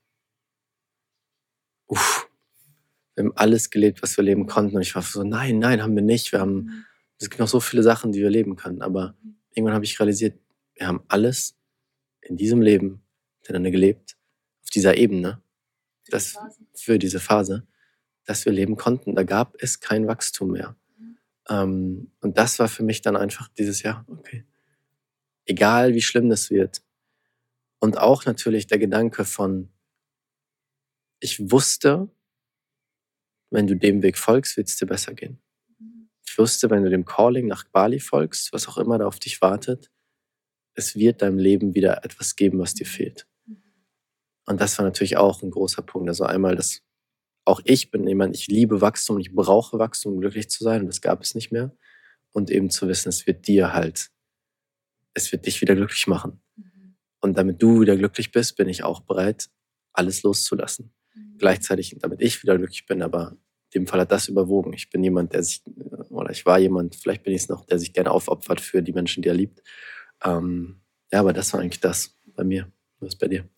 Speaker 3: Wir haben alles gelebt, was wir leben konnten. Und ich war so, nein, haben wir nicht. Es gibt noch so viele Sachen, die wir leben können. Aber irgendwann habe ich realisiert, wir haben alles in diesem Leben miteinander gelebt, auf dieser Ebene, für diese Phase. das wir leben konnten. Da gab es kein Wachstum mehr. Und das war für mich dann einfach dieses Jahr, okay, egal wie schlimm das wird. Und auch natürlich der Gedanke von, ich wusste, wenn du dem Weg folgst, wird es dir besser gehen. Ich wusste, wenn du dem Calling nach Bali folgst, was auch immer da auf dich wartet, es wird deinem Leben wieder etwas geben, was dir fehlt. Und das war natürlich auch ein großer Punkt. Also einmal, dass auch ich bin jemand, ich liebe Wachstum, ich brauche Wachstum, um glücklich zu sein, und das gab es nicht mehr. Und eben zu wissen, es wird dich wieder glücklich machen. Und damit du wieder glücklich bist, bin ich auch bereit, alles loszulassen. Gleichzeitig, damit ich wieder glücklich bin, aber in dem Fall hat das überwogen. Ich bin jemand, ich war jemand, vielleicht bin ich es noch, der sich gerne aufopfert für die Menschen, die er liebt. Aber das war eigentlich das bei mir. Was bei dir?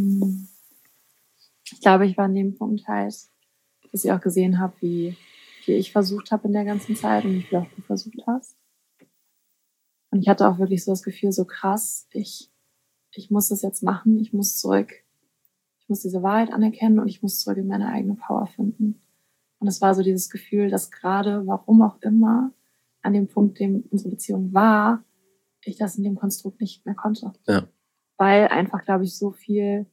Speaker 2: Ich glaube, ich war an dem Punkt halt, dass ich auch gesehen habe, wie viel ich versucht habe in der ganzen Zeit und wie viel auch du versucht hast. Und ich hatte auch wirklich so das Gefühl, so krass, ich muss das jetzt machen, ich muss zurück, ich muss diese Wahrheit anerkennen und ich muss zurück in meine eigene Power finden. Und es war so dieses Gefühl, dass gerade, warum auch immer, an dem Punkt, dem unsere Beziehung war, ich das in dem Konstrukt nicht mehr konnte.
Speaker 3: Ja.
Speaker 2: Weil einfach, glaube ich, so viel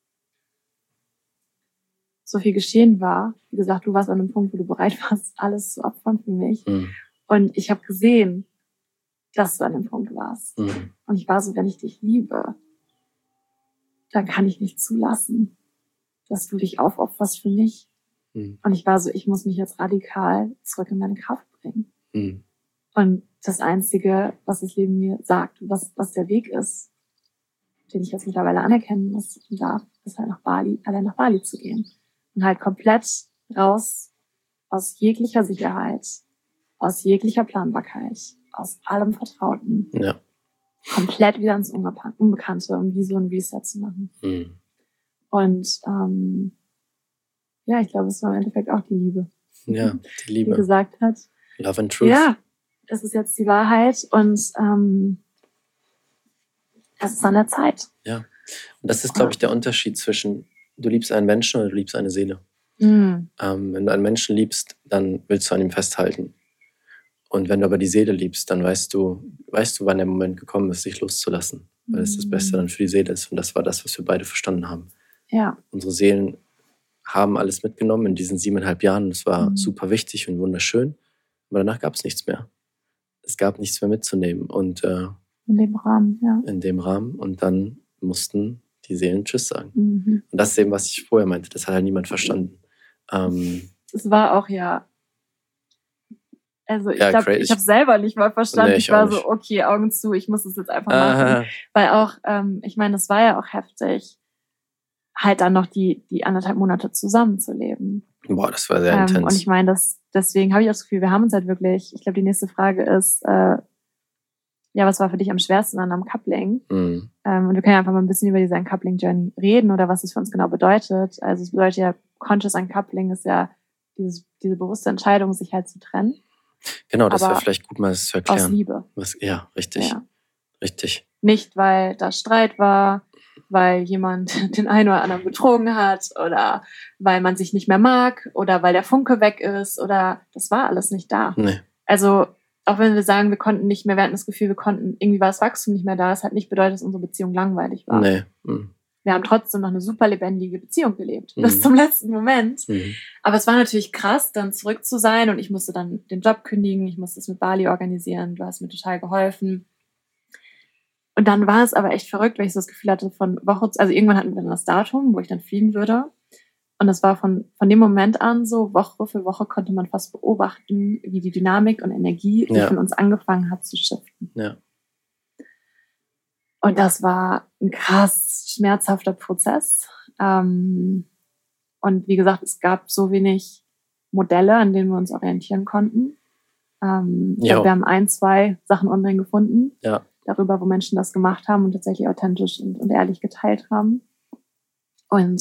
Speaker 2: geschehen war. Wie gesagt, du warst an einem Punkt, wo du bereit warst, alles zu opfern für mich. Und ich habe gesehen, dass du an dem Punkt warst. Und ich war so, wenn ich dich liebe, dann kann ich nicht zulassen, dass du dich aufopferst für mich. Und ich war so, ich muss mich jetzt radikal zurück in meine Kraft bringen. Und das Einzige, was das Leben mir sagt, was der Weg ist, den ich jetzt mittlerweile anerkennen muss und darf, ist halt allein nach Bali zu gehen. Und halt komplett raus aus jeglicher Sicherheit, aus jeglicher Planbarkeit, aus allem Vertrauten.
Speaker 3: Ja.
Speaker 2: Komplett wieder ins Unbekannte, um wie so ein Reset zu machen. Und ich glaube, es war im Endeffekt auch die Liebe.
Speaker 3: Ja, die Liebe.
Speaker 2: Die gesagt hat,
Speaker 3: Love and Truth.
Speaker 2: ja, das ist jetzt die Wahrheit und es ist an der Zeit.
Speaker 3: Ja, und das ist, glaube ich, der Unterschied zwischen, du liebst einen Menschen oder du liebst eine Seele. Wenn du einen Menschen liebst, dann willst du an ihm festhalten. Und wenn du aber die Seele liebst, dann weißt du, wann der Moment gekommen ist, sich loszulassen. Weil es das Beste dann für die Seele ist. Und das war das, was wir beide verstanden haben.
Speaker 2: Ja.
Speaker 3: Unsere Seelen haben alles mitgenommen in diesen 7,5 Jahren. Das war super wichtig und wunderschön. Aber danach gab es nichts mehr. Es gab nichts mehr mitzunehmen. Und
Speaker 2: in dem Rahmen, ja.
Speaker 3: In dem Rahmen. Und dann mussten die Seelen Tschüss sagen. Und das ist eben, was ich vorher meinte. Das hat halt niemand verstanden.
Speaker 2: Es war auch also ich glaube,
Speaker 3: crazy.
Speaker 2: Ich habe selber nicht mal verstanden.
Speaker 3: Nee,
Speaker 2: ich war so,
Speaker 3: nicht.
Speaker 2: okay, Augen zu, ich muss es jetzt einfach machen. Weil auch, ich meine, es war ja auch heftig, halt dann noch die 1,5 Monate zusammenzuleben.
Speaker 3: Boah, das war sehr intens.
Speaker 2: Und ich meine, deswegen habe ich auch das Gefühl, wir haben uns halt wirklich, ich glaube, die nächste Frage ist, was war für dich am schwersten an einem Coupling? Und wir können ja einfach mal ein bisschen über diese Uncoupling-Journey reden oder was es für uns genau bedeutet. Also es bedeutet ja, Conscious Uncoupling ist ja diese bewusste Entscheidung, sich halt zu trennen.
Speaker 3: Genau, das wäre vielleicht gut, mal das zu erklären.
Speaker 2: Aus Liebe.
Speaker 3: Ja, richtig.
Speaker 2: Ja.
Speaker 3: Richtig.
Speaker 2: Nicht, weil da Streit war, weil jemand den einen oder anderen betrogen hat oder weil man sich nicht mehr mag oder weil der Funke weg ist oder das war alles nicht da.
Speaker 3: Nee.
Speaker 2: Also auch wenn wir sagen, wir konnten nicht mehr, wir hatten das Gefühl, irgendwie war das Wachstum nicht mehr da, es hat nicht bedeutet, dass unsere Beziehung langweilig war.
Speaker 3: Nee.
Speaker 2: Wir haben trotzdem noch eine super lebendige Beziehung gelebt, bis zum letzten Moment. Aber es war natürlich krass, dann zurück zu sein und ich musste dann den Job kündigen, ich musste es mit Bali organisieren, du hast mir total geholfen. Und dann war es aber echt verrückt, weil ich so das Gefühl hatte, also irgendwann hatten wir dann das Datum, wo ich dann fliegen würde. Und das war von dem Moment an so, Woche für Woche konnte man fast beobachten, wie die Dynamik und Energie von uns angefangen hat zu shiften.
Speaker 3: Ja.
Speaker 2: Und das war ein krass schmerzhafter Prozess. Und wie gesagt, es gab so wenig Modelle, an denen wir uns orientieren konnten. Ich glaube, wir haben 1-2 Sachen online gefunden, darüber, wo Menschen das gemacht haben und tatsächlich authentisch und ehrlich geteilt haben. Und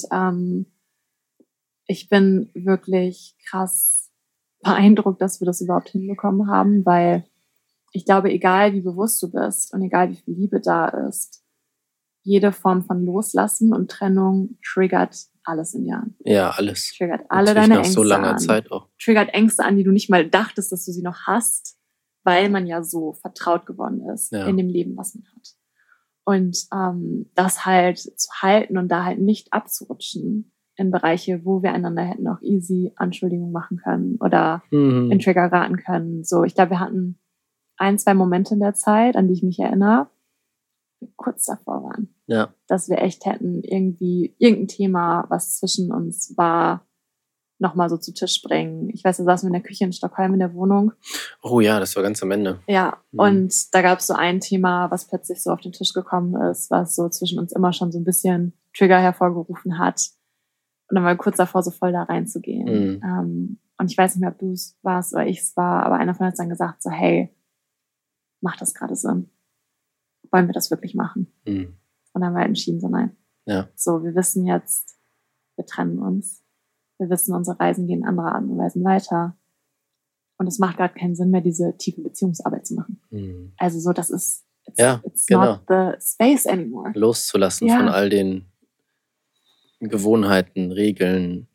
Speaker 2: ich bin wirklich krass beeindruckt, dass wir das überhaupt hinbekommen haben, weil ich glaube, egal wie bewusst du bist und egal wie viel Liebe da ist, jede Form von Loslassen und Trennung triggert alles in dir an.
Speaker 3: Ja, alles.
Speaker 2: Triggert alle
Speaker 3: Natürlich
Speaker 2: deine
Speaker 3: nach
Speaker 2: Ängste
Speaker 3: so langer
Speaker 2: an.
Speaker 3: Zeit auch.
Speaker 2: Triggert Ängste an, die du nicht mal dachtest, dass du sie noch hast, weil man ja so vertraut geworden ist
Speaker 3: Ja.
Speaker 2: in dem Leben, was man hat. Und das halt zu halten und da halt nicht abzurutschen in Bereiche, wo wir einander hätten auch easy Anschuldigungen machen können oder in Trigger geraten können. So, ich glaube, wir hatten 1, 2 Momente in der Zeit, an die ich mich erinnere, die kurz davor waren.
Speaker 3: Ja.
Speaker 2: Dass wir echt hätten irgendwie irgendein Thema, was zwischen uns war, nochmal so zu Tisch bringen. Ich weiß, da saßen wir in der Küche in Stockholm in der Wohnung.
Speaker 3: Oh ja, das war ganz am Ende.
Speaker 2: Ja, und da gab es so ein Thema, was plötzlich so auf den Tisch gekommen ist, was so zwischen uns immer schon so ein bisschen Trigger hervorgerufen hat. Und dann war wir kurz davor, so voll da reinzugehen. Und ich weiß nicht mehr, ob du es warst oder ich es war, aber einer von uns hat dann gesagt so, hey, macht das gerade Sinn? Wollen wir das wirklich machen? Und dann haben wir halt entschieden, so nein.
Speaker 3: Ja.
Speaker 2: So, wir wissen jetzt, wir trennen uns. Wir wissen, unsere Reisen gehen andere Art und Weisen weiter. Und es macht gerade keinen Sinn mehr, diese tiefe Beziehungsarbeit zu machen. Also so, das ist, it's not the space anymore.
Speaker 3: Loszulassen von all den Gewohnheiten, Regeln,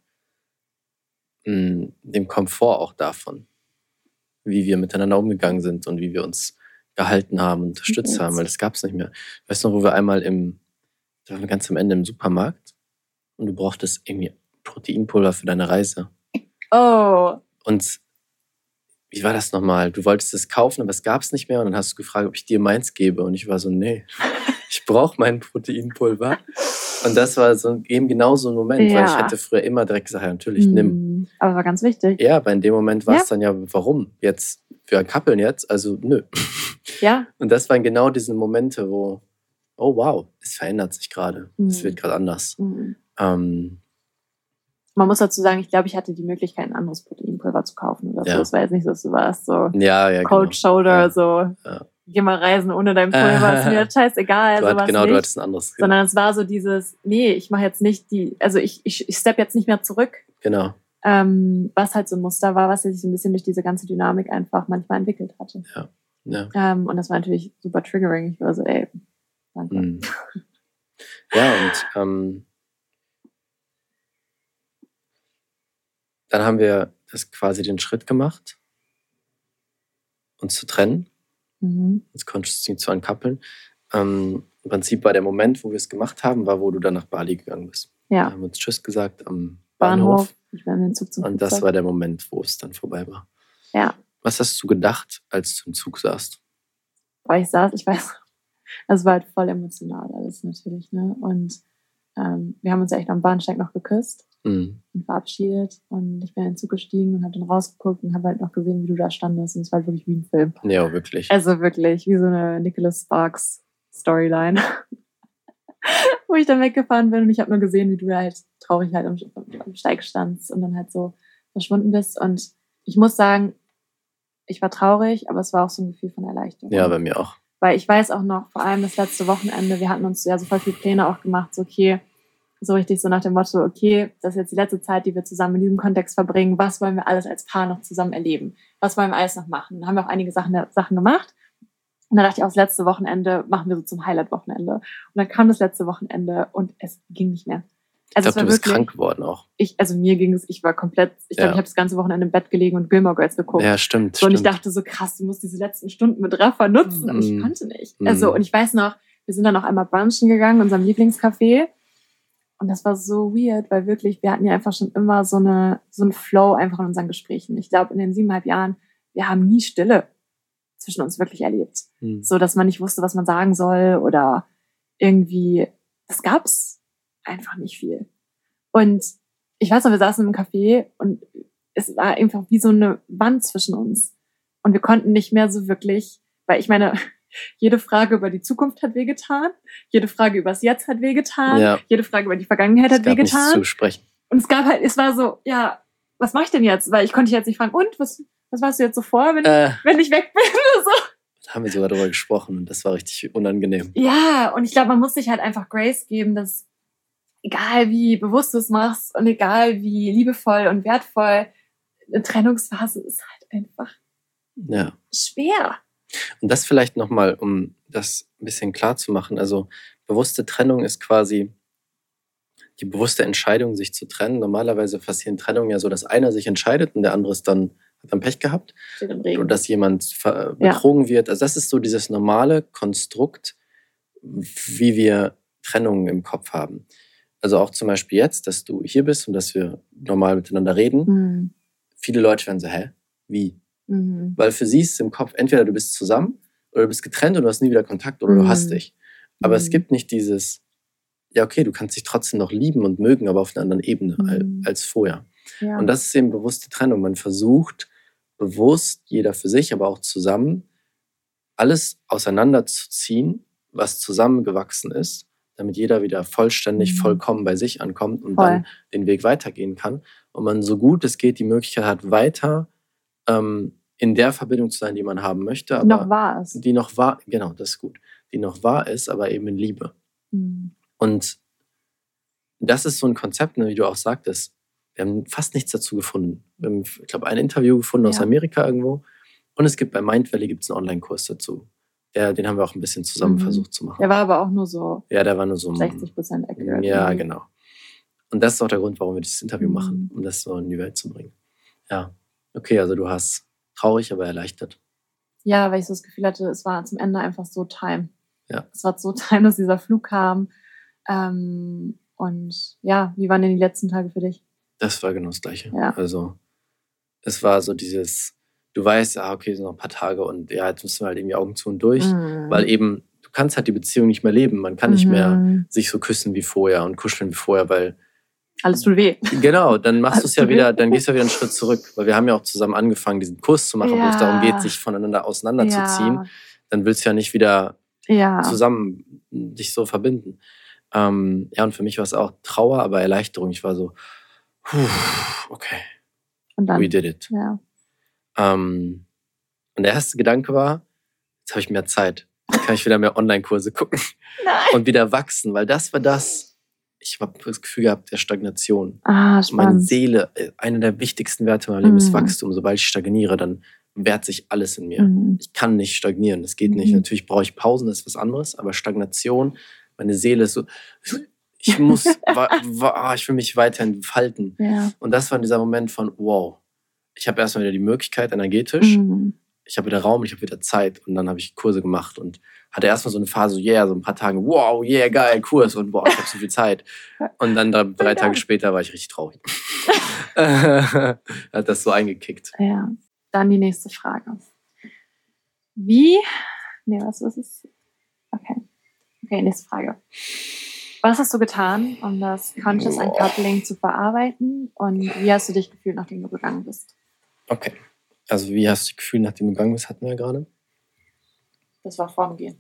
Speaker 3: dem Komfort auch davon, wie wir miteinander umgegangen sind und wie wir uns gehalten haben, unterstützt haben, weil das gab es nicht mehr. Weißt du noch, wo wir einmal da waren wir ganz am Ende im Supermarkt und du brauchtest irgendwie Proteinpulver für deine Reise.
Speaker 2: Oh.
Speaker 3: Und wie war das nochmal? Du wolltest es kaufen, aber es gab es nicht mehr und dann hast du gefragt, ob ich dir meins gebe und ich war so, nee, ich brauche mein Proteinpulver. Und das war so eben genau so ein Moment, weil ich hätte früher immer direkt gesagt, ja, natürlich, nimm.
Speaker 2: Aber war ganz wichtig.
Speaker 3: Ja, aber in dem Moment war es dann ja, warum? Jetzt, wir kappeln jetzt, also nö.
Speaker 2: Ja.
Speaker 3: Und das waren genau diese Momente, wo, oh wow, es verändert sich gerade. Es wird gerade anders.
Speaker 2: Man muss dazu sagen, ich glaube, ich hatte die Möglichkeit, ein anderes Proteinpulver zu kaufen oder so. Es war jetzt nicht so, dass du warst so Cold Shoulder, so geh mal reisen ohne dein Pulver, ist mir scheißegal.
Speaker 3: Du hattest ein anderes.
Speaker 2: Sondern es war so dieses, nee, ich mache jetzt nicht ich step jetzt nicht mehr zurück.
Speaker 3: Genau.
Speaker 2: Was halt so ein Muster war, was sich so ein bisschen durch diese ganze Dynamik einfach manchmal entwickelt hatte.
Speaker 3: Ja.
Speaker 2: Und das war natürlich super triggering. Ich war so, ey, danke.
Speaker 3: Ja, und dann haben wir das quasi den Schritt gemacht, uns zu trennen, uns consciously zu unkappeln. Im Prinzip war der Moment, wo wir es gemacht haben, wo du dann nach Bali gegangen bist.
Speaker 2: Ja.
Speaker 3: Wir haben uns Tschüss gesagt am
Speaker 2: Bahnhof. Ich bin in den Zug zum
Speaker 3: Und das war der Moment, wo es dann vorbei war.
Speaker 2: Ja.
Speaker 3: Was hast du gedacht, als du im Zug saßt?
Speaker 2: Ich weiß, es war halt voll emotional alles natürlich, ne? Und wir haben uns ja echt am Bahnsteig noch geküsst und verabschiedet und ich bin in den Zug gestiegen und habe dann rausgeguckt und habe halt noch gesehen, wie du da standest und es war halt wirklich wie ein Film.
Speaker 3: Ja, wirklich.
Speaker 2: Also wirklich, wie so eine Nicholas Sparks Storyline, wo ich dann weggefahren bin und ich habe nur gesehen, wie du da halt traurig halt am Steig standst und dann halt so verschwunden bist und ich muss sagen, ich war traurig, aber es war auch so ein Gefühl von Erleichterung.
Speaker 3: Ja, bei mir auch.
Speaker 2: Weil ich weiß auch noch, vor allem das letzte Wochenende, wir hatten uns ja so voll viele Pläne auch gemacht, so okay, so richtig so nach dem Motto, okay, das ist jetzt die letzte Zeit, die wir zusammen in diesem Kontext verbringen, was wollen wir alles als Paar noch zusammen erleben? Was wollen wir alles noch machen? Dann haben wir auch einige Sachen gemacht und dann dachte ich auch, das letzte Wochenende machen wir so zum Highlight-Wochenende. Und dann kam das letzte Wochenende und es ging nicht mehr.
Speaker 3: Also ich glaube, du bist krank geworden auch.
Speaker 2: Mir ging es, ich war komplett, ich glaube, ich habe das ganze Wochenende im Bett gelegen und Gilmore Girls geguckt.
Speaker 3: Ja, stimmt.
Speaker 2: So, und ich dachte so, krass, du musst diese letzten Stunden mit Rafa nutzen, aber ich konnte nicht. Also, und ich weiß noch, wir sind dann noch einmal brunchen gegangen in unserem Lieblingscafé und das war so weird, weil wirklich, wir hatten ja einfach schon immer so ein Flow einfach in unseren Gesprächen. Ich glaube, in den 7,5 Jahren, wir haben nie Stille zwischen uns wirklich erlebt. So, dass man nicht wusste, was man sagen soll oder irgendwie, das gab's einfach nicht viel. Und ich weiß noch, wir saßen im Café und es war einfach wie so eine Wand zwischen uns. Und wir konnten nicht mehr so wirklich, weil ich meine, jede Frage über die Zukunft hat wehgetan, jede Frage über das Jetzt hat wehgetan, jede Frage über die Vergangenheit hat wehgetan. Es gab nichts zu
Speaker 3: sprechen.
Speaker 2: Und es war so, ja, was mache ich denn jetzt? Weil ich konnte jetzt nicht fragen, und, was hast du jetzt so vor, wenn ich weg bin? So.
Speaker 3: Da haben wir sogar darüber gesprochen und das war richtig unangenehm.
Speaker 2: Ja, und ich glaube, man muss sich halt einfach Grace geben, dass egal wie bewusst du es machst und egal wie liebevoll und wertvoll, eine Trennungsphase ist halt einfach schwer.
Speaker 3: Und das vielleicht nochmal, um das ein bisschen klar zu machen. Also bewusste Trennung ist quasi die bewusste Entscheidung, sich zu trennen. Normalerweise passieren Trennungen ja so, dass einer sich entscheidet und der andere hat dann Pech gehabt.
Speaker 2: Steht im Regen.
Speaker 3: Oder dass jemand betrogen wird. Also das ist so dieses normale Konstrukt, wie wir Trennungen im Kopf haben. Also auch zum Beispiel jetzt, dass du hier bist und dass wir normal miteinander reden.
Speaker 2: Mhm.
Speaker 3: Viele Leute werden so, hä? Wie?
Speaker 2: Mhm.
Speaker 3: Weil für sie ist es im Kopf, entweder du bist zusammen oder du bist getrennt und du hast nie wieder Kontakt oder du hast dich. Aber es gibt nicht dieses, ja okay, du kannst dich trotzdem noch lieben und mögen, aber auf einer anderen Ebene als vorher.
Speaker 2: Ja.
Speaker 3: Und das ist eben bewusste Trennung. Man versucht bewusst, jeder für sich, aber auch zusammen, alles auseinanderzuziehen, was zusammengewachsen ist, damit jeder wieder vollständig, vollkommen bei sich ankommt und dann den Weg weitergehen kann. Und man so gut es geht die Möglichkeit hat, weiter in der Verbindung zu sein, die man haben möchte. Aber
Speaker 2: noch wahr ist.
Speaker 3: Die noch wahr, genau, das ist gut. Die noch wahr ist, aber eben in Liebe. Und das ist so ein Konzept, wie du auch sagtest, wir haben fast nichts dazu gefunden. Wir haben, ich glaube, ein Interview gefunden aus Amerika irgendwo. Und es gibt bei Mindvalley einen Online-Kurs dazu. Den haben wir auch ein bisschen zusammen versucht zu machen.
Speaker 2: Der war aber auch nur so.
Speaker 3: Ja, der war nur so
Speaker 2: 60% accurate.
Speaker 3: Ja, genau. Und das ist auch der Grund, warum wir dieses Interview machen, um das so in die Welt zu bringen. Ja, okay, also du hast traurig, aber erleichtert.
Speaker 2: Ja, weil ich so das Gefühl hatte, es war zum Ende einfach so time.
Speaker 3: Ja.
Speaker 2: Es war so time, dass dieser Flug kam. Und ja, wie waren denn die letzten Tage für dich?
Speaker 3: Das war genau das Gleiche.
Speaker 2: Ja.
Speaker 3: Also es war so dieses, du weißt, okay, es sind noch ein paar Tage und ja, jetzt müssen wir halt irgendwie Augen zu und durch, weil eben, du kannst halt die Beziehung nicht mehr leben. Man kann nicht mehr sich so küssen wie vorher und kuscheln wie vorher, weil
Speaker 2: alles tut weh.
Speaker 3: Genau, dann machst du es ja wieder, dann gehst du ja wieder einen Schritt zurück, weil wir haben ja auch zusammen angefangen, diesen Kurs zu machen, wo es darum geht, sich voneinander auseinanderzuziehen. Dann willst du ja nicht wieder zusammen dich so verbinden. Ja, und für mich war es auch Trauer, aber Erleichterung. Ich war so, okay,
Speaker 2: und dann,
Speaker 3: we did it.
Speaker 2: Ja.
Speaker 3: Und der erste Gedanke war, jetzt habe ich mehr Zeit. Jetzt kann ich wieder mehr Online-Kurse gucken.
Speaker 2: Nein.
Speaker 3: Und wieder wachsen, weil das war das, ich habe das Gefühl gehabt, der Stagnation.
Speaker 2: Spannend.
Speaker 3: Meine Seele, einer der wichtigsten Werte in meinem Leben ist Wachstum. Sobald ich stagniere, dann wehrt sich alles in mir. Ich kann nicht stagnieren, das geht nicht. Natürlich brauche ich Pausen, das ist was anderes, aber Stagnation, meine Seele ist so, ich will mich weiterhin entfalten.
Speaker 2: Ja.
Speaker 3: Und das war dieser Moment von, wow, ich habe erstmal wieder die Möglichkeit energetisch, ich habe wieder Raum, ich habe wieder Zeit und dann habe ich Kurse gemacht und hatte erstmal so eine Phase, so ein paar Tage, wow, geil, Kurs und boah, ich habe so viel Zeit. Und dann 3 Tage später war ich richtig traurig. Hat das so eingekickt.
Speaker 2: Ja, dann die nächste Frage. Okay, nächste Frage. Was hast du getan, um das Conscious Uncoupling zu verarbeiten und wie hast du dich gefühlt, nachdem du gegangen bist?
Speaker 3: Okay, also wie hast du dich gefühlt, nachdem du gegangen bist, hatten wir ja gerade.
Speaker 2: Das war vorm Gehen.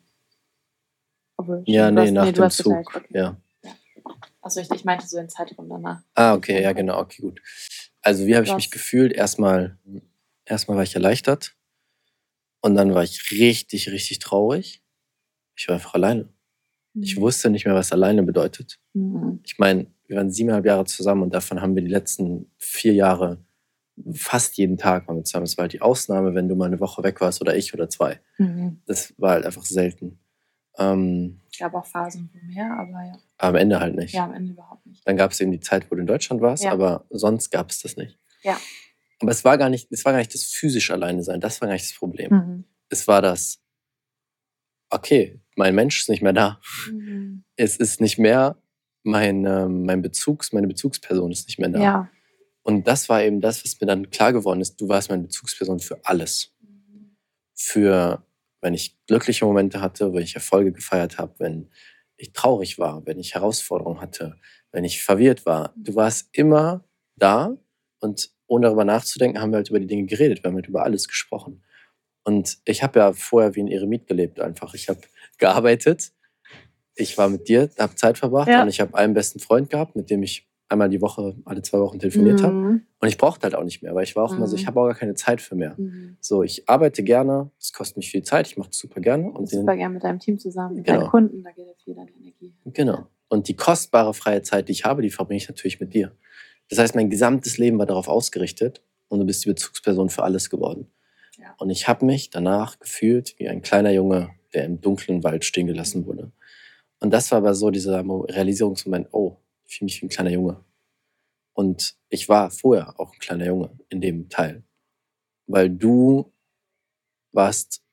Speaker 3: Nach dem Zug. Okay. Ja.
Speaker 2: Achso, ich meinte so den Zeitraum danach.
Speaker 3: Okay, ja genau, okay, gut. Also wie habe ich mich gefühlt? Erstmal war ich erleichtert und dann war ich richtig, richtig traurig. Ich war einfach alleine. Ich wusste nicht mehr, was alleine bedeutet. Ich meine, wir waren 7,5 Jahre zusammen und davon haben wir die letzten 4 Jahre fast jeden Tag waren wir zusammen. Es war halt die Ausnahme, wenn du mal eine Woche weg warst oder ich oder 2. Das war halt einfach selten.
Speaker 2: Es gab auch Phasen, wo mehr, aber ja.
Speaker 3: Am Ende halt nicht.
Speaker 2: Ja, am Ende überhaupt nicht.
Speaker 3: Dann gab es eben die Zeit, wo du in Deutschland warst, aber sonst gab es das nicht.
Speaker 2: Ja.
Speaker 3: Aber es war gar nicht das physische Alleine sein, das war gar nicht das Problem. Es war das, okay, mein Mensch ist nicht mehr da. Es ist nicht mehr meine Bezugsperson ist nicht mehr da.
Speaker 2: Ja.
Speaker 3: Und das war eben das, was mir dann klar geworden ist. Du warst meine Bezugsperson für alles. Für, wenn ich glückliche Momente hatte, wenn ich Erfolge gefeiert habe, wenn ich traurig war, wenn ich Herausforderungen hatte, wenn ich verwirrt war. Du warst immer da und ohne darüber nachzudenken, haben wir halt über die Dinge geredet. Wir haben halt über alles gesprochen. Und ich habe ja vorher wie ein Eremit gelebt einfach. Ich habe gearbeitet, ich war mit dir, habe Zeit verbracht und ich habe einen besten Freund gehabt, mit dem ich einmal die Woche, alle 2 Wochen telefoniert habe. Und ich brauchte halt auch nicht mehr, weil ich war auch immer so, ich habe auch gar keine Zeit für mehr. So, ich arbeite gerne, es kostet mich viel Zeit, ich mache es super gerne. Und
Speaker 2: super gerne mit deinem Team zusammen, mit deinen Kunden, da geht ja viel deine Energie.
Speaker 3: Genau. Und die kostbare freie Zeit, die ich habe, die verbringe ich natürlich mit dir. Das heißt, mein gesamtes Leben war darauf ausgerichtet und du bist die Bezugsperson für alles geworden. Ja. Und ich habe mich danach gefühlt wie ein kleiner Junge, der im dunklen Wald stehen gelassen wurde. Und das war aber so dieser Realisierungsmoment, oh, Ich fühle mich wie ein kleiner Junge. Und ich war vorher auch ein kleiner Junge in dem Teil. Weil du warst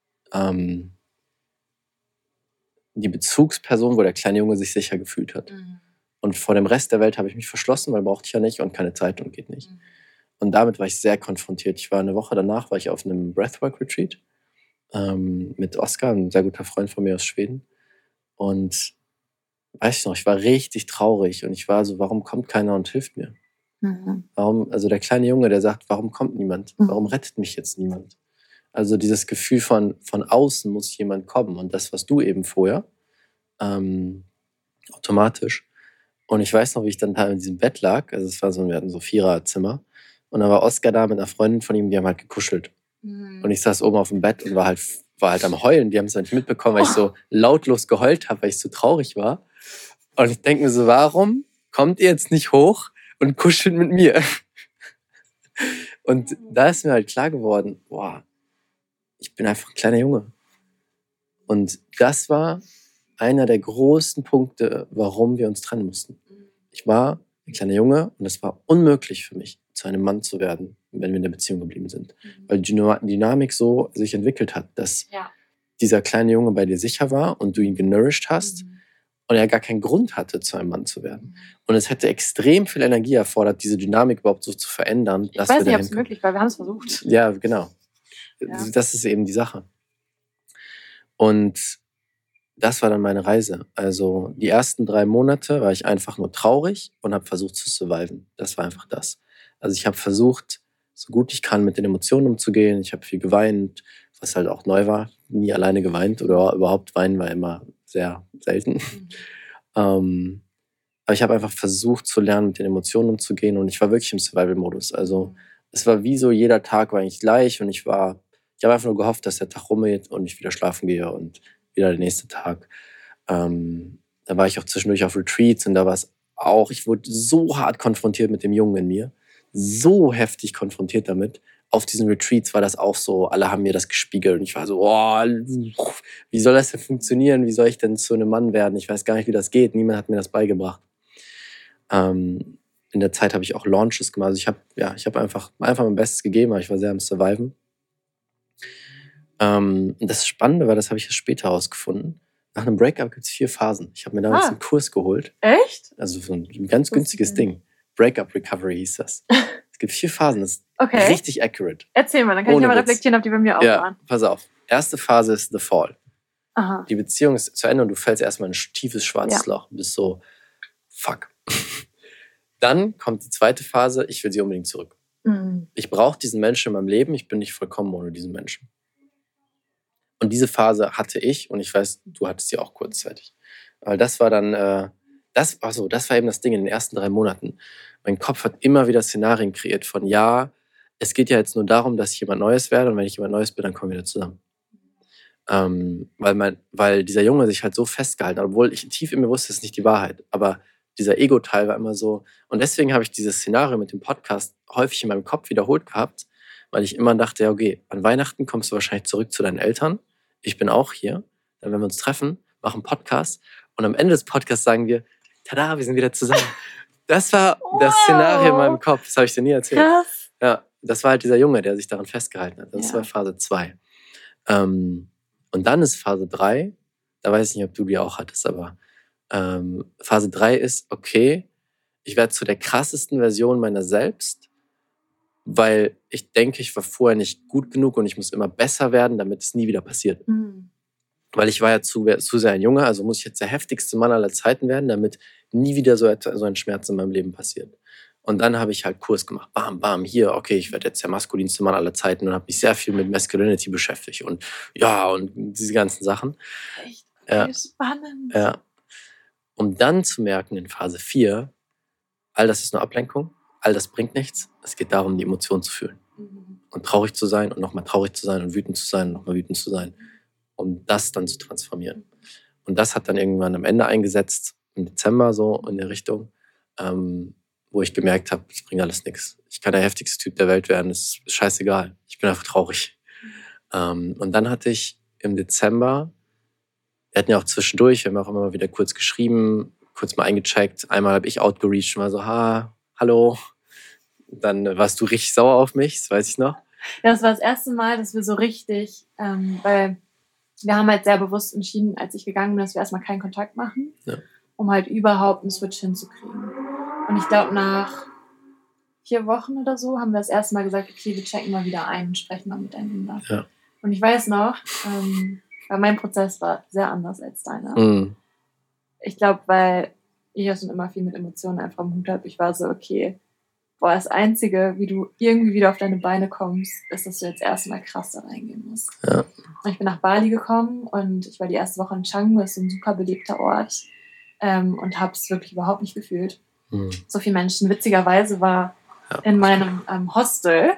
Speaker 3: die Bezugsperson, wo der kleine Junge sich sicher gefühlt hat. Und vor dem Rest der Welt habe ich mich verschlossen, weil brauchte ich ja nicht und keine Zeit und geht nicht. Und damit war ich sehr konfrontiert. Ich war eine Woche danach, war ich auf einem Breathwork-Retreat mit Oskar, ein sehr guter Freund von mir aus Schweden. Und weiß ich noch, ich war richtig traurig und ich war so, warum kommt keiner und hilft mir? Warum, also der kleine Junge, der sagt, warum kommt niemand? Warum rettet mich jetzt niemand? Also dieses Gefühl von außen muss jemand kommen und das, was du eben vorher, automatisch. Und ich weiß noch, wie ich dann da in diesem Bett lag, also es war so, wir hatten so Viererzimmer und da war Oskar da mit einer Freundin von ihm, die haben halt gekuschelt. Und ich saß oben auf dem Bett und war halt am Heulen, die haben es halt nicht mitbekommen, weil ich so lautlos geheult habe, weil ich so traurig war. Und ich denke mir so, warum kommt ihr jetzt nicht hoch und kuschelt mit mir? Und da ist mir halt klar geworden, boah, ich bin einfach ein kleiner Junge. Und das war einer der großen Punkte, warum wir uns trennen mussten. Ich war ein kleiner Junge und es war unmöglich für mich, zu einem Mann zu werden, wenn wir in der Beziehung geblieben sind. Weil die Dynamik so sich entwickelt hat, dass dieser kleine Junge bei dir sicher war und du ihn genourished hast und er gar keinen Grund hatte, zu einem Mann zu werden. Und es hätte extrem viel Energie erfordert, diese Dynamik überhaupt so zu verändern.
Speaker 2: Ich weiß nicht, ob es möglich war, wir haben es versucht.
Speaker 3: Ja, genau. Ja. Das ist eben die Sache. Und das war dann meine Reise. Also die ersten 3 Monate war ich einfach nur traurig und habe versucht zu surviven. Das war einfach das. Also ich habe versucht, so gut ich kann, mit den Emotionen umzugehen. Ich habe viel geweint, was halt auch neu war. Nie alleine geweint oder überhaupt weinen war immer sehr selten. Aber ich habe einfach versucht zu lernen, mit den Emotionen umzugehen und ich war wirklich im Survival-Modus. Also es war wie so, jeder Tag war eigentlich gleich und ich habe einfach nur gehofft, dass der Tag rumgeht und ich wieder schlafen gehe und wieder der nächste Tag. Da war ich auch zwischendurch auf Retreats und da war es auch, ich wurde so hart konfrontiert mit dem Jungen in mir, so heftig konfrontiert damit. Auf diesen Retreats war das auch so, alle haben mir das gespiegelt und ich war so, oh, wie soll das denn funktionieren? Wie soll ich denn zu einem Mann werden? Ich weiß gar nicht, wie das geht. Niemand hat mir das beigebracht. In der Zeit habe ich auch Launches gemacht. Also ich habe einfach mein Bestes gegeben, aber ich war sehr am Surviven. Das Spannende war, das habe ich erst später herausgefunden. Nach einem Breakup gibt es 4 Phasen. Ich habe mir damals einen Kurs geholt.
Speaker 2: Echt?
Speaker 3: Also so ein ganz günstiges Ding. Breakup Recovery hieß das. Es gibt 4 Phasen. Das ist richtig accurate.
Speaker 2: Erzähl mal, dann kann ich ja mal reflektieren, ob die bei mir auch waren.
Speaker 3: Pass auf. Erste Phase ist The Fall.
Speaker 2: Aha.
Speaker 3: Die Beziehung ist zu Ende und du fällst erstmal in ein tiefes schwarzes Loch. Du bist so, fuck. Dann kommt die zweite Phase, ich will sie unbedingt zurück. Ich brauche diesen Menschen in meinem Leben, ich bin nicht vollkommen ohne diesen Menschen. Und diese Phase hatte ich und ich weiß, du hattest sie auch kurzzeitig. Weil das war dann, das war eben das Ding in den ersten 3 Monaten. Mein Kopf hat immer wieder Szenarien kreiert von, ja, es geht ja jetzt nur darum, dass ich jemand Neues werde und wenn ich jemand Neues bin, dann kommen wir wieder zusammen. Weil dieser Junge sich halt so festgehalten hat, obwohl ich tief in mir wusste, das ist nicht die Wahrheit, aber dieser Ego-Teil war immer so. Und deswegen habe ich dieses Szenario mit dem Podcast häufig in meinem Kopf wiederholt gehabt, weil ich immer dachte, ja, okay, an Weihnachten kommst du wahrscheinlich zurück zu deinen Eltern. Ich bin auch hier. Dann werden wir uns treffen, machen einen Podcast und am Ende des Podcasts sagen wir, tada, wir sind wieder zusammen. Das war das Szenario in meinem Kopf. Das habe ich dir nie erzählt.
Speaker 2: Krass.
Speaker 3: Ja, das war halt dieser Junge, der sich daran festgehalten hat. Das war Phase 2. Und dann ist Phase 3, da weiß ich nicht, ob du die auch hattest, aber Phase 3 ist, okay, ich werde zu der krassesten Version meiner selbst, weil ich denke, ich war vorher nicht gut genug und ich muss immer besser werden, damit es nie wieder passiert. Weil ich war ja zu sehr ein Junge, also muss ich jetzt der heftigste Mann aller Zeiten werden, damit nie wieder so ein Schmerz in meinem Leben passiert. Und dann habe ich halt Kurs gemacht, bam, bam, hier, okay, ich werde jetzt der maskulinste Mann aller Zeiten und habe mich sehr viel mit Masculinity beschäftigt und und diese ganzen Sachen.
Speaker 2: Echt? Okay, spannend.
Speaker 3: Ja. Um dann zu merken in Phase 4, all das ist nur Ablenkung, all das bringt nichts. Es geht darum, die Emotionen zu fühlen. Und traurig zu sein und nochmal traurig zu sein und wütend zu sein und nochmal wütend zu sein. Um das dann zu transformieren. Und das hat dann irgendwann am Ende eingesetzt, im Dezember so in der Richtung, wo ich gemerkt habe, es bringt alles nichts. Ich kann der heftigste Typ der Welt werden, ist scheißegal. Ich bin einfach traurig. Und dann hatte ich im Dezember, wir hatten ja auch zwischendurch, wir haben auch immer wieder kurz geschrieben, kurz mal eingecheckt. Einmal habe ich outgereached und war so, hallo. Dann warst du richtig sauer auf mich, das weiß ich noch.
Speaker 2: Ja, das war das erste Mal, dass wir so richtig, weil wir haben halt sehr bewusst entschieden, als ich gegangen bin, dass wir erstmal keinen Kontakt machen, um halt überhaupt einen Switch hinzukriegen. Und ich glaube, nach 4 Wochen oder so haben wir das erste Mal gesagt, okay, wir checken mal wieder ein und sprechen mal miteinander.
Speaker 3: Ja.
Speaker 2: Und ich weiß noch, weil mein Prozess war sehr anders als deiner.
Speaker 3: Mhm.
Speaker 2: Ich glaube, weil ich ja schon immer viel mit Emotionen einfach im Hut habe, ich war so, okay, das Einzige, wie du irgendwie wieder auf deine Beine kommst, ist, dass du jetzt erstmal krass da reingehen musst.
Speaker 3: Ja.
Speaker 2: Ich bin nach Bali gekommen und ich war die erste Woche in Canggu, das ist so ein super belebter Ort, und habe es wirklich überhaupt nicht gefühlt.
Speaker 3: Mhm.
Speaker 2: So viele Menschen. Witzigerweise war in meinem Hostel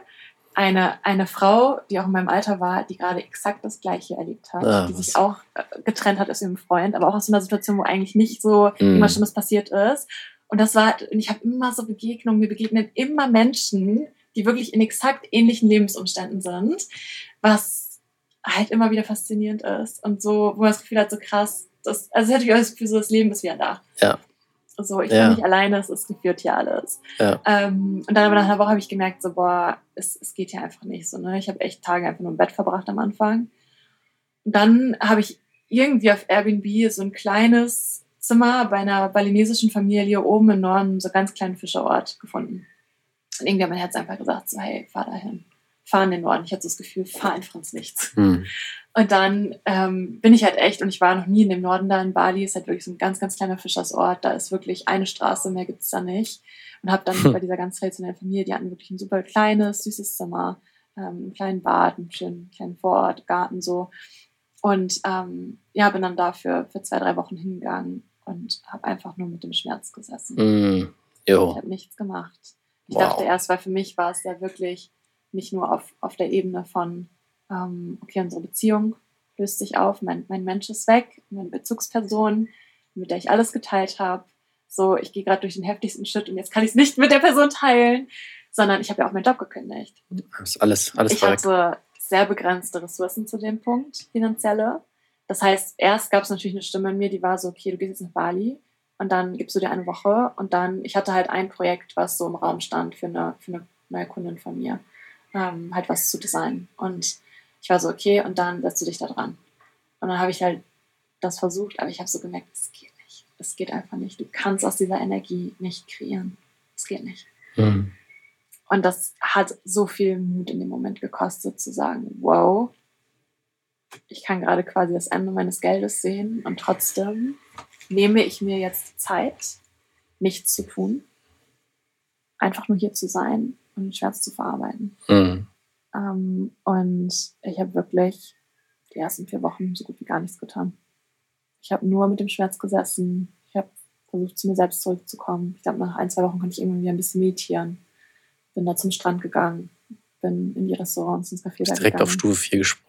Speaker 2: eine Frau, die auch in meinem Alter war, die gerade exakt das Gleiche erlebt hat, die sich auch getrennt hat aus ihrem Freund, aber auch aus einer Situation, wo eigentlich nicht so irgendwas Schlimmes passiert ist. Und ich habe immer so Begegnungen, mir begegnen immer Menschen, die wirklich in exakt ähnlichen Lebensumständen sind, was halt immer wieder faszinierend ist. Und so, wo man das Gefühl hat, so krass, also ich hatte das Gefühl, so das Leben ist wieder da.
Speaker 3: Ja.
Speaker 2: So, ich bin nicht alleine, es ist geführt hier alles. Ja. Und dann aber nach einer Woche habe ich gemerkt, so, es geht hier einfach nicht so, ne? Ich habe echt Tage einfach nur im Bett verbracht am Anfang. Und dann habe ich irgendwie auf Airbnb so ein kleines Zimmer bei einer balinesischen Familie oben im Norden, so einen ganz kleinen Fischerort gefunden. Und irgendwie hat mein Herz einfach gesagt, so, hey, fahr dahin. Fahr in den Norden. Ich hatte so das Gefühl, fahr einfach ins Nichts. Und dann bin ich halt echt, und ich war noch nie in dem Norden da in Bali, ist halt wirklich so ein ganz, ganz kleiner Fischersort. Da ist wirklich eine Straße, mehr gibt's da nicht. Und habe dann bei dieser ganz traditionellen Familie, die hatten wirklich ein super kleines, süßes Zimmer, einen kleinen Bad, einen schönen kleinen Vorort, Garten so. Und bin dann da für 2-3 Wochen hingegangen und habe einfach nur mit dem Schmerz gesessen. Ich habe nichts gemacht. Ich dachte erst, weil für mich war es ja wirklich nicht nur auf der Ebene von, okay, unsere Beziehung löst sich auf, mein Mensch ist weg, meine Bezugsperson, mit der ich alles geteilt habe. So, ich gehe gerade durch den heftigsten Schritt und jetzt kann ich es nicht mit der Person teilen, sondern ich habe ja auch meinen Job gekündigt.
Speaker 3: Das ist alles
Speaker 2: ich hatte sehr begrenzte Ressourcen zu dem Punkt, finanzielle. Das heißt, erst gab es natürlich eine Stimme in mir, die war so, okay, du gehst jetzt nach Bali und dann gibst du dir eine Woche und dann, ich hatte halt ein Projekt, was so im Raum stand für eine neue Kundin von mir, halt was zu designen. Und ich war so, okay, und dann setzt du dich da dran. Und dann habe ich halt das versucht, aber ich habe so gemerkt, es geht nicht. Es geht einfach nicht. Du kannst aus dieser Energie nicht kreieren. Es geht nicht. Und das hat so viel Mut in dem Moment gekostet, zu sagen, wow, ich kann gerade quasi das Ende meines Geldes sehen und trotzdem nehme ich mir jetzt die Zeit, nichts zu tun, einfach nur hier zu sein und den Schmerz zu verarbeiten. Und ich habe wirklich die ersten 4 Wochen so gut wie gar nichts getan. Ich habe nur mit dem Schmerz gesessen. Ich habe versucht, zu mir selbst zurückzukommen. Ich glaube, nach 1-2 Wochen konnte ich irgendwie ein bisschen meditieren. Bin da zum Strand gegangen, bin in die Restaurants, ins Café
Speaker 3: direkt
Speaker 2: gegangen.
Speaker 3: auf Stufe 4 gesprungen.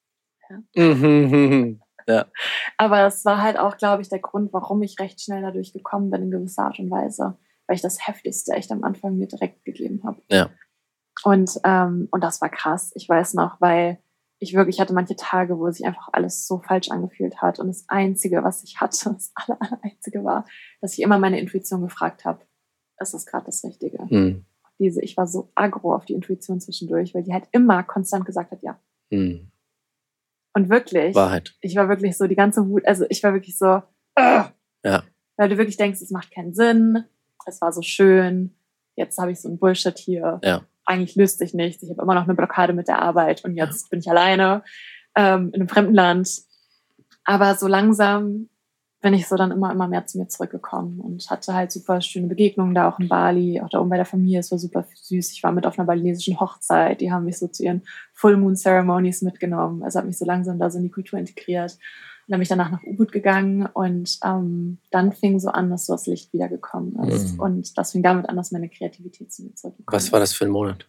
Speaker 2: Ja. Aber es war halt auch, glaube ich, der Grund, warum ich recht schnell dadurch gekommen bin in gewisser Art und Weise, weil ich das Heftigste echt am Anfang mir direkt gegeben habe.
Speaker 3: Ja.
Speaker 2: Und das war krass. Ich weiß noch, weil ich hatte manche Tage, wo sich einfach alles so falsch angefühlt hat. Und das Einzige, was ich hatte, das Einzige war, dass ich immer meine Intuition gefragt habe, ist das gerade das Richtige? Ich war so aggro auf die Intuition zwischendurch, weil die halt immer konstant gesagt hat, ja. Und wirklich,
Speaker 3: Wahrheit.
Speaker 2: Ich war wirklich so, die ganze Wut, also ich war wirklich so,
Speaker 3: ja.
Speaker 2: Weil du wirklich denkst, es macht keinen Sinn, es war so schön, jetzt habe ich so ein Bullshit hier.
Speaker 3: Ja.
Speaker 2: Eigentlich löst sich nichts, ich habe immer noch eine Blockade mit der Arbeit und jetzt bin ich alleine in einem fremden Land. Aber so langsam bin ich so dann immer mehr zu mir zurückgekommen und hatte halt super schöne Begegnungen da auch in Bali, auch da oben bei der Familie, es war super süß. Ich war mit auf einer balinesischen Hochzeit, die haben mich so zu ihren Full Moon Ceremonies mitgenommen, also habe mich so langsam da so in die Kultur integriert. Und dann bin ich danach nach Ubud gegangen und dann fing so an, dass so das Licht wiedergekommen ist. Und das fing damit an, dass meine Kreativität zu mir zurückgekommen ist.
Speaker 3: Was war das für ein Monat?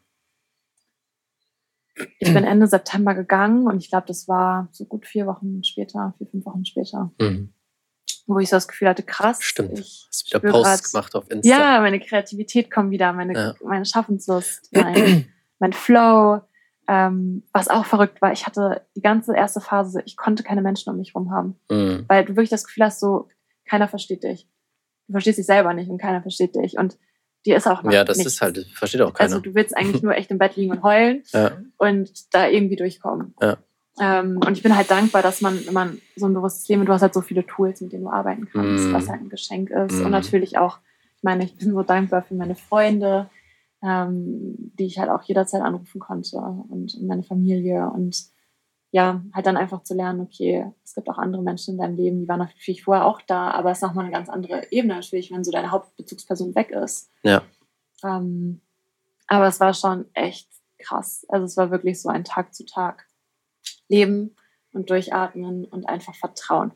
Speaker 2: Ich bin Ende September gegangen und ich glaube, das war so gut 4, 5 Wochen später. Wo ich so das Gefühl hatte, krass.
Speaker 3: Stimmt. Hast wieder Posts gemacht auf Insta.
Speaker 2: Ja, meine Kreativität kommt wieder, meine Schaffenslust, mein Flow. Was auch verrückt war, ich hatte die ganze erste Phase, ich konnte keine Menschen um mich rum haben. Weil du wirklich das Gefühl hast, so, keiner versteht dich. du verstehst dich selber nicht und keiner versteht dich. Und dir ist auch
Speaker 3: Ja, das
Speaker 2: nichts.
Speaker 3: ist halt, das versteht auch keiner.
Speaker 2: Also du willst eigentlich nur echt im Bett liegen und heulen und da irgendwie durchkommen.
Speaker 3: Ja.
Speaker 2: Und ich bin halt dankbar, dass man, wenn man so ein bewusstes Leben, du hast halt so viele Tools, mit denen du arbeiten kannst, was halt ein Geschenk ist. Und natürlich auch, ich meine, ich bin so dankbar für meine Freunde, die ich halt auch jederzeit anrufen konnte und meine Familie und ja, halt dann einfach zu lernen, okay, es gibt auch andere Menschen in deinem Leben, die waren natürlich vorher auch da, aber es ist nochmal eine ganz andere Ebene natürlich, wenn so deine Hauptbezugsperson weg ist.
Speaker 3: Ja.
Speaker 2: Aber es war schon echt krass. Also es war wirklich so ein Tag zu Tag Leben und Durchatmen und einfach Vertrauen.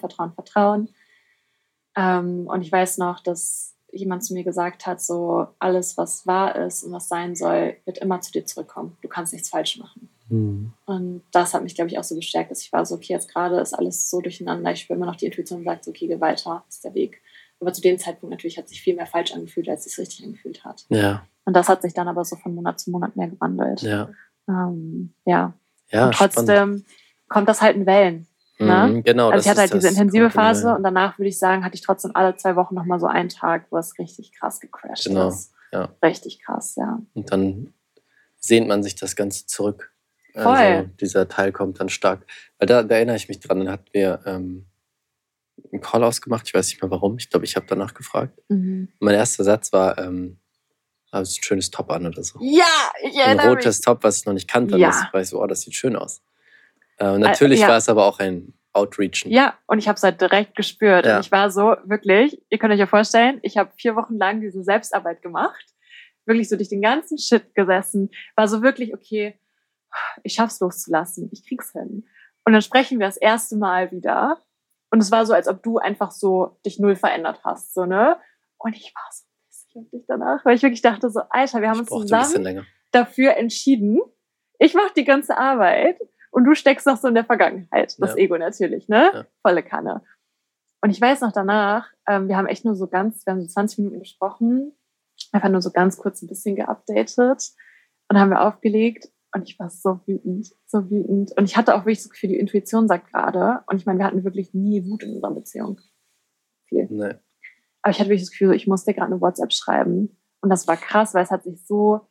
Speaker 2: Und ich weiß noch, dass jemand zu mir gesagt hat, so alles, was wahr ist und was sein soll, wird immer zu dir zurückkommen. Du kannst nichts falsch machen. Und das hat mich, glaube ich, auch so bestärkt, dass ich war so, okay, jetzt gerade ist alles so durcheinander. Ich spüre immer noch die Intuition und sagt so, okay, geh weiter, das ist der Weg. Aber zu dem Zeitpunkt natürlich hat sich viel mehr falsch angefühlt, als es sich richtig angefühlt hat.
Speaker 3: Ja.
Speaker 2: Und das hat sich dann aber so von Monat zu Monat mehr gewandelt.
Speaker 3: Ja.
Speaker 2: Ja.
Speaker 3: Ja,
Speaker 2: und trotzdem kommt das halt in Wellen. Ne?
Speaker 3: Genau.
Speaker 2: Also ich hatte halt diese intensive Phase
Speaker 3: Wellen.
Speaker 2: und danach würde ich sagen, hatte ich trotzdem alle 2 Wochen nochmal so einen Tag, wo es richtig krass gecrashed ist.
Speaker 3: Ja.
Speaker 2: Richtig krass, ja.
Speaker 3: Und dann sehnt man sich das Ganze zurück.
Speaker 2: Voll.
Speaker 3: Also dieser Teil kommt dann stark. Weil da erinnere ich mich dran, dann hatten wir einen Call ausgemacht, ich weiß nicht mehr warum, ich glaube, ich habe danach gefragt. Und mein erster Satz war, hast ein schönes Top an oder so.
Speaker 2: Ja, ich erinnere
Speaker 3: ein rotes Top, was ich noch nicht kannte.
Speaker 2: Ja.
Speaker 3: Das war ich so, oh, das sieht schön aus. Natürlich war es aber auch ein Outreachen.
Speaker 2: Ja, und ich habe es halt direkt gespürt.
Speaker 3: Ja.
Speaker 2: Und ich war so, wirklich, ihr könnt euch ja vorstellen, ich habe 4 Wochen lang diese Selbstarbeit gemacht. Wirklich so durch den ganzen Shit gesessen. War so wirklich, okay, ich schaff's loszulassen. Ich krieg's hin. Und dann sprechen wir das erste Mal wieder. Und es war so, als ob du einfach so dich null verändert hast. So, ne? Und ich war so pissig auf dich danach, weil ich wirklich dachte so, Alter, wir haben uns zusammen dafür entschieden. Ich mache die ganze Arbeit und du steckst noch so in der Vergangenheit. Das Ego natürlich, ne? Ja. Volle Kanne. Und ich weiß noch danach, wir haben echt nur so wir haben so 20 Minuten gesprochen, einfach nur so ganz kurz ein bisschen geupdatet und haben wir aufgelegt und ich war so wütend. Und ich hatte auch wirklich das Gefühl, die Intuition sagt gerade, und ich meine, wir hatten wirklich nie Wut in unserer Beziehung. Viel.
Speaker 3: Nee.
Speaker 2: Aber ich hatte wirklich das Gefühl, ich musste gerade eine WhatsApp schreiben und das war krass, weil es hat sich so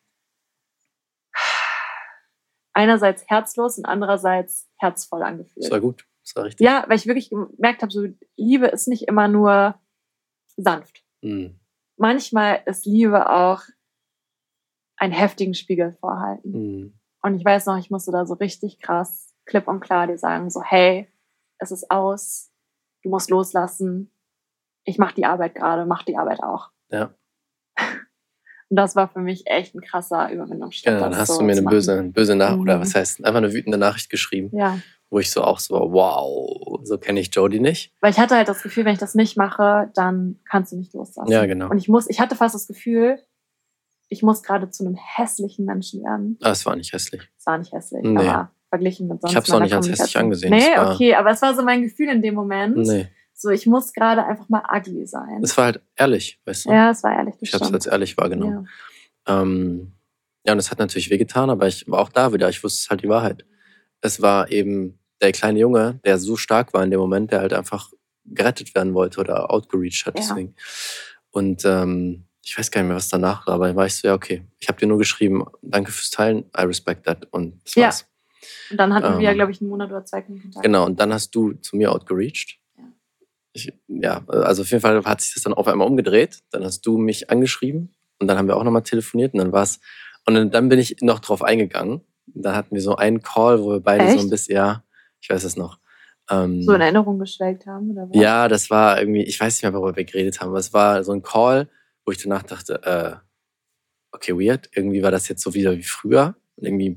Speaker 2: einerseits herzlos und andererseits herzvoll angefühlt.
Speaker 3: Das war gut, das war richtig.
Speaker 2: Ja, weil ich wirklich gemerkt habe, so Liebe ist nicht immer nur sanft. Manchmal ist Liebe auch einen heftigen Spiegel vorhalten. Und ich weiß noch, ich musste da so richtig krass, klipp und klar dir sagen, so hey, es ist aus, du musst loslassen, ich mache die Arbeit gerade, mach die Arbeit auch.
Speaker 3: Ja.
Speaker 2: Und das war für mich echt ein krasser Überwindungsschritt.
Speaker 3: Ja, dann hast du mir eine böse Nachricht, oder was heißt, einfach eine wütende Nachricht geschrieben, wo ich so auch so, wow, so kenne ich Jody nicht.
Speaker 2: Weil ich hatte halt das Gefühl, wenn ich das nicht mache, dann kannst du nicht loslassen.
Speaker 3: Ja, genau.
Speaker 2: Und ich hatte fast das Gefühl, ich muss gerade zu einem hässlichen Menschen werden.
Speaker 3: Ah, es war nicht hässlich.
Speaker 2: Es war nicht hässlich,
Speaker 3: Nee.
Speaker 2: aber verglichen mit sonst.
Speaker 3: Ich habe es auch nicht als hässlich angesehen.
Speaker 2: Nee, okay, aber es war so mein Gefühl in dem Moment.
Speaker 3: Nee.
Speaker 2: So, ich muss gerade einfach mal ugly sein.
Speaker 3: Es war halt ehrlich, weißt du?
Speaker 2: Ja, es war ehrlich.
Speaker 3: Ich habe es als ehrlich wahrgenommen. Ja, und es hat natürlich wehgetan, aber ich war auch da wieder. Ich wusste halt die Wahrheit. Es war eben der kleine Junge, der so stark war in dem Moment, der halt einfach gerettet werden wollte oder outgereached hat. Deswegen. Und ich weiß gar nicht mehr, was danach war, aber dann war ich so, ja, okay. Ich habe dir nur geschrieben, danke fürs Teilen, I respect that. Und das war's.
Speaker 2: Und dann hatten wir, glaube ich, einen Monat oder 2 Kontakt.
Speaker 3: Genau, und dann hast du zu mir outgereached. Also auf jeden Fall hat sich das dann auf einmal umgedreht. Dann hast du mich angeschrieben und dann haben wir auch nochmal telefoniert und dann war's. Und dann bin ich noch drauf eingegangen. Dann hatten wir so einen Call, wo wir beide so ein bisschen, ich weiß es noch.
Speaker 2: So in Erinnerung geschwelgt haben, oder was?
Speaker 3: Ja, das war irgendwie, ich weiß nicht mehr, worüber wir geredet haben, aber es war so ein Call, wo ich danach dachte, okay, weird, irgendwie war das jetzt so wieder wie früher. Und irgendwie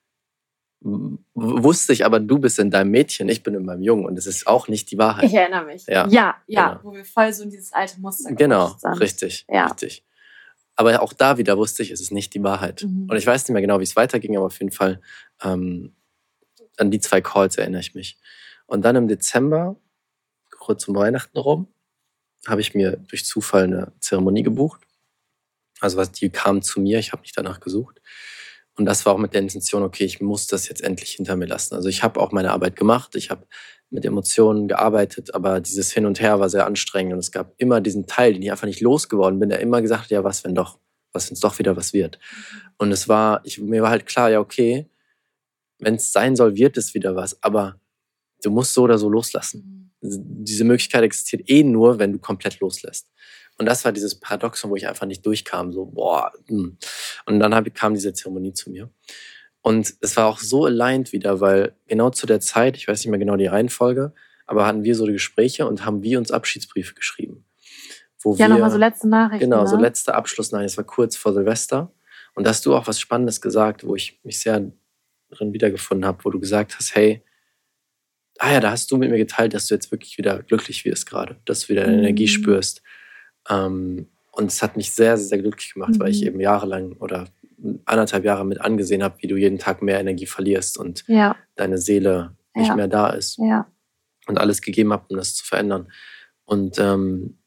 Speaker 3: wusste ich, aber du bist in deinem Mädchen, ich bin in meinem Jungen und es ist auch nicht die Wahrheit.
Speaker 2: Ich erinnere mich. Ja, genau. Wo wir voll so in dieses alte Muster
Speaker 3: genau,
Speaker 2: sind.
Speaker 3: Richtig. Aber auch da wieder wusste ich, es ist nicht die Wahrheit. Und ich weiß nicht mehr genau, wie es weiterging, aber auf jeden Fall an die 2 Calls erinnere ich mich. Und dann im Dezember, kurz um Weihnachten rum, habe ich mir durch Zufall eine Zeremonie gebucht. Also die kam zu mir, ich habe nicht danach gesucht. Und das war auch mit der Intention, okay, ich muss das jetzt endlich hinter mir lassen. Also ich habe auch meine Arbeit gemacht, ich habe mit Emotionen gearbeitet, aber dieses Hin und Her war sehr anstrengend und es gab immer diesen Teil, den ich einfach nicht losgeworden bin, der immer gesagt hat, ja, was, wenn es doch wieder was wird. Und mir war halt klar, ja, okay, wenn es sein soll, wird es wieder was, aber du musst so oder so loslassen. Diese Möglichkeit existiert nur, wenn du komplett loslässt. Und das war dieses Paradoxon, wo ich einfach nicht durchkam, so, boah. Und dann kam diese Zeremonie zu mir. Und es war auch so aligned wieder, weil genau zu der Zeit, ich weiß nicht mehr genau die Reihenfolge, aber hatten wir so die Gespräche und haben wir uns Abschiedsbriefe geschrieben.
Speaker 2: Nochmal so letzte Nachrichten.
Speaker 3: Genau, so letzte Abschlussnachrichten. Das war kurz vor Silvester. Und da hast du auch was Spannendes gesagt, wo ich mich sehr drin wiedergefunden habe, wo du gesagt hast, hey, da hast du mit mir geteilt, dass du jetzt wirklich wieder glücklich wirst gerade, dass du wieder Energie spürst. Und es hat mich sehr, sehr, sehr glücklich gemacht, weil ich eben jahrelang oder 1,5 Jahre mit angesehen habe, wie du jeden Tag mehr Energie verlierst und deine Seele nicht mehr da ist.
Speaker 2: Ja.
Speaker 3: Und alles gegeben habe, um das zu verändern. Und dann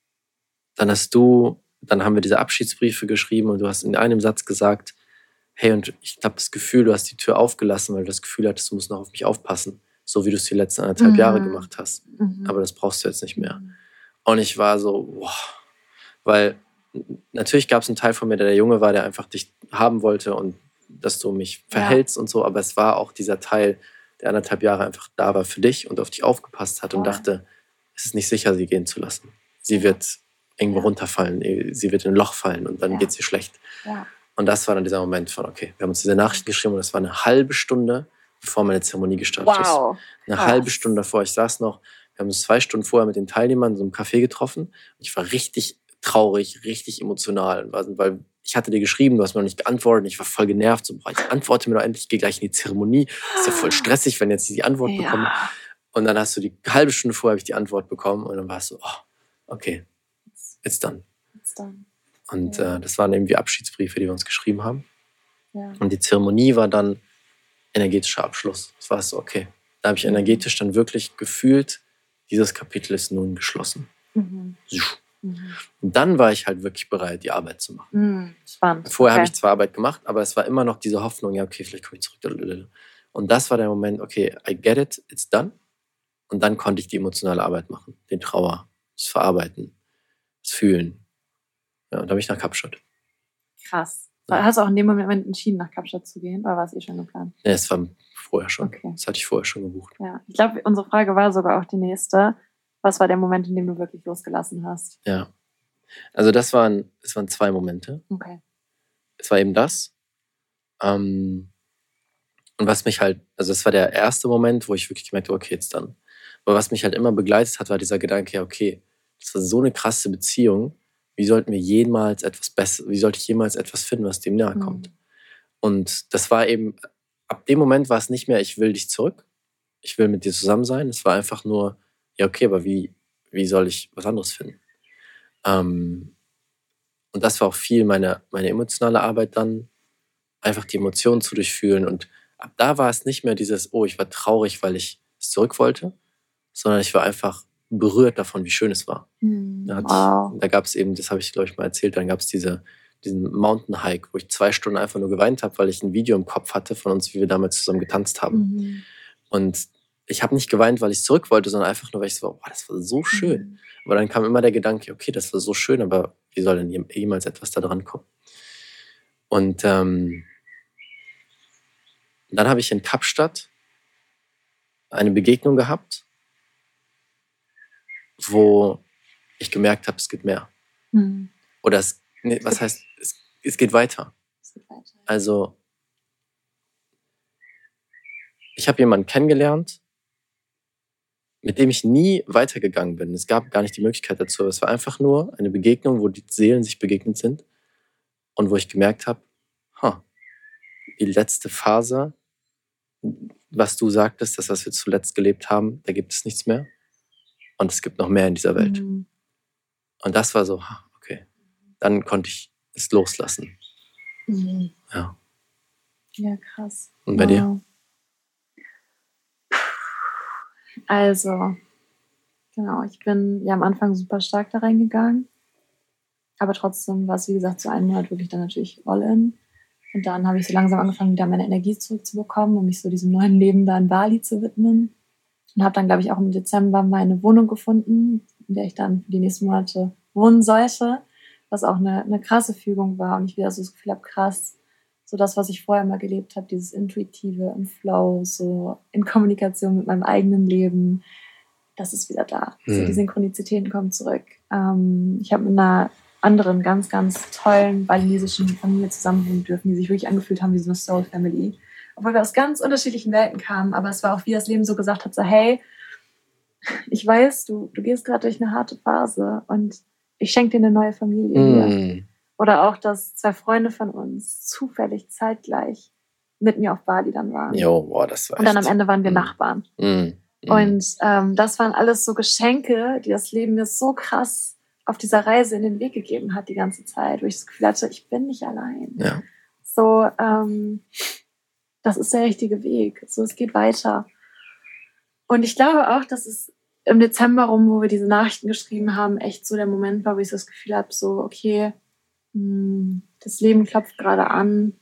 Speaker 3: haben wir diese Abschiedsbriefe geschrieben und du hast in einem Satz gesagt, hey, und ich habe das Gefühl, du hast die Tür aufgelassen, weil du das Gefühl hattest, du musst noch auf mich aufpassen, so wie du es die letzten 1,5 Jahre gemacht hast. Aber das brauchst du jetzt nicht mehr. Und ich war so, wow, weil natürlich gab es einen Teil von mir, der Junge war, der einfach dich haben wollte und dass du mich verhältst und so, aber es war auch dieser Teil, der 1,5 Jahre einfach da war für dich und auf dich aufgepasst hat und dachte, es ist nicht sicher, sie gehen zu lassen. Sie wird irgendwo runterfallen, sie wird in ein Loch fallen und dann geht es ihr schlecht. Ja. Und das war dann dieser Moment von, okay, wir haben uns diese Nachricht geschrieben und es war eine halbe Stunde, bevor meine Zeremonie gestartet ist. Eine halbe Stunde davor. Ich saß noch, wir haben uns 2 Stunden vorher mit den Teilnehmern in so einem Café getroffen. Und ich war richtig traurig, richtig emotional, weil ich hatte dir geschrieben, du hast mir noch nicht geantwortet und ich war voll genervt. So, ich antworte mir doch endlich, ich gehe gleich in die Zeremonie. Ist ja voll stressig, wenn jetzt die Antwort bekomme. Und dann hast du die halbe Stunde vorher habe ich die Antwort bekommen und dann war es so, okay, it's done. Und das waren irgendwie Abschiedsbriefe, die wir uns geschrieben haben. Ja. Und die Zeremonie war dann energetischer Abschluss. Das war so, okay. Da habe ich energetisch dann wirklich gefühlt, dieses Kapitel ist nun geschlossen. Und dann war ich halt wirklich bereit, die Arbeit zu machen.
Speaker 2: Spannend.
Speaker 3: Vorher habe ich zwar Arbeit gemacht, aber es war immer noch diese Hoffnung, ja, okay, vielleicht komme ich zurück. Und das war der Moment, okay, I get it, it's done. Und dann konnte ich die emotionale Arbeit machen. Den Trauer, das Verarbeiten, das Fühlen. Ja, und da bin ich nach Kapstadt.
Speaker 2: Krass. Ja. Hast du auch in dem Moment entschieden, nach Kapstadt zu gehen? Oder war es schon geplant?
Speaker 3: Ja, es war vorher schon. Okay. Das hatte ich vorher schon gebucht.
Speaker 2: Ja. Ich glaube, unsere Frage war sogar auch die nächste. Was war der Moment, in dem du wirklich losgelassen hast?
Speaker 3: Ja. Also es waren 2 Momente.
Speaker 2: Okay.
Speaker 3: Es war eben das. Und was mich halt, also es war der erste Moment, wo ich wirklich gemerkt habe, okay, jetzt dann. Aber was mich halt immer begleitet hat, war dieser Gedanke, ja, okay, das war so eine krasse Beziehung. Wie sollte ich jemals etwas finden, was dem nahe kommt? Und das war eben, ab dem Moment war es nicht mehr, ich will dich zurück, ich will mit dir zusammen sein. Es war einfach nur, ja, okay, aber wie soll ich was anderes finden? Und das war auch viel meine emotionale Arbeit dann, einfach die Emotionen zu durchfühlen. Und ab da war es nicht mehr dieses, oh, ich war traurig, weil ich es zurück wollte, sondern ich war einfach berührt davon, wie schön es war. Da gab es eben, das habe ich, glaube ich, mal erzählt, dann gab es diesen Mountain Hike, wo ich 2 Stunden einfach nur geweint habe, weil ich ein Video im Kopf hatte von uns, wie wir damals zusammen getanzt haben. Und ich habe nicht geweint, weil ich zurück wollte, sondern einfach nur, weil ich so, wow, das war so schön. Aber dann kam immer der Gedanke, okay, das war so schön, aber wie soll denn jemals etwas da dran kommen? Und dann habe ich in Kapstadt eine Begegnung gehabt, wo ich gemerkt habe, es geht mehr. Oder es geht weiter. Also ich habe jemanden kennengelernt, mit dem ich nie weitergegangen bin. Es gab gar nicht die Möglichkeit dazu. Es war einfach nur eine Begegnung, wo die Seelen sich begegnet sind und wo ich gemerkt habe, die letzte Phase, was du sagtest, das, was wir zuletzt gelebt haben, da gibt es nichts mehr. Und es gibt noch mehr in dieser Welt. Und das war so, okay. Dann konnte ich es loslassen. Ja.
Speaker 2: Ja, krass.
Speaker 3: Und bei dir?
Speaker 2: Also, genau, ich bin ja am Anfang super stark da reingegangen. Aber trotzdem war es, wie gesagt, so 1 Monat wirklich dann natürlich all in. Und dann habe ich so langsam angefangen, wieder meine Energie zurückzubekommen, um mich so diesem neuen Leben da in Bali zu widmen. Und habe dann, glaube ich, auch im Dezember meine Wohnung gefunden, in der ich dann für die nächsten Monate wohnen sollte, was auch eine krasse Fügung war und ich wieder so das Gefühl habe, krass, so das, was ich vorher mal gelebt habe, dieses Intuitive im Flow, so in Kommunikation mit meinem eigenen Leben, das ist wieder da. So die Synchronizitäten kommen zurück. Ich habe mit einer anderen ganz, ganz tollen balinesischen Familie zusammenwohnen dürfen, die sich wirklich angefühlt haben wie so eine Soul Family. Obwohl wir aus ganz unterschiedlichen Welten kamen, aber es war auch, wie das Leben so gesagt hat, so hey, ich weiß, du gehst gerade durch eine harte Phase und ich schenke dir eine neue Familie hier. Oder auch, dass 2 Freunde von uns zufällig zeitgleich mit mir auf Bali dann waren.
Speaker 3: Jo, boah, das war
Speaker 2: und dann am Ende waren wir Nachbarn. Und das waren alles so Geschenke, die das Leben mir so krass auf dieser Reise in den Weg gegeben hat die ganze Zeit, wo ich das Gefühl hatte, ich bin nicht allein.
Speaker 3: Ja.
Speaker 2: So, das ist der richtige Weg. So, es geht weiter. Und ich glaube auch, dass es im Dezember rum, wo wir diese Nachrichten geschrieben haben, echt so der Moment war, wo ich so das Gefühl habe, so, okay, das Leben klopft gerade an.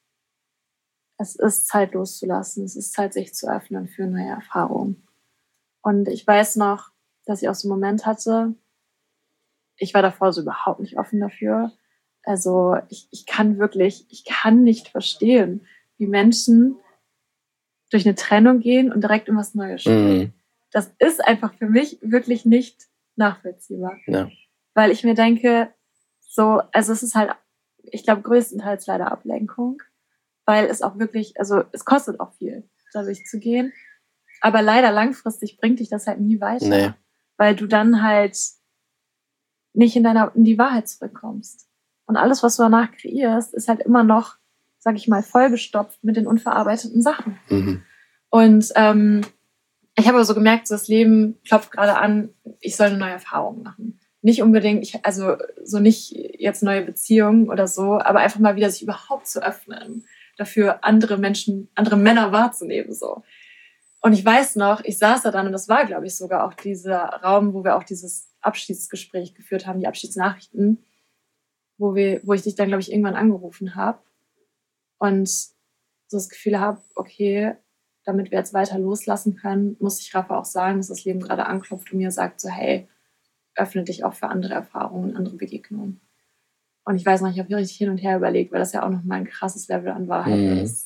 Speaker 2: Es ist Zeit loszulassen. Es ist Zeit, sich zu öffnen für neue Erfahrungen. Und ich weiß noch, dass ich auch so einen Moment hatte, ich war davor so überhaupt nicht offen dafür. Also ich kann nicht verstehen, wie Menschen durch eine Trennung gehen und direkt in was Neues springen. Das ist einfach für mich wirklich nicht nachvollziehbar.
Speaker 3: Ja.
Speaker 2: Weil ich mir denke, so, also es ist halt, ich glaube, größtenteils leider Ablenkung, weil es auch wirklich, also es kostet auch viel, da durchzugehen. Aber leider langfristig bringt dich das halt nie weiter.
Speaker 3: Nee.
Speaker 2: Weil du dann halt nicht in die Wahrheit zurückkommst. Und alles, was du danach kreierst, ist halt immer noch, sag ich mal, vollgestopft mit den unverarbeiteten Sachen. Und ich habe aber so gemerkt, so das Leben klopft gerade an, ich soll eine neue Erfahrung machen. Nicht unbedingt, also so nicht jetzt neue Beziehungen oder so, aber einfach mal wieder sich überhaupt zu öffnen, dafür andere Menschen, andere Männer wahrzunehmen, so. Und ich weiß noch, ich saß da dann und das war, glaube ich, sogar auch dieser Raum, wo wir auch dieses Abschiedsgespräch geführt haben, die Abschiedsnachrichten, wo ich dich dann, glaube ich, irgendwann angerufen habe und so das Gefühl habe, okay, damit wir jetzt weiter loslassen können, muss ich Rafa auch sagen, dass das Leben gerade anklopft und mir sagt so, hey, öffne dich auch für andere Erfahrungen, andere Begegnungen. Und ich weiß noch, ich habe richtig hin und her überlegt, weil das ja auch nochmal ein krasses Level an Wahrheit ist.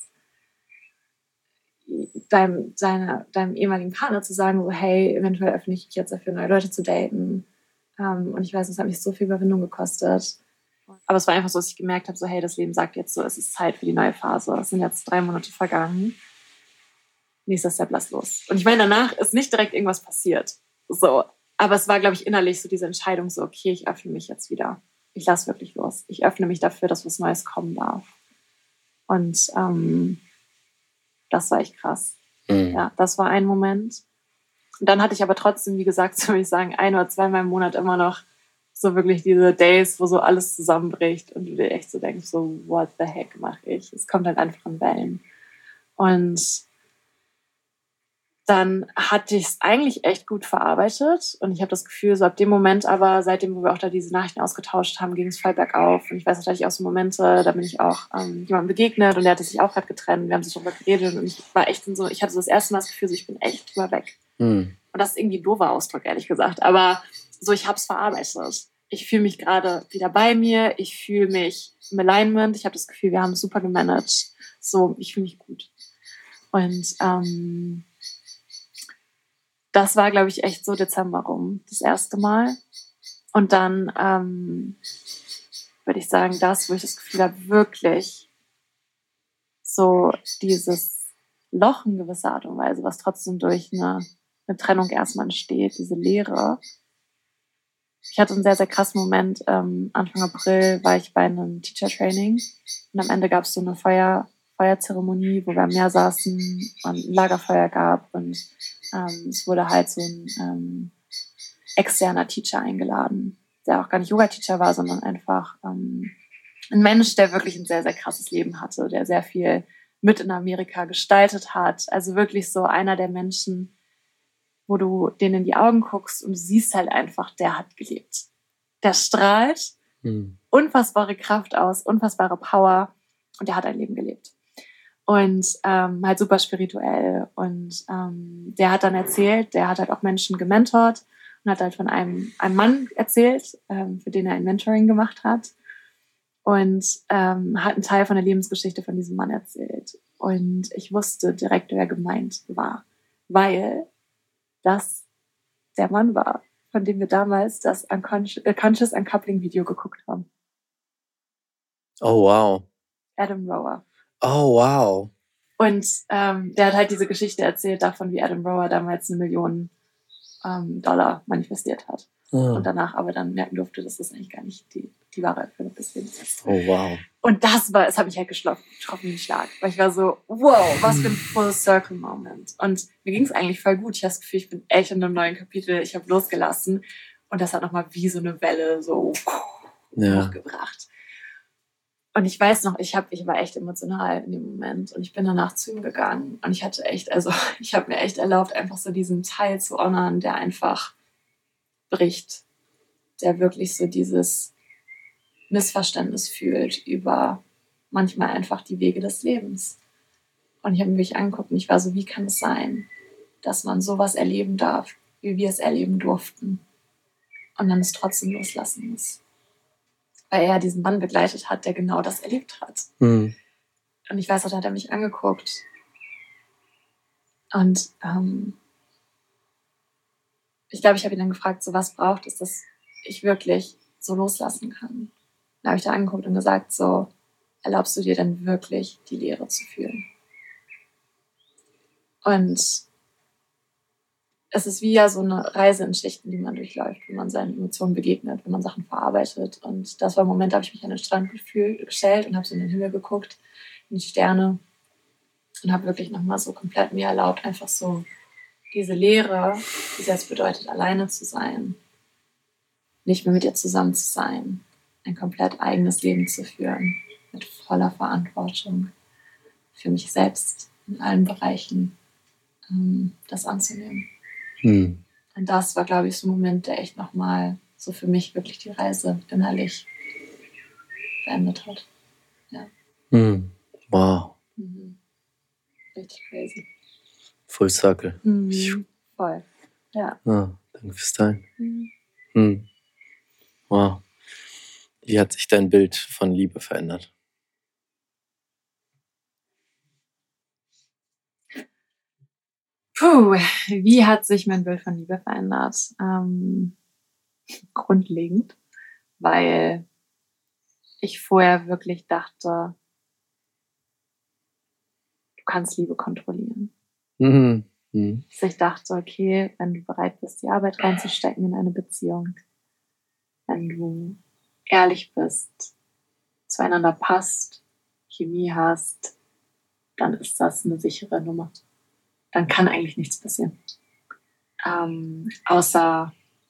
Speaker 2: Deinem ehemaligen Partner zu sagen, so, hey, eventuell öffne ich mich jetzt dafür, neue Leute zu daten. Und ich weiß, es hat mich so viel Überwindung gekostet. Aber es war einfach so, dass ich gemerkt habe, so, hey, das Leben sagt jetzt so, es ist Zeit für die neue Phase. Es sind jetzt 3 Monate vergangen. Nächster Step, lass los. Und ich meine, danach ist nicht direkt irgendwas passiert. So. Aber es war, glaube ich, innerlich so diese Entscheidung, so, okay, ich öffne mich jetzt wieder. Ich lasse wirklich los. Ich öffne mich dafür, dass was Neues kommen darf. Und das war echt krass. Ja, das war ein Moment. Und dann hatte ich aber trotzdem, wie gesagt, so würde ich sagen, 1 oder 2 Mal im Monat immer noch so wirklich diese Days, wo so alles zusammenbricht und du dir echt so denkst, so, what the heck mache ich? Es kommt halt einfach in Wellen. Und dann hatte ich es eigentlich echt gut verarbeitet und ich habe das Gefühl, so ab dem Moment aber, seitdem, wo wir auch da diese Nachrichten ausgetauscht haben, ging es voll bergauf und ich weiß, da hatte ich auch so Momente, da bin ich auch jemandem begegnet und der hatte sich auch gerade getrennt, wir haben sich darüber geredet und ich war echt in so, ich hatte so das erste Mal das Gefühl, so, ich bin echt drüber weg. Und das ist irgendwie ein doofer Ausdruck, ehrlich gesagt, aber so, ich habe es verarbeitet. Ich fühle mich gerade wieder bei mir, ich fühle mich im Alignment, ich habe das Gefühl, wir haben es super gemanagt, so, ich fühle mich gut. Und das war, glaube ich, echt so Dezember rum, das erste Mal. Und dann würde ich sagen, wo ich das Gefühl habe, wirklich so dieses Loch in gewisser Art und Weise, was trotzdem durch eine Trennung erstmal entsteht, diese Leere. Ich hatte einen sehr, sehr krassen Moment. Anfang April war ich bei einem Teacher-Training und am Ende gab es so eine Feuerzeremonie, wo wir am Meer saßen und ein Lagerfeuer gab und es wurde halt so ein externer Teacher eingeladen, der auch gar nicht Yoga-Teacher war, sondern einfach ein Mensch, der wirklich ein sehr, sehr krasses Leben hatte, der sehr viel mit in Amerika gestaltet hat. Also wirklich so einer der Menschen, wo du denen in die Augen guckst und du siehst halt einfach, der hat gelebt. Der strahlt unfassbare Kraft aus, unfassbare Power und der hat ein Leben gelebt. Und halt super spirituell. Und der hat dann erzählt, der hat halt auch Menschen gementort und hat halt von einem Mann erzählt, für den er ein Mentoring gemacht hat. Und hat einen Teil von der Lebensgeschichte von diesem Mann erzählt. Und ich wusste direkt, wer gemeint war. Weil das der Mann war, von dem wir damals das Conscious Uncoupling Video geguckt haben.
Speaker 3: Oh, wow.
Speaker 2: Adam Rower.
Speaker 3: Oh, wow.
Speaker 2: Und der hat halt diese Geschichte erzählt davon, wie Adam Rower damals $1 Million manifestiert hat. Und danach aber dann merken durfte, dass das eigentlich gar nicht die wahre Erfüllung des Lebens ist.
Speaker 3: Oh, wow.
Speaker 2: Und es hat mich halt getroffen wie ein Schlag. Weil ich war so, wow, was für ein Full-Circle-Moment. Und mir ging es eigentlich voll gut. Ich habe das Gefühl, ich bin echt in einem neuen Kapitel. Ich habe losgelassen. Und das hat nochmal wie so eine Welle so hochgebracht. Und ich weiß noch, ich war echt emotional in dem Moment. Und ich bin danach zu ihm gegangen. Und ich habe mir echt erlaubt, einfach so diesen Teil zu honern, der einfach bricht. Der wirklich so dieses Missverständnis fühlt über manchmal einfach die Wege des Lebens. Und ich habe mich angeguckt und ich war so, wie kann es sein, dass man sowas erleben darf, wie wir es erleben durften und dann es trotzdem loslassen muss. Weil er diesen Mann begleitet hat, der genau das erlebt hat. Und ich weiß, da hat er mich angeguckt und ich glaube, ich habe ihn dann gefragt, so was braucht es, dass ich wirklich so loslassen kann. Dann habe ich da angeguckt und gesagt, so, erlaubst du dir denn wirklich, die Leere zu fühlen? Und es ist wie ja so eine Reise in Schichten, die man durchläuft, wenn man seinen Emotionen begegnet, wenn man Sachen verarbeitet. Und das war ein Moment, da habe ich mich an den Strand gestellt und habe so in den Himmel geguckt, in die Sterne und habe wirklich nochmal so komplett mir erlaubt, einfach so diese Leere, die es jetzt bedeutet, alleine zu sein, nicht mehr mit ihr zusammen zu sein, ein komplett eigenes Leben zu führen, mit voller Verantwortung für mich selbst in allen Bereichen, das anzunehmen. Und das war, glaube ich, so ein Moment, der echt nochmal so für mich wirklich die Reise innerlich beendet hat. Ja.
Speaker 3: Wow.
Speaker 2: Richtig crazy.
Speaker 3: Full Circle.
Speaker 2: Voll. Ja.
Speaker 3: Danke fürs Teilen. Wow. Wie hat sich dein Bild von Liebe verändert?
Speaker 2: Wie hat sich mein Bild von Liebe verändert? Grundlegend, weil ich vorher wirklich dachte, du kannst Liebe kontrollieren. Dass ich dachte, okay, wenn du bereit bist, die Arbeit reinzustecken in eine Beziehung, wenn du ehrlich bist, zueinander passt, Chemie hast, dann ist das eine sichere Nummer. Dann kann eigentlich nichts passieren. Außer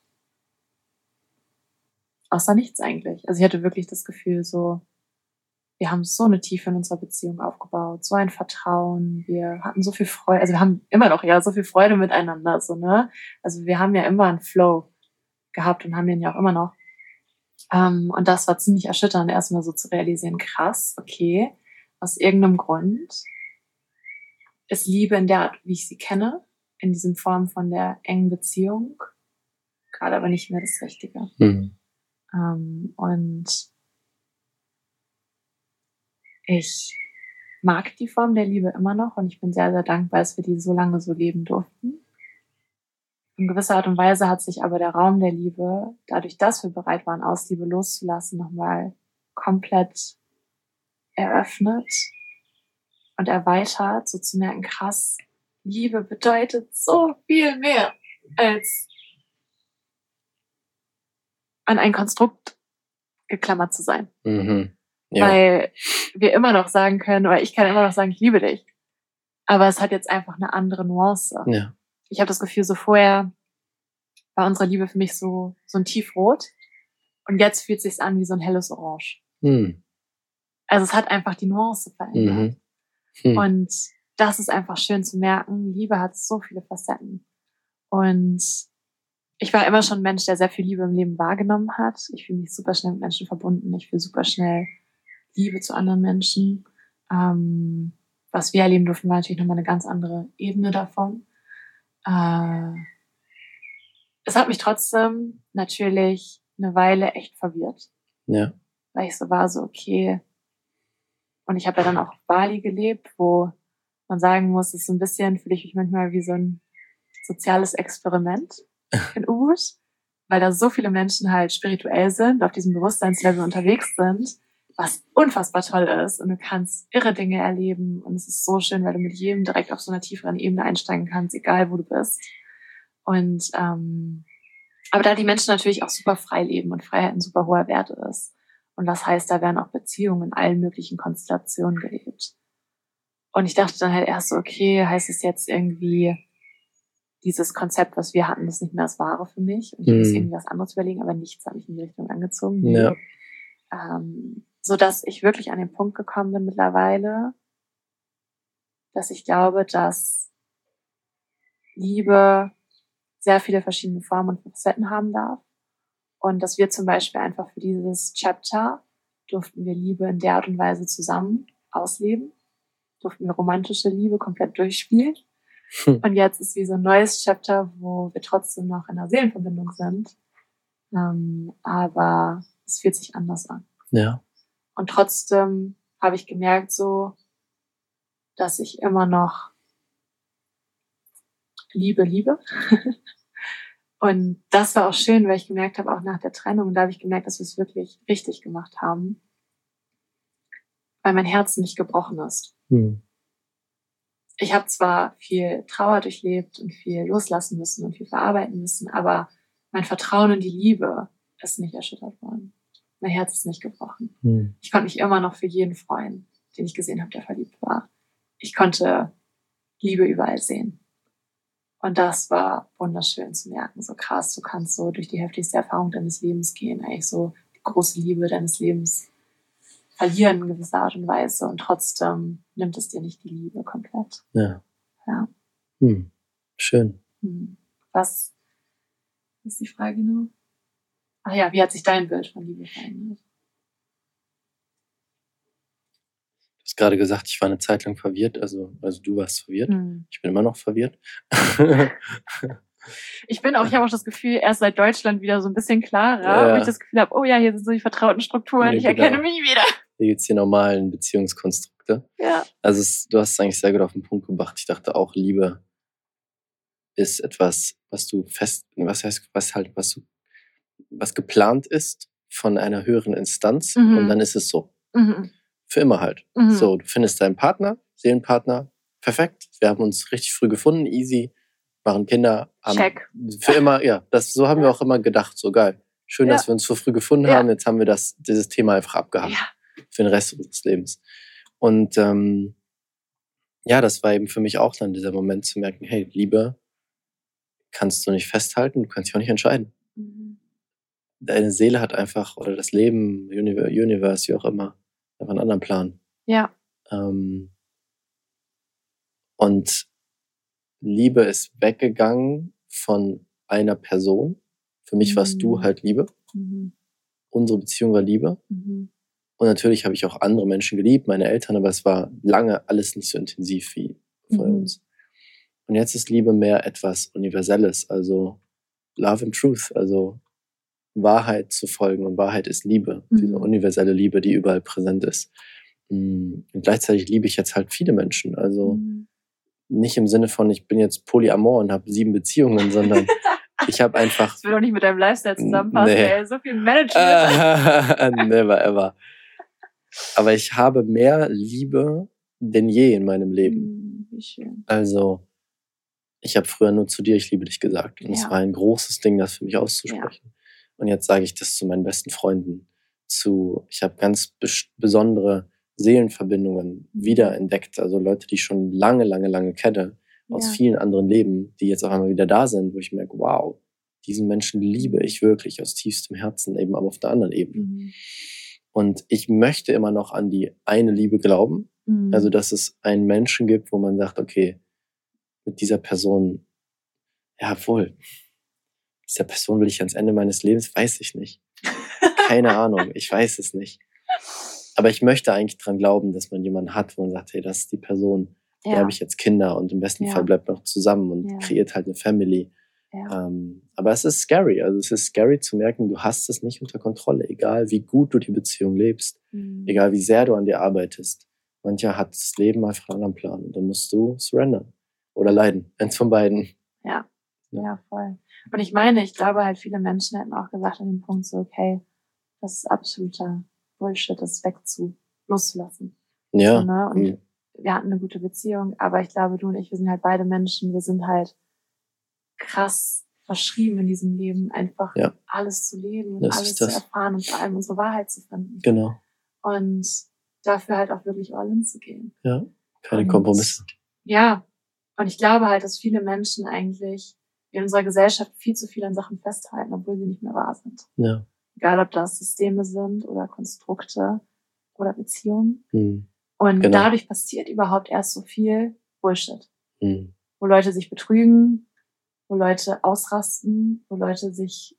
Speaker 2: nichts eigentlich. Also ich hatte wirklich das Gefühl, so, wir haben so eine Tiefe in unserer Beziehung aufgebaut, so ein Vertrauen, wir hatten so viel Freude, also wir haben immer noch so viel Freude miteinander, so, ne? Also wir haben ja immer einen Flow gehabt und haben den ja auch immer noch. Und das war ziemlich erschütternd, erstmal so zu realisieren, krass, okay, aus irgendeinem Grund ist Liebe in der Art, wie ich sie kenne, in diesem Form von der engen Beziehung, gerade aber nicht mehr das Richtige. Und ich mag die Form der Liebe immer noch und ich bin sehr, sehr dankbar, dass wir die so lange so leben durften. In gewisser Art und Weise hat sich aber der Raum der Liebe, dadurch, dass wir bereit waren, aus Liebe loszulassen, nochmal komplett eröffnet und erweitert, so zu merken, krass, Liebe bedeutet so viel mehr als an ein Konstrukt geklammert zu sein. Ja. Weil wir immer noch sagen können, oder ich kann immer noch sagen, ich liebe dich. Aber es hat jetzt einfach eine andere Nuance.
Speaker 3: Ja.
Speaker 2: Ich habe das Gefühl, so vorher war unsere Liebe für mich so ein Tiefrot. Und jetzt fühlt es sich an wie so ein helles Orange. Also es hat einfach die Nuance verändert. Und das ist einfach schön zu merken. Liebe hat so viele Facetten. Und ich war immer schon ein Mensch, der sehr viel Liebe im Leben wahrgenommen hat. Ich fühle mich super schnell mit Menschen verbunden. Ich fühle super schnell Liebe zu anderen Menschen, weil was wir erleben durften, war natürlich nochmal eine ganz andere Ebene davon. Es hat mich trotzdem natürlich eine Weile echt verwirrt.
Speaker 3: Ja.
Speaker 2: Weil ich so war, so okay. Und ich habe ja dann auch auf Bali gelebt, wo man sagen muss, es ist so ein bisschen, fühle ich mich manchmal wie so ein soziales Experiment in Ubud, weil da so viele Menschen halt spirituell sind, auf diesem Bewusstseinslevel unterwegs sind, was unfassbar toll ist. Und du kannst irre Dinge erleben. Und es ist so schön, weil du mit jedem direkt auf so einer tieferen Ebene einsteigen kannst, egal wo du bist. Und aber da die Menschen natürlich auch super frei leben und Freiheit ein super hoher Wert ist. Und das heißt, da werden auch Beziehungen in allen möglichen Konstellationen gelebt. Und ich dachte dann halt erst so, okay, heißt es jetzt irgendwie, dieses Konzept, was wir hatten, ist nicht mehr das Wahre für mich. Und ich muss irgendwie was anderes überlegen, aber nichts hat mich in die Richtung angezogen.
Speaker 3: Ja.
Speaker 2: So dass ich wirklich an den Punkt gekommen bin mittlerweile, dass ich glaube, dass Liebe sehr viele verschiedene Formen und Facetten haben darf. Und dass wir zum Beispiel einfach für dieses Chapter durften wir Liebe in der Art und Weise zusammen ausleben. Durften wir romantische Liebe komplett durchspielen. Und jetzt ist wie so ein neues Chapter, wo wir trotzdem noch in einer Seelenverbindung sind. Aber es fühlt sich anders an.
Speaker 3: Ja.
Speaker 2: Und trotzdem habe ich gemerkt so, dass ich immer noch liebe. Und das war auch schön, weil ich gemerkt habe, auch nach der Trennung, da habe ich gemerkt, dass wir es wirklich richtig gemacht haben. Weil mein Herz nicht gebrochen ist. Ich habe zwar viel Trauer durchlebt und viel loslassen müssen und viel verarbeiten müssen, aber mein Vertrauen in die Liebe ist nicht erschüttert worden. Mein Herz ist nicht gebrochen. Ich konnte mich immer noch für jeden freuen, den ich gesehen habe, der verliebt war. Ich konnte Liebe überall sehen. Und das war wunderschön zu merken. So krass, du kannst so durch die heftigste Erfahrung deines Lebens gehen, eigentlich so die große Liebe deines Lebens verlieren in gewisser Art und Weise und trotzdem nimmt es dir nicht die Liebe komplett.
Speaker 3: Ja.
Speaker 2: Ja.
Speaker 3: Schön.
Speaker 2: Was ist die Frage genau? Ach ja, wie hat sich dein Bild von Liebe verändert?
Speaker 3: Du hast gerade gesagt, ich war eine Zeit lang verwirrt, also du warst verwirrt. Ich bin immer noch verwirrt.
Speaker 2: Ich habe auch das Gefühl, erst seit Deutschland wieder so ein bisschen klarer, wo ich das Gefühl habe, oh ja, hier sind so die vertrauten Strukturen, ich erkenne mich wieder.
Speaker 3: Hier gibt's die normalen Beziehungskonstrukte.
Speaker 2: Ja.
Speaker 3: Also du hast es eigentlich sehr gut auf den Punkt gebracht. Ich dachte auch, Liebe ist etwas, was geplant ist von einer höheren Instanz und dann ist es so. Für immer halt. So, du findest deinen Partner, Seelenpartner, perfekt. Wir haben uns richtig früh gefunden, easy, machen Kinder.
Speaker 2: Check.
Speaker 3: Für immer, ja. So haben wir auch immer gedacht, so geil. Schön, dass wir uns so früh gefunden haben. Jetzt haben wir dieses Thema einfach abgehakt.
Speaker 2: Ja.
Speaker 3: Für den Rest unseres Lebens. Und das war eben für mich auch dann dieser Moment zu merken, hey, Liebe kannst du nicht festhalten, du kannst dich auch nicht entscheiden. Deine Seele hat einfach, oder das Leben, Universe, wie auch immer, einfach einen anderen Plan.
Speaker 2: Ja.
Speaker 3: Und Liebe ist weggegangen von einer Person. Für mich warst du halt Liebe. Unsere Beziehung war Liebe. Und natürlich habe ich auch andere Menschen geliebt, meine Eltern, aber es war lange alles nicht so intensiv wie vor uns. Und jetzt ist Liebe mehr etwas Universelles, also Love and Truth, also Wahrheit zu folgen. Und Wahrheit ist Liebe, diese universelle Liebe, die überall präsent ist. Und gleichzeitig liebe ich jetzt halt viele Menschen, also nicht im Sinne von, ich bin jetzt Polyamor und habe 7 Beziehungen, sondern ich habe einfach...
Speaker 2: Das wird doch nicht mit deinem Lifestyle zusammenpassen, ey. So viel Management.
Speaker 3: Never ever. Aber ich habe mehr Liebe denn je in meinem Leben.
Speaker 2: Wie schön.
Speaker 3: Also, ich habe früher nur zu dir, ich liebe dich gesagt. Und es war ein großes Ding, das für mich auszusprechen. Und jetzt sage ich das zu meinen besten Freunden. Ich habe ganz besondere Seelenverbindungen wiederentdeckt. Also Leute, die ich schon lange kenne, aus vielen anderen Leben, die jetzt auch einmal wieder da sind, wo ich merke, wow, diesen Menschen liebe ich wirklich aus tiefstem Herzen, eben aber auf der anderen Ebene. Und ich möchte immer noch an die eine Liebe glauben. Also, dass es einen Menschen gibt, wo man sagt, okay, mit dieser Person, dieser Person will ich ans Ende meines Lebens, weiß ich nicht. Keine Ahnung, ich weiß es nicht. Aber ich möchte eigentlich dran glauben, dass man jemanden hat, wo man sagt, hey, das ist die Person, die habe ich jetzt Kinder und im besten Fall bleibt man noch zusammen und kreiert halt eine Family.
Speaker 2: Ja.
Speaker 3: Aber es ist scary. Also es ist scary zu merken, du hast es nicht unter Kontrolle. Egal wie gut du die Beziehung lebst, egal wie sehr du an dir arbeitest. Mancher hat das Leben einfach einen anderen Plan und dann musst du surrendern oder leiden. Eins von beiden.
Speaker 2: Ja, voll. Und ich meine, ich glaube halt, viele Menschen hätten auch gesagt an dem Punkt so, okay, das ist absoluter Bullshit, das loszulassen.
Speaker 3: Ja.
Speaker 2: So, ne? Und wir hatten eine gute Beziehung, aber ich glaube, du und ich, wir sind halt beide Menschen, wir sind halt krass verschrieben in diesem Leben, einfach alles zu leben und alles zu erfahren und vor allem unsere Wahrheit zu finden.
Speaker 3: Genau.
Speaker 2: Und dafür halt auch wirklich all in zu gehen.
Speaker 3: Ja, keine Kompromisse.
Speaker 2: Ja, und ich glaube halt, dass viele Menschen eigentlich in unserer Gesellschaft viel zu viel an Sachen festhalten, obwohl sie nicht mehr wahr sind.
Speaker 3: Ja.
Speaker 2: Egal, ob das Systeme sind oder Konstrukte oder Beziehungen.
Speaker 3: Mhm.
Speaker 2: Und dadurch passiert überhaupt erst so viel Bullshit. Wo Leute sich betrügen, wo Leute ausrasten, wo Leute sich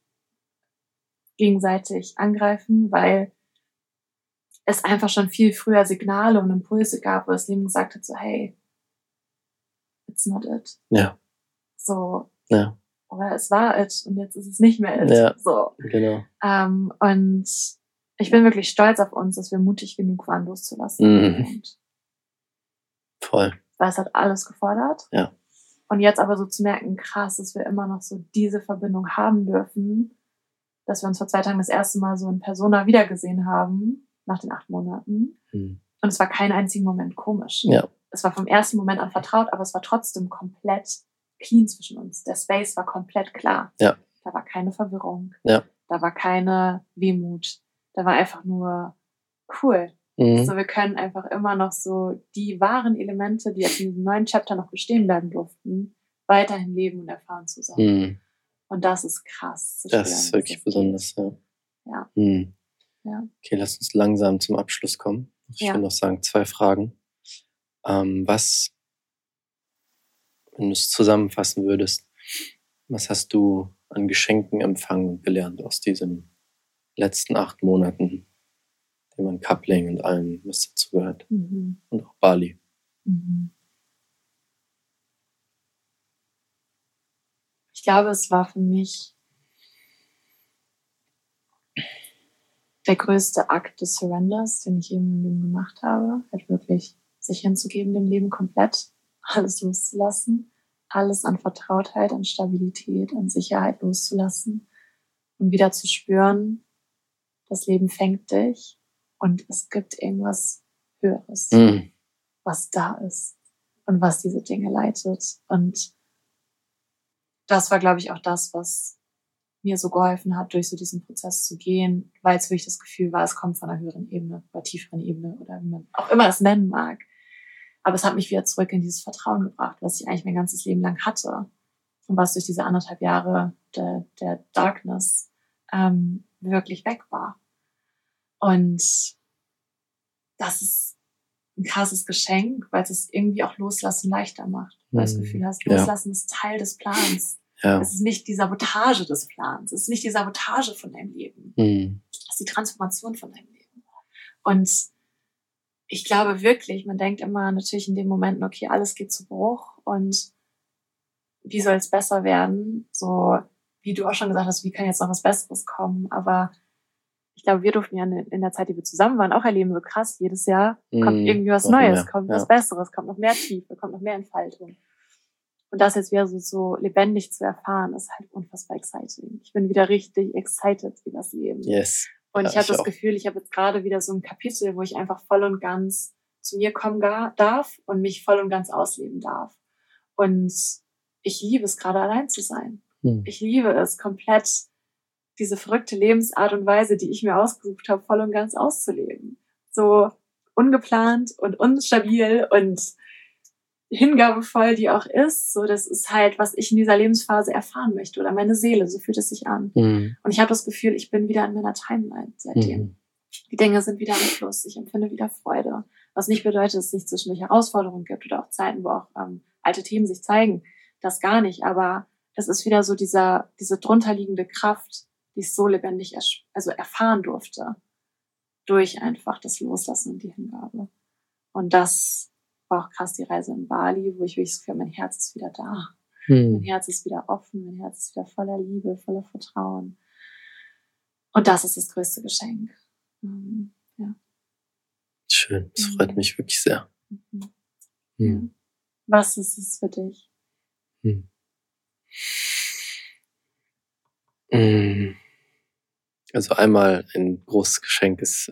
Speaker 2: gegenseitig angreifen, weil es einfach schon viel früher Signale und Impulse gab, wo das Leben gesagt hat, so hey, it's not it.
Speaker 3: Ja.
Speaker 2: So,
Speaker 3: ja.
Speaker 2: Oder es war it und jetzt ist es nicht mehr it.
Speaker 3: Ja,
Speaker 2: so.
Speaker 3: Genau.
Speaker 2: Und ich bin wirklich stolz auf uns, dass wir mutig genug waren, loszulassen.
Speaker 3: Voll.
Speaker 2: Weil es hat alles gefordert.
Speaker 3: Ja.
Speaker 2: Und jetzt aber so zu merken, krass, dass wir immer noch so diese Verbindung haben dürfen, dass wir uns vor 2 Tagen das erste Mal so in Persona wiedergesehen haben, nach den 8 Monaten. Und es war keinen einzigen Moment komisch.
Speaker 3: Ja.
Speaker 2: Es war vom ersten Moment an vertraut, aber es war trotzdem komplett clean zwischen uns. Der Space war komplett klar.
Speaker 3: Ja.
Speaker 2: Da war keine Verwirrung.
Speaker 3: Ja.
Speaker 2: Da war keine Wehmut. Da war einfach nur cool. So, wir können einfach immer noch so die wahren Elemente, die jetzt in diesem neuen Chapter noch bestehen bleiben durften, weiterhin leben und erfahren zusammen. Und das ist krass zu spüren.
Speaker 3: Das ist wirklich besonders,
Speaker 2: ja. Ja.
Speaker 3: Okay, lass uns langsam zum Abschluss kommen. Ich will noch sagen, 2 Fragen. Was, wenn du es zusammenfassen würdest, was hast du an Geschenken empfangen und gelernt aus diesen letzten 8 Monaten? Thema Coupling und allem, was dazu gehört. Und auch Bali.
Speaker 2: Ich glaube, es war für mich der größte Akt des Surrenders, den ich eben im Leben gemacht habe. Halt wirklich sich hinzugeben, dem Leben komplett alles loszulassen, alles an Vertrautheit, an Stabilität, an Sicherheit loszulassen und wieder zu spüren, das Leben fängt dich. Und es gibt irgendwas Höheres, was da ist und was diese Dinge leitet. Und das war, glaube ich, auch das, was mir so geholfen hat, durch so diesen Prozess zu gehen, weil es wirklich das Gefühl war, es kommt von einer höheren Ebene oder tieferen Ebene oder wie man auch immer es nennen mag. Aber es hat mich wieder zurück in dieses Vertrauen gebracht, was ich eigentlich mein ganzes Leben lang hatte und was durch diese 1,5 Jahre der Darkness wirklich weg war. Und das ist ein krasses Geschenk, weil es irgendwie auch Loslassen leichter macht. Weil du das Gefühl hast, Loslassen ist Teil des Plans.
Speaker 3: Ja.
Speaker 2: Es ist nicht die Sabotage des Plans. Es ist nicht die Sabotage von deinem Leben. Es ist die Transformation von deinem Leben. Und ich glaube wirklich, man denkt immer natürlich in den Momenten, okay, alles geht zu Bruch und wie soll es besser werden? So, wie du auch schon gesagt hast, wie kann jetzt noch was Besseres kommen? Aber ich glaube, wir durften ja in der Zeit, die wir zusammen waren, auch erleben, so krass, jedes Jahr kommt irgendwie was Neues, kommt was Besseres, kommt noch mehr Tiefe, kommt noch mehr Entfaltung. Und das jetzt wieder so lebendig zu erfahren, ist halt unfassbar exciting. Ich bin wieder richtig excited über das Leben.
Speaker 3: Yes.
Speaker 2: Und ich habe das Gefühl, ich habe jetzt gerade wieder so ein Kapitel, wo ich einfach voll und ganz zu mir kommen darf und mich voll und ganz ausleben darf. Und ich liebe es, gerade allein zu sein. Ich liebe es, komplett diese verrückte Lebensart und Weise, die ich mir ausgesucht habe, voll und ganz auszuleben. So ungeplant und unstabil und hingabevoll, die auch ist. So, das ist halt, was ich in dieser Lebensphase erfahren möchte oder meine Seele, so fühlt es sich an. Und ich habe das Gefühl, ich bin wieder in meiner Timeline seitdem. Die Dinge sind wieder im Fluss, ich empfinde wieder Freude. Was nicht bedeutet, dass es nicht zwischendurch Herausforderungen gibt oder auch Zeiten, wo auch alte Themen sich zeigen. Das gar nicht, aber es ist wieder so diese drunterliegende Kraft, die ich so lebendig erfahren durfte. durch einfach das Loslassen und die Hingabe. Und das war auch krass, die Reise in Bali, wo ich wirklich das Gefühl habe, mein Herz ist wieder da. Mein Herz ist wieder offen, mein Herz ist wieder voller Liebe, voller Vertrauen. Und das ist das größte Geschenk. Ja.
Speaker 3: Schön, das freut mich wirklich sehr.
Speaker 2: Ja. Was ist es für dich?
Speaker 3: Also einmal ein großes Geschenk ist,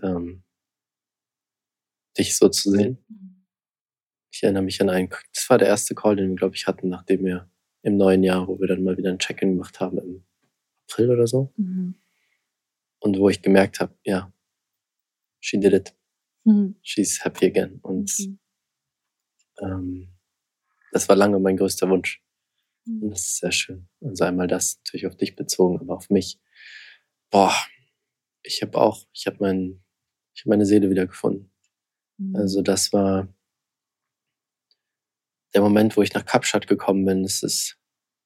Speaker 3: dich so zu sehen. Ich erinnere mich an das war der erste Call, den wir, glaube ich, hatten, nachdem wir im neuen Jahr, wo wir dann mal wieder ein Check-in gemacht haben, im April oder so. Und wo ich gemerkt habe, ja, she did it. She's happy again. Und das war lange mein größter Wunsch. Und das ist sehr schön. Also einmal das natürlich auf dich bezogen, aber auf mich. Ich habe meine Seele wieder gefunden. Also das war der Moment, wo ich nach Kapstadt gekommen bin. Es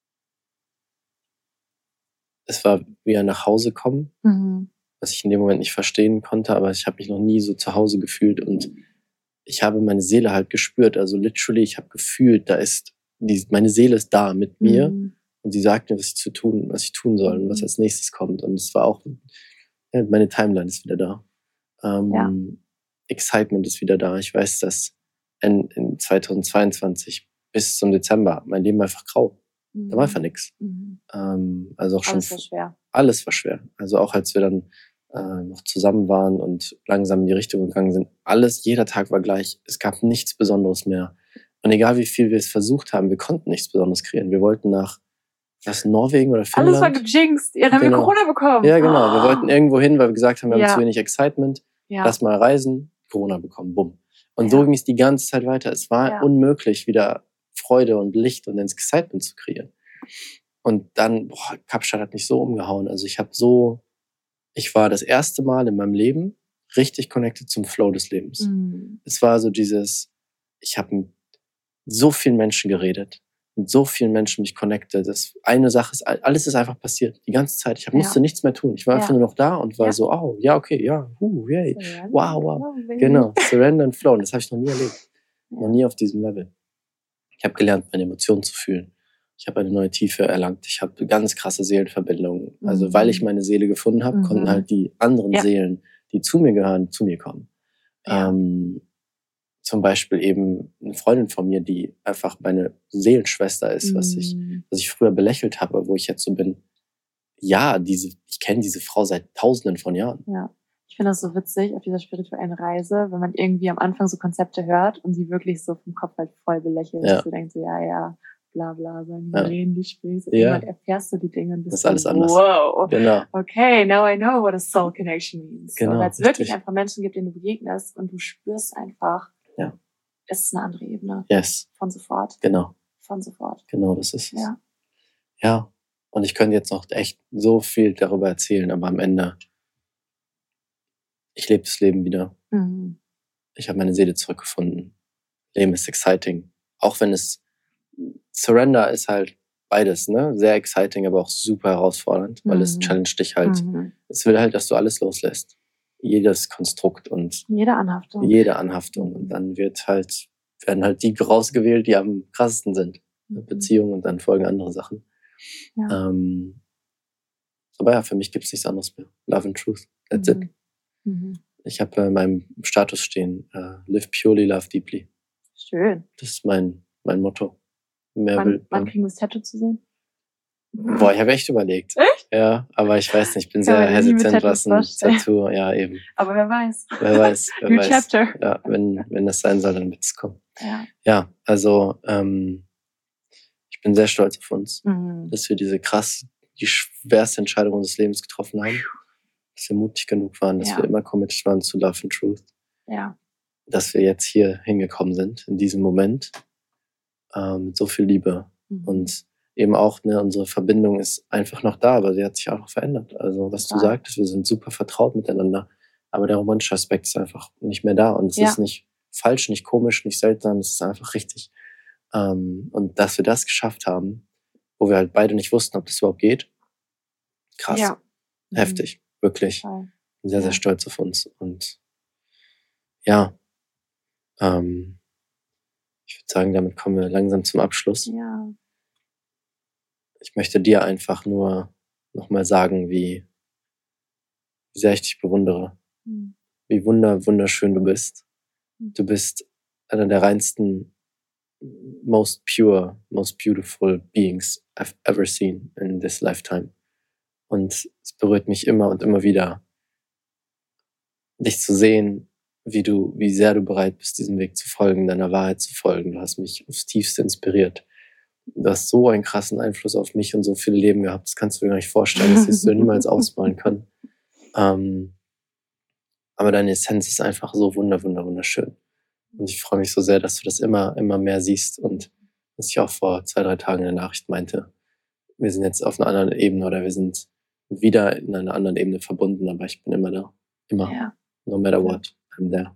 Speaker 3: war wie ein nach Hause kommen, was ich in dem Moment nicht verstehen konnte, aber ich habe mich noch nie so zu Hause gefühlt und ich habe meine Seele halt gespürt. Also literally, ich habe gefühlt, meine Seele ist da mit mir und sie sagt mir, was ich tun soll und was als nächstes kommt. Und es war auch, meine Timeline ist wieder da. Excitement ist wieder da. Ich weiß, dass in 2022 bis zum Dezember mein Leben einfach grau. Da war einfach nichts. Also auch
Speaker 2: Alles war schwer.
Speaker 3: Alles war schwer. Also auch als wir dann noch zusammen waren und langsam in die Richtung gegangen sind, jeder Tag war gleich. Es gab nichts Besonderes mehr. Und egal wie viel wir es versucht haben, wir konnten nichts Besonderes kreieren. Wir wollten nach Norwegen oder Finnland.
Speaker 2: Alles war gejinxt. Ja, dann haben wir Corona bekommen.
Speaker 3: Ja, genau. Wir wollten irgendwo hin, weil wir gesagt haben, wir haben zu wenig Excitement. Lass mal reisen. Corona bekommen. Bumm. Und so ging es die ganze Zeit weiter. Es war unmöglich, wieder Freude und Licht und Excitement zu kreieren. Und dann, Kapstadt hat mich so umgehauen. Also ich war das erste Mal in meinem Leben richtig connected zum Flow des Lebens. Es war so ich habe mit so vielen Menschen geredet, mit so vielen Menschen mich connected. Alles ist einfach passiert, die ganze Zeit. Ich musste nichts mehr tun. Ich war einfach nur noch da und war so, okay, yay, wow. Genau, Surrender and Flow. Und das habe ich noch nie erlebt. Noch nie auf diesem Level. Ich habe gelernt, meine Emotionen zu fühlen. Ich habe eine neue Tiefe erlangt. Ich habe ganz krasse Seelenverbindungen. Also weil ich meine Seele gefunden habe, konnten halt die anderen Seelen, die zu mir gehören, zu mir kommen. Zum Beispiel eben eine Freundin von mir, die einfach meine Seelenschwester ist, was ich früher belächelt habe, wo ich jetzt so bin. Ja, ich kenne diese Frau seit Tausenden von Jahren.
Speaker 2: Ja. Ich finde das so witzig auf dieser spirituellen Reise, wenn man irgendwie am Anfang so Konzepte hört und sie wirklich so vom Kopf halt voll belächelt. Ja. Du denkst so, bla bla, sollen die reden, die sprichst. Irgendwann erfährst du die Dinge und bist
Speaker 3: das ist alles anders.
Speaker 2: Wow,
Speaker 3: genau.
Speaker 2: Okay, now I know what a soul connection means.
Speaker 3: Genau,
Speaker 2: und weil es wirklich einfach Menschen gibt, denen du begegnest und du spürst einfach, es ist eine andere Ebene.
Speaker 3: Yes.
Speaker 2: Von sofort.
Speaker 3: Genau.
Speaker 2: Von sofort.
Speaker 3: Genau, das ist es.
Speaker 2: Ja.
Speaker 3: Ja, und ich könnte jetzt noch echt so viel darüber erzählen, aber am Ende, ich lebe das Leben wieder. Ich habe meine Seele zurückgefunden. Leben ist exciting. Auch wenn Surrender ist halt beides, ne? Sehr exciting, aber auch super herausfordernd, weil es challenge dich halt. Es will halt, dass du alles loslässt. Jedes Konstrukt und
Speaker 2: jede Anhaftung.
Speaker 3: Und dann werden halt die rausgewählt, die am krassesten sind. Beziehungen und dann folgen andere Sachen. Ja. Aber ja, für mich gibt es nichts anderes mehr. Love and Truth. That's it. Ich habe in meinem Status stehen, live purely, love deeply.
Speaker 2: Schön.
Speaker 3: Das ist mein Motto.
Speaker 2: Wann kriegen wir das Tattoo zu sehen?
Speaker 3: Boah, ich habe echt überlegt.
Speaker 2: Echt?
Speaker 3: Ja, aber ich weiß nicht, ich bin sehr hesitant, was ein Tattoo, ja eben.
Speaker 2: Aber wer weiß.
Speaker 3: Wer weiß.
Speaker 2: New chapter.
Speaker 3: Ja, wenn das sein soll, dann wird es kommen.
Speaker 2: Ja,
Speaker 3: also ich bin sehr stolz auf uns, dass wir die schwerste Entscheidung unseres Lebens getroffen haben. Dass wir mutig genug waren, dass wir immer committed waren zu Love and Truth.
Speaker 2: Ja.
Speaker 3: Dass wir jetzt hier hingekommen sind, in diesem Moment, mit so viel Liebe. Und eben auch, unsere Verbindung ist einfach noch da, aber sie hat sich auch noch verändert. Also was du sagtest, wir sind super vertraut miteinander, aber der romantische Aspekt ist einfach nicht mehr da. Und es ist nicht falsch, nicht komisch, nicht seltsam, es ist einfach richtig. Und dass wir das geschafft haben, wo wir halt beide nicht wussten, ob das überhaupt geht, krass, heftig, wirklich. sehr, sehr stolz auf uns. Und ja, ich würde sagen, damit kommen wir langsam zum Abschluss.
Speaker 2: Ja.
Speaker 3: Ich möchte dir einfach nur nochmal sagen, wie sehr ich dich bewundere.
Speaker 2: Mhm.
Speaker 3: Wie wunderschön du bist. Du bist einer der reinsten, most pure, most beautiful beings I've ever seen in this lifetime. Und es berührt mich immer und immer wieder, dich zu sehen, wie sehr du bereit bist, diesem Weg zu folgen, deiner Wahrheit zu folgen. Du hast mich aufs Tiefste inspiriert. Du hast so einen krassen Einfluss auf mich und so viele Leben gehabt. Das kannst du dir gar nicht vorstellen. Das wirst du niemals ausmalen können. Aber deine Essenz ist einfach so wunderschön. Und ich freue mich so sehr, dass du das immer mehr siehst. Und was ich auch vor 2-3 Tagen in der Nachricht meinte, wir sind jetzt auf einer anderen Ebene oder wir sind wieder in einer anderen Ebene verbunden, aber ich bin immer da. Immer.
Speaker 2: Ja.
Speaker 3: No matter what, I'm there.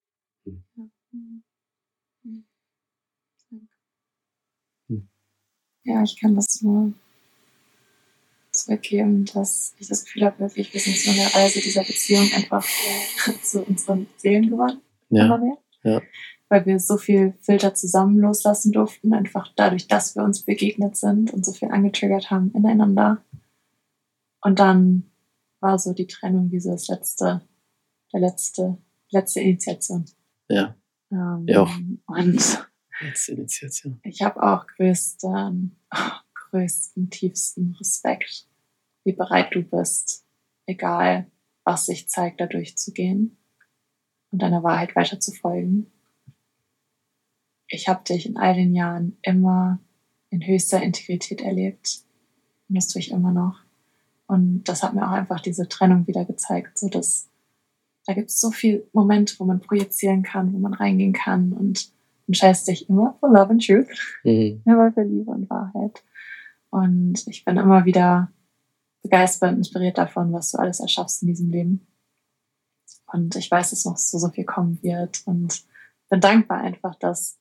Speaker 2: Ja, ich kann das nur zurückgeben, dass ich das Gefühl habe, wirklich, wir sind so eine Reise dieser Beziehung einfach zu unseren Seelen geworden. Immer mehr.
Speaker 3: Ja.
Speaker 2: Weil wir so viel Filter zusammen loslassen durften, einfach dadurch, dass wir uns begegnet sind und so viel angetriggert haben ineinander. Und dann war so die Trennung wie so letzte Initiation.
Speaker 3: Ja.
Speaker 2: Ja auch. Und
Speaker 3: letzte Initiation.
Speaker 2: Ich habe auch größten, tiefsten Respekt, wie bereit du bist, egal was sich zeigt, da durchzugehen und deiner Wahrheit weiter zu folgen. Ich habe dich in all den Jahren immer in höchster Integrität erlebt. Und das tue ich immer noch. Und das hat mir auch einfach diese Trennung wieder gezeigt, so dass da gibt es so viele Momente, wo man projizieren kann, wo man reingehen kann und entscheidest dich immer für Love and Truth. Immer für Liebe und Wahrheit. Und ich bin immer wieder begeistert und inspiriert davon, was du alles erschaffst in diesem Leben. Und ich weiß, dass noch so viel kommen wird. Und bin dankbar einfach, dass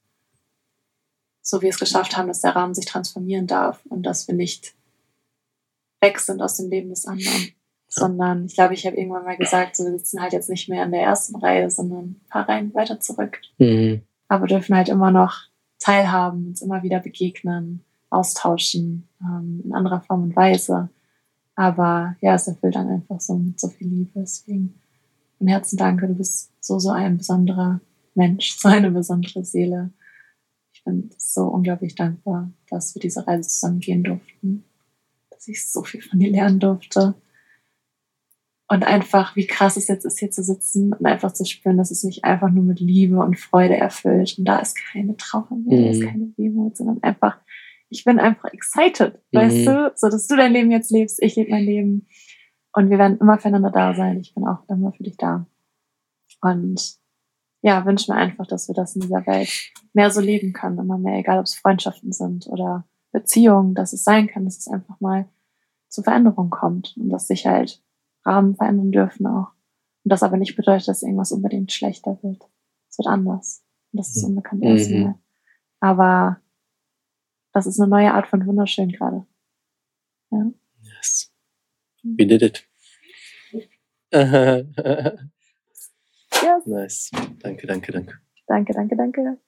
Speaker 2: so wie wir es geschafft haben, dass der Rahmen sich transformieren darf und dass wir nicht weg sind aus dem Leben des anderen. Sondern ich glaube, ich habe irgendwann mal gesagt, so, wir sitzen halt jetzt nicht mehr in der ersten Reihe, sondern ein paar Reihen weiter zurück. Aber dürfen halt immer noch teilhaben, uns immer wieder begegnen, austauschen, in anderer Form und Weise. Aber ja, es erfüllt dann einfach so mit so viel Liebe. Deswegen von Herzen danke, du bist so ein besonderer Mensch, so eine besondere Seele. Ich bin so unglaublich dankbar, dass wir diese Reise zusammen gehen durften, dass ich so viel von dir lernen durfte. Und einfach, wie krass es jetzt ist, hier zu sitzen und einfach zu spüren, dass es mich einfach nur mit Liebe und Freude erfüllt. Und da ist keine Trauer mehr, da ist keine Wehmut, sondern einfach, ich bin einfach excited, weißt du? So, dass du dein Leben jetzt lebst, ich lebe mein Leben. Und wir werden immer füreinander da sein. Ich bin auch immer für dich da. Und ja, wünsche mir einfach, dass wir das in dieser Welt mehr so leben können. Immer mehr, egal ob es Freundschaften sind oder Beziehungen, dass es sein kann, dass es einfach mal zu Veränderung kommt. Und dass sich halt Rahmen verändern dürfen auch. Und das aber nicht bedeutet, dass irgendwas unbedingt schlechter wird. Es wird anders. Und das ist unbekannt erstmal. Aber das ist eine neue Art von wunderschön gerade. Ja.
Speaker 3: Yes. We did it.
Speaker 2: Yes.
Speaker 3: Nice. Danke.
Speaker 2: Danke.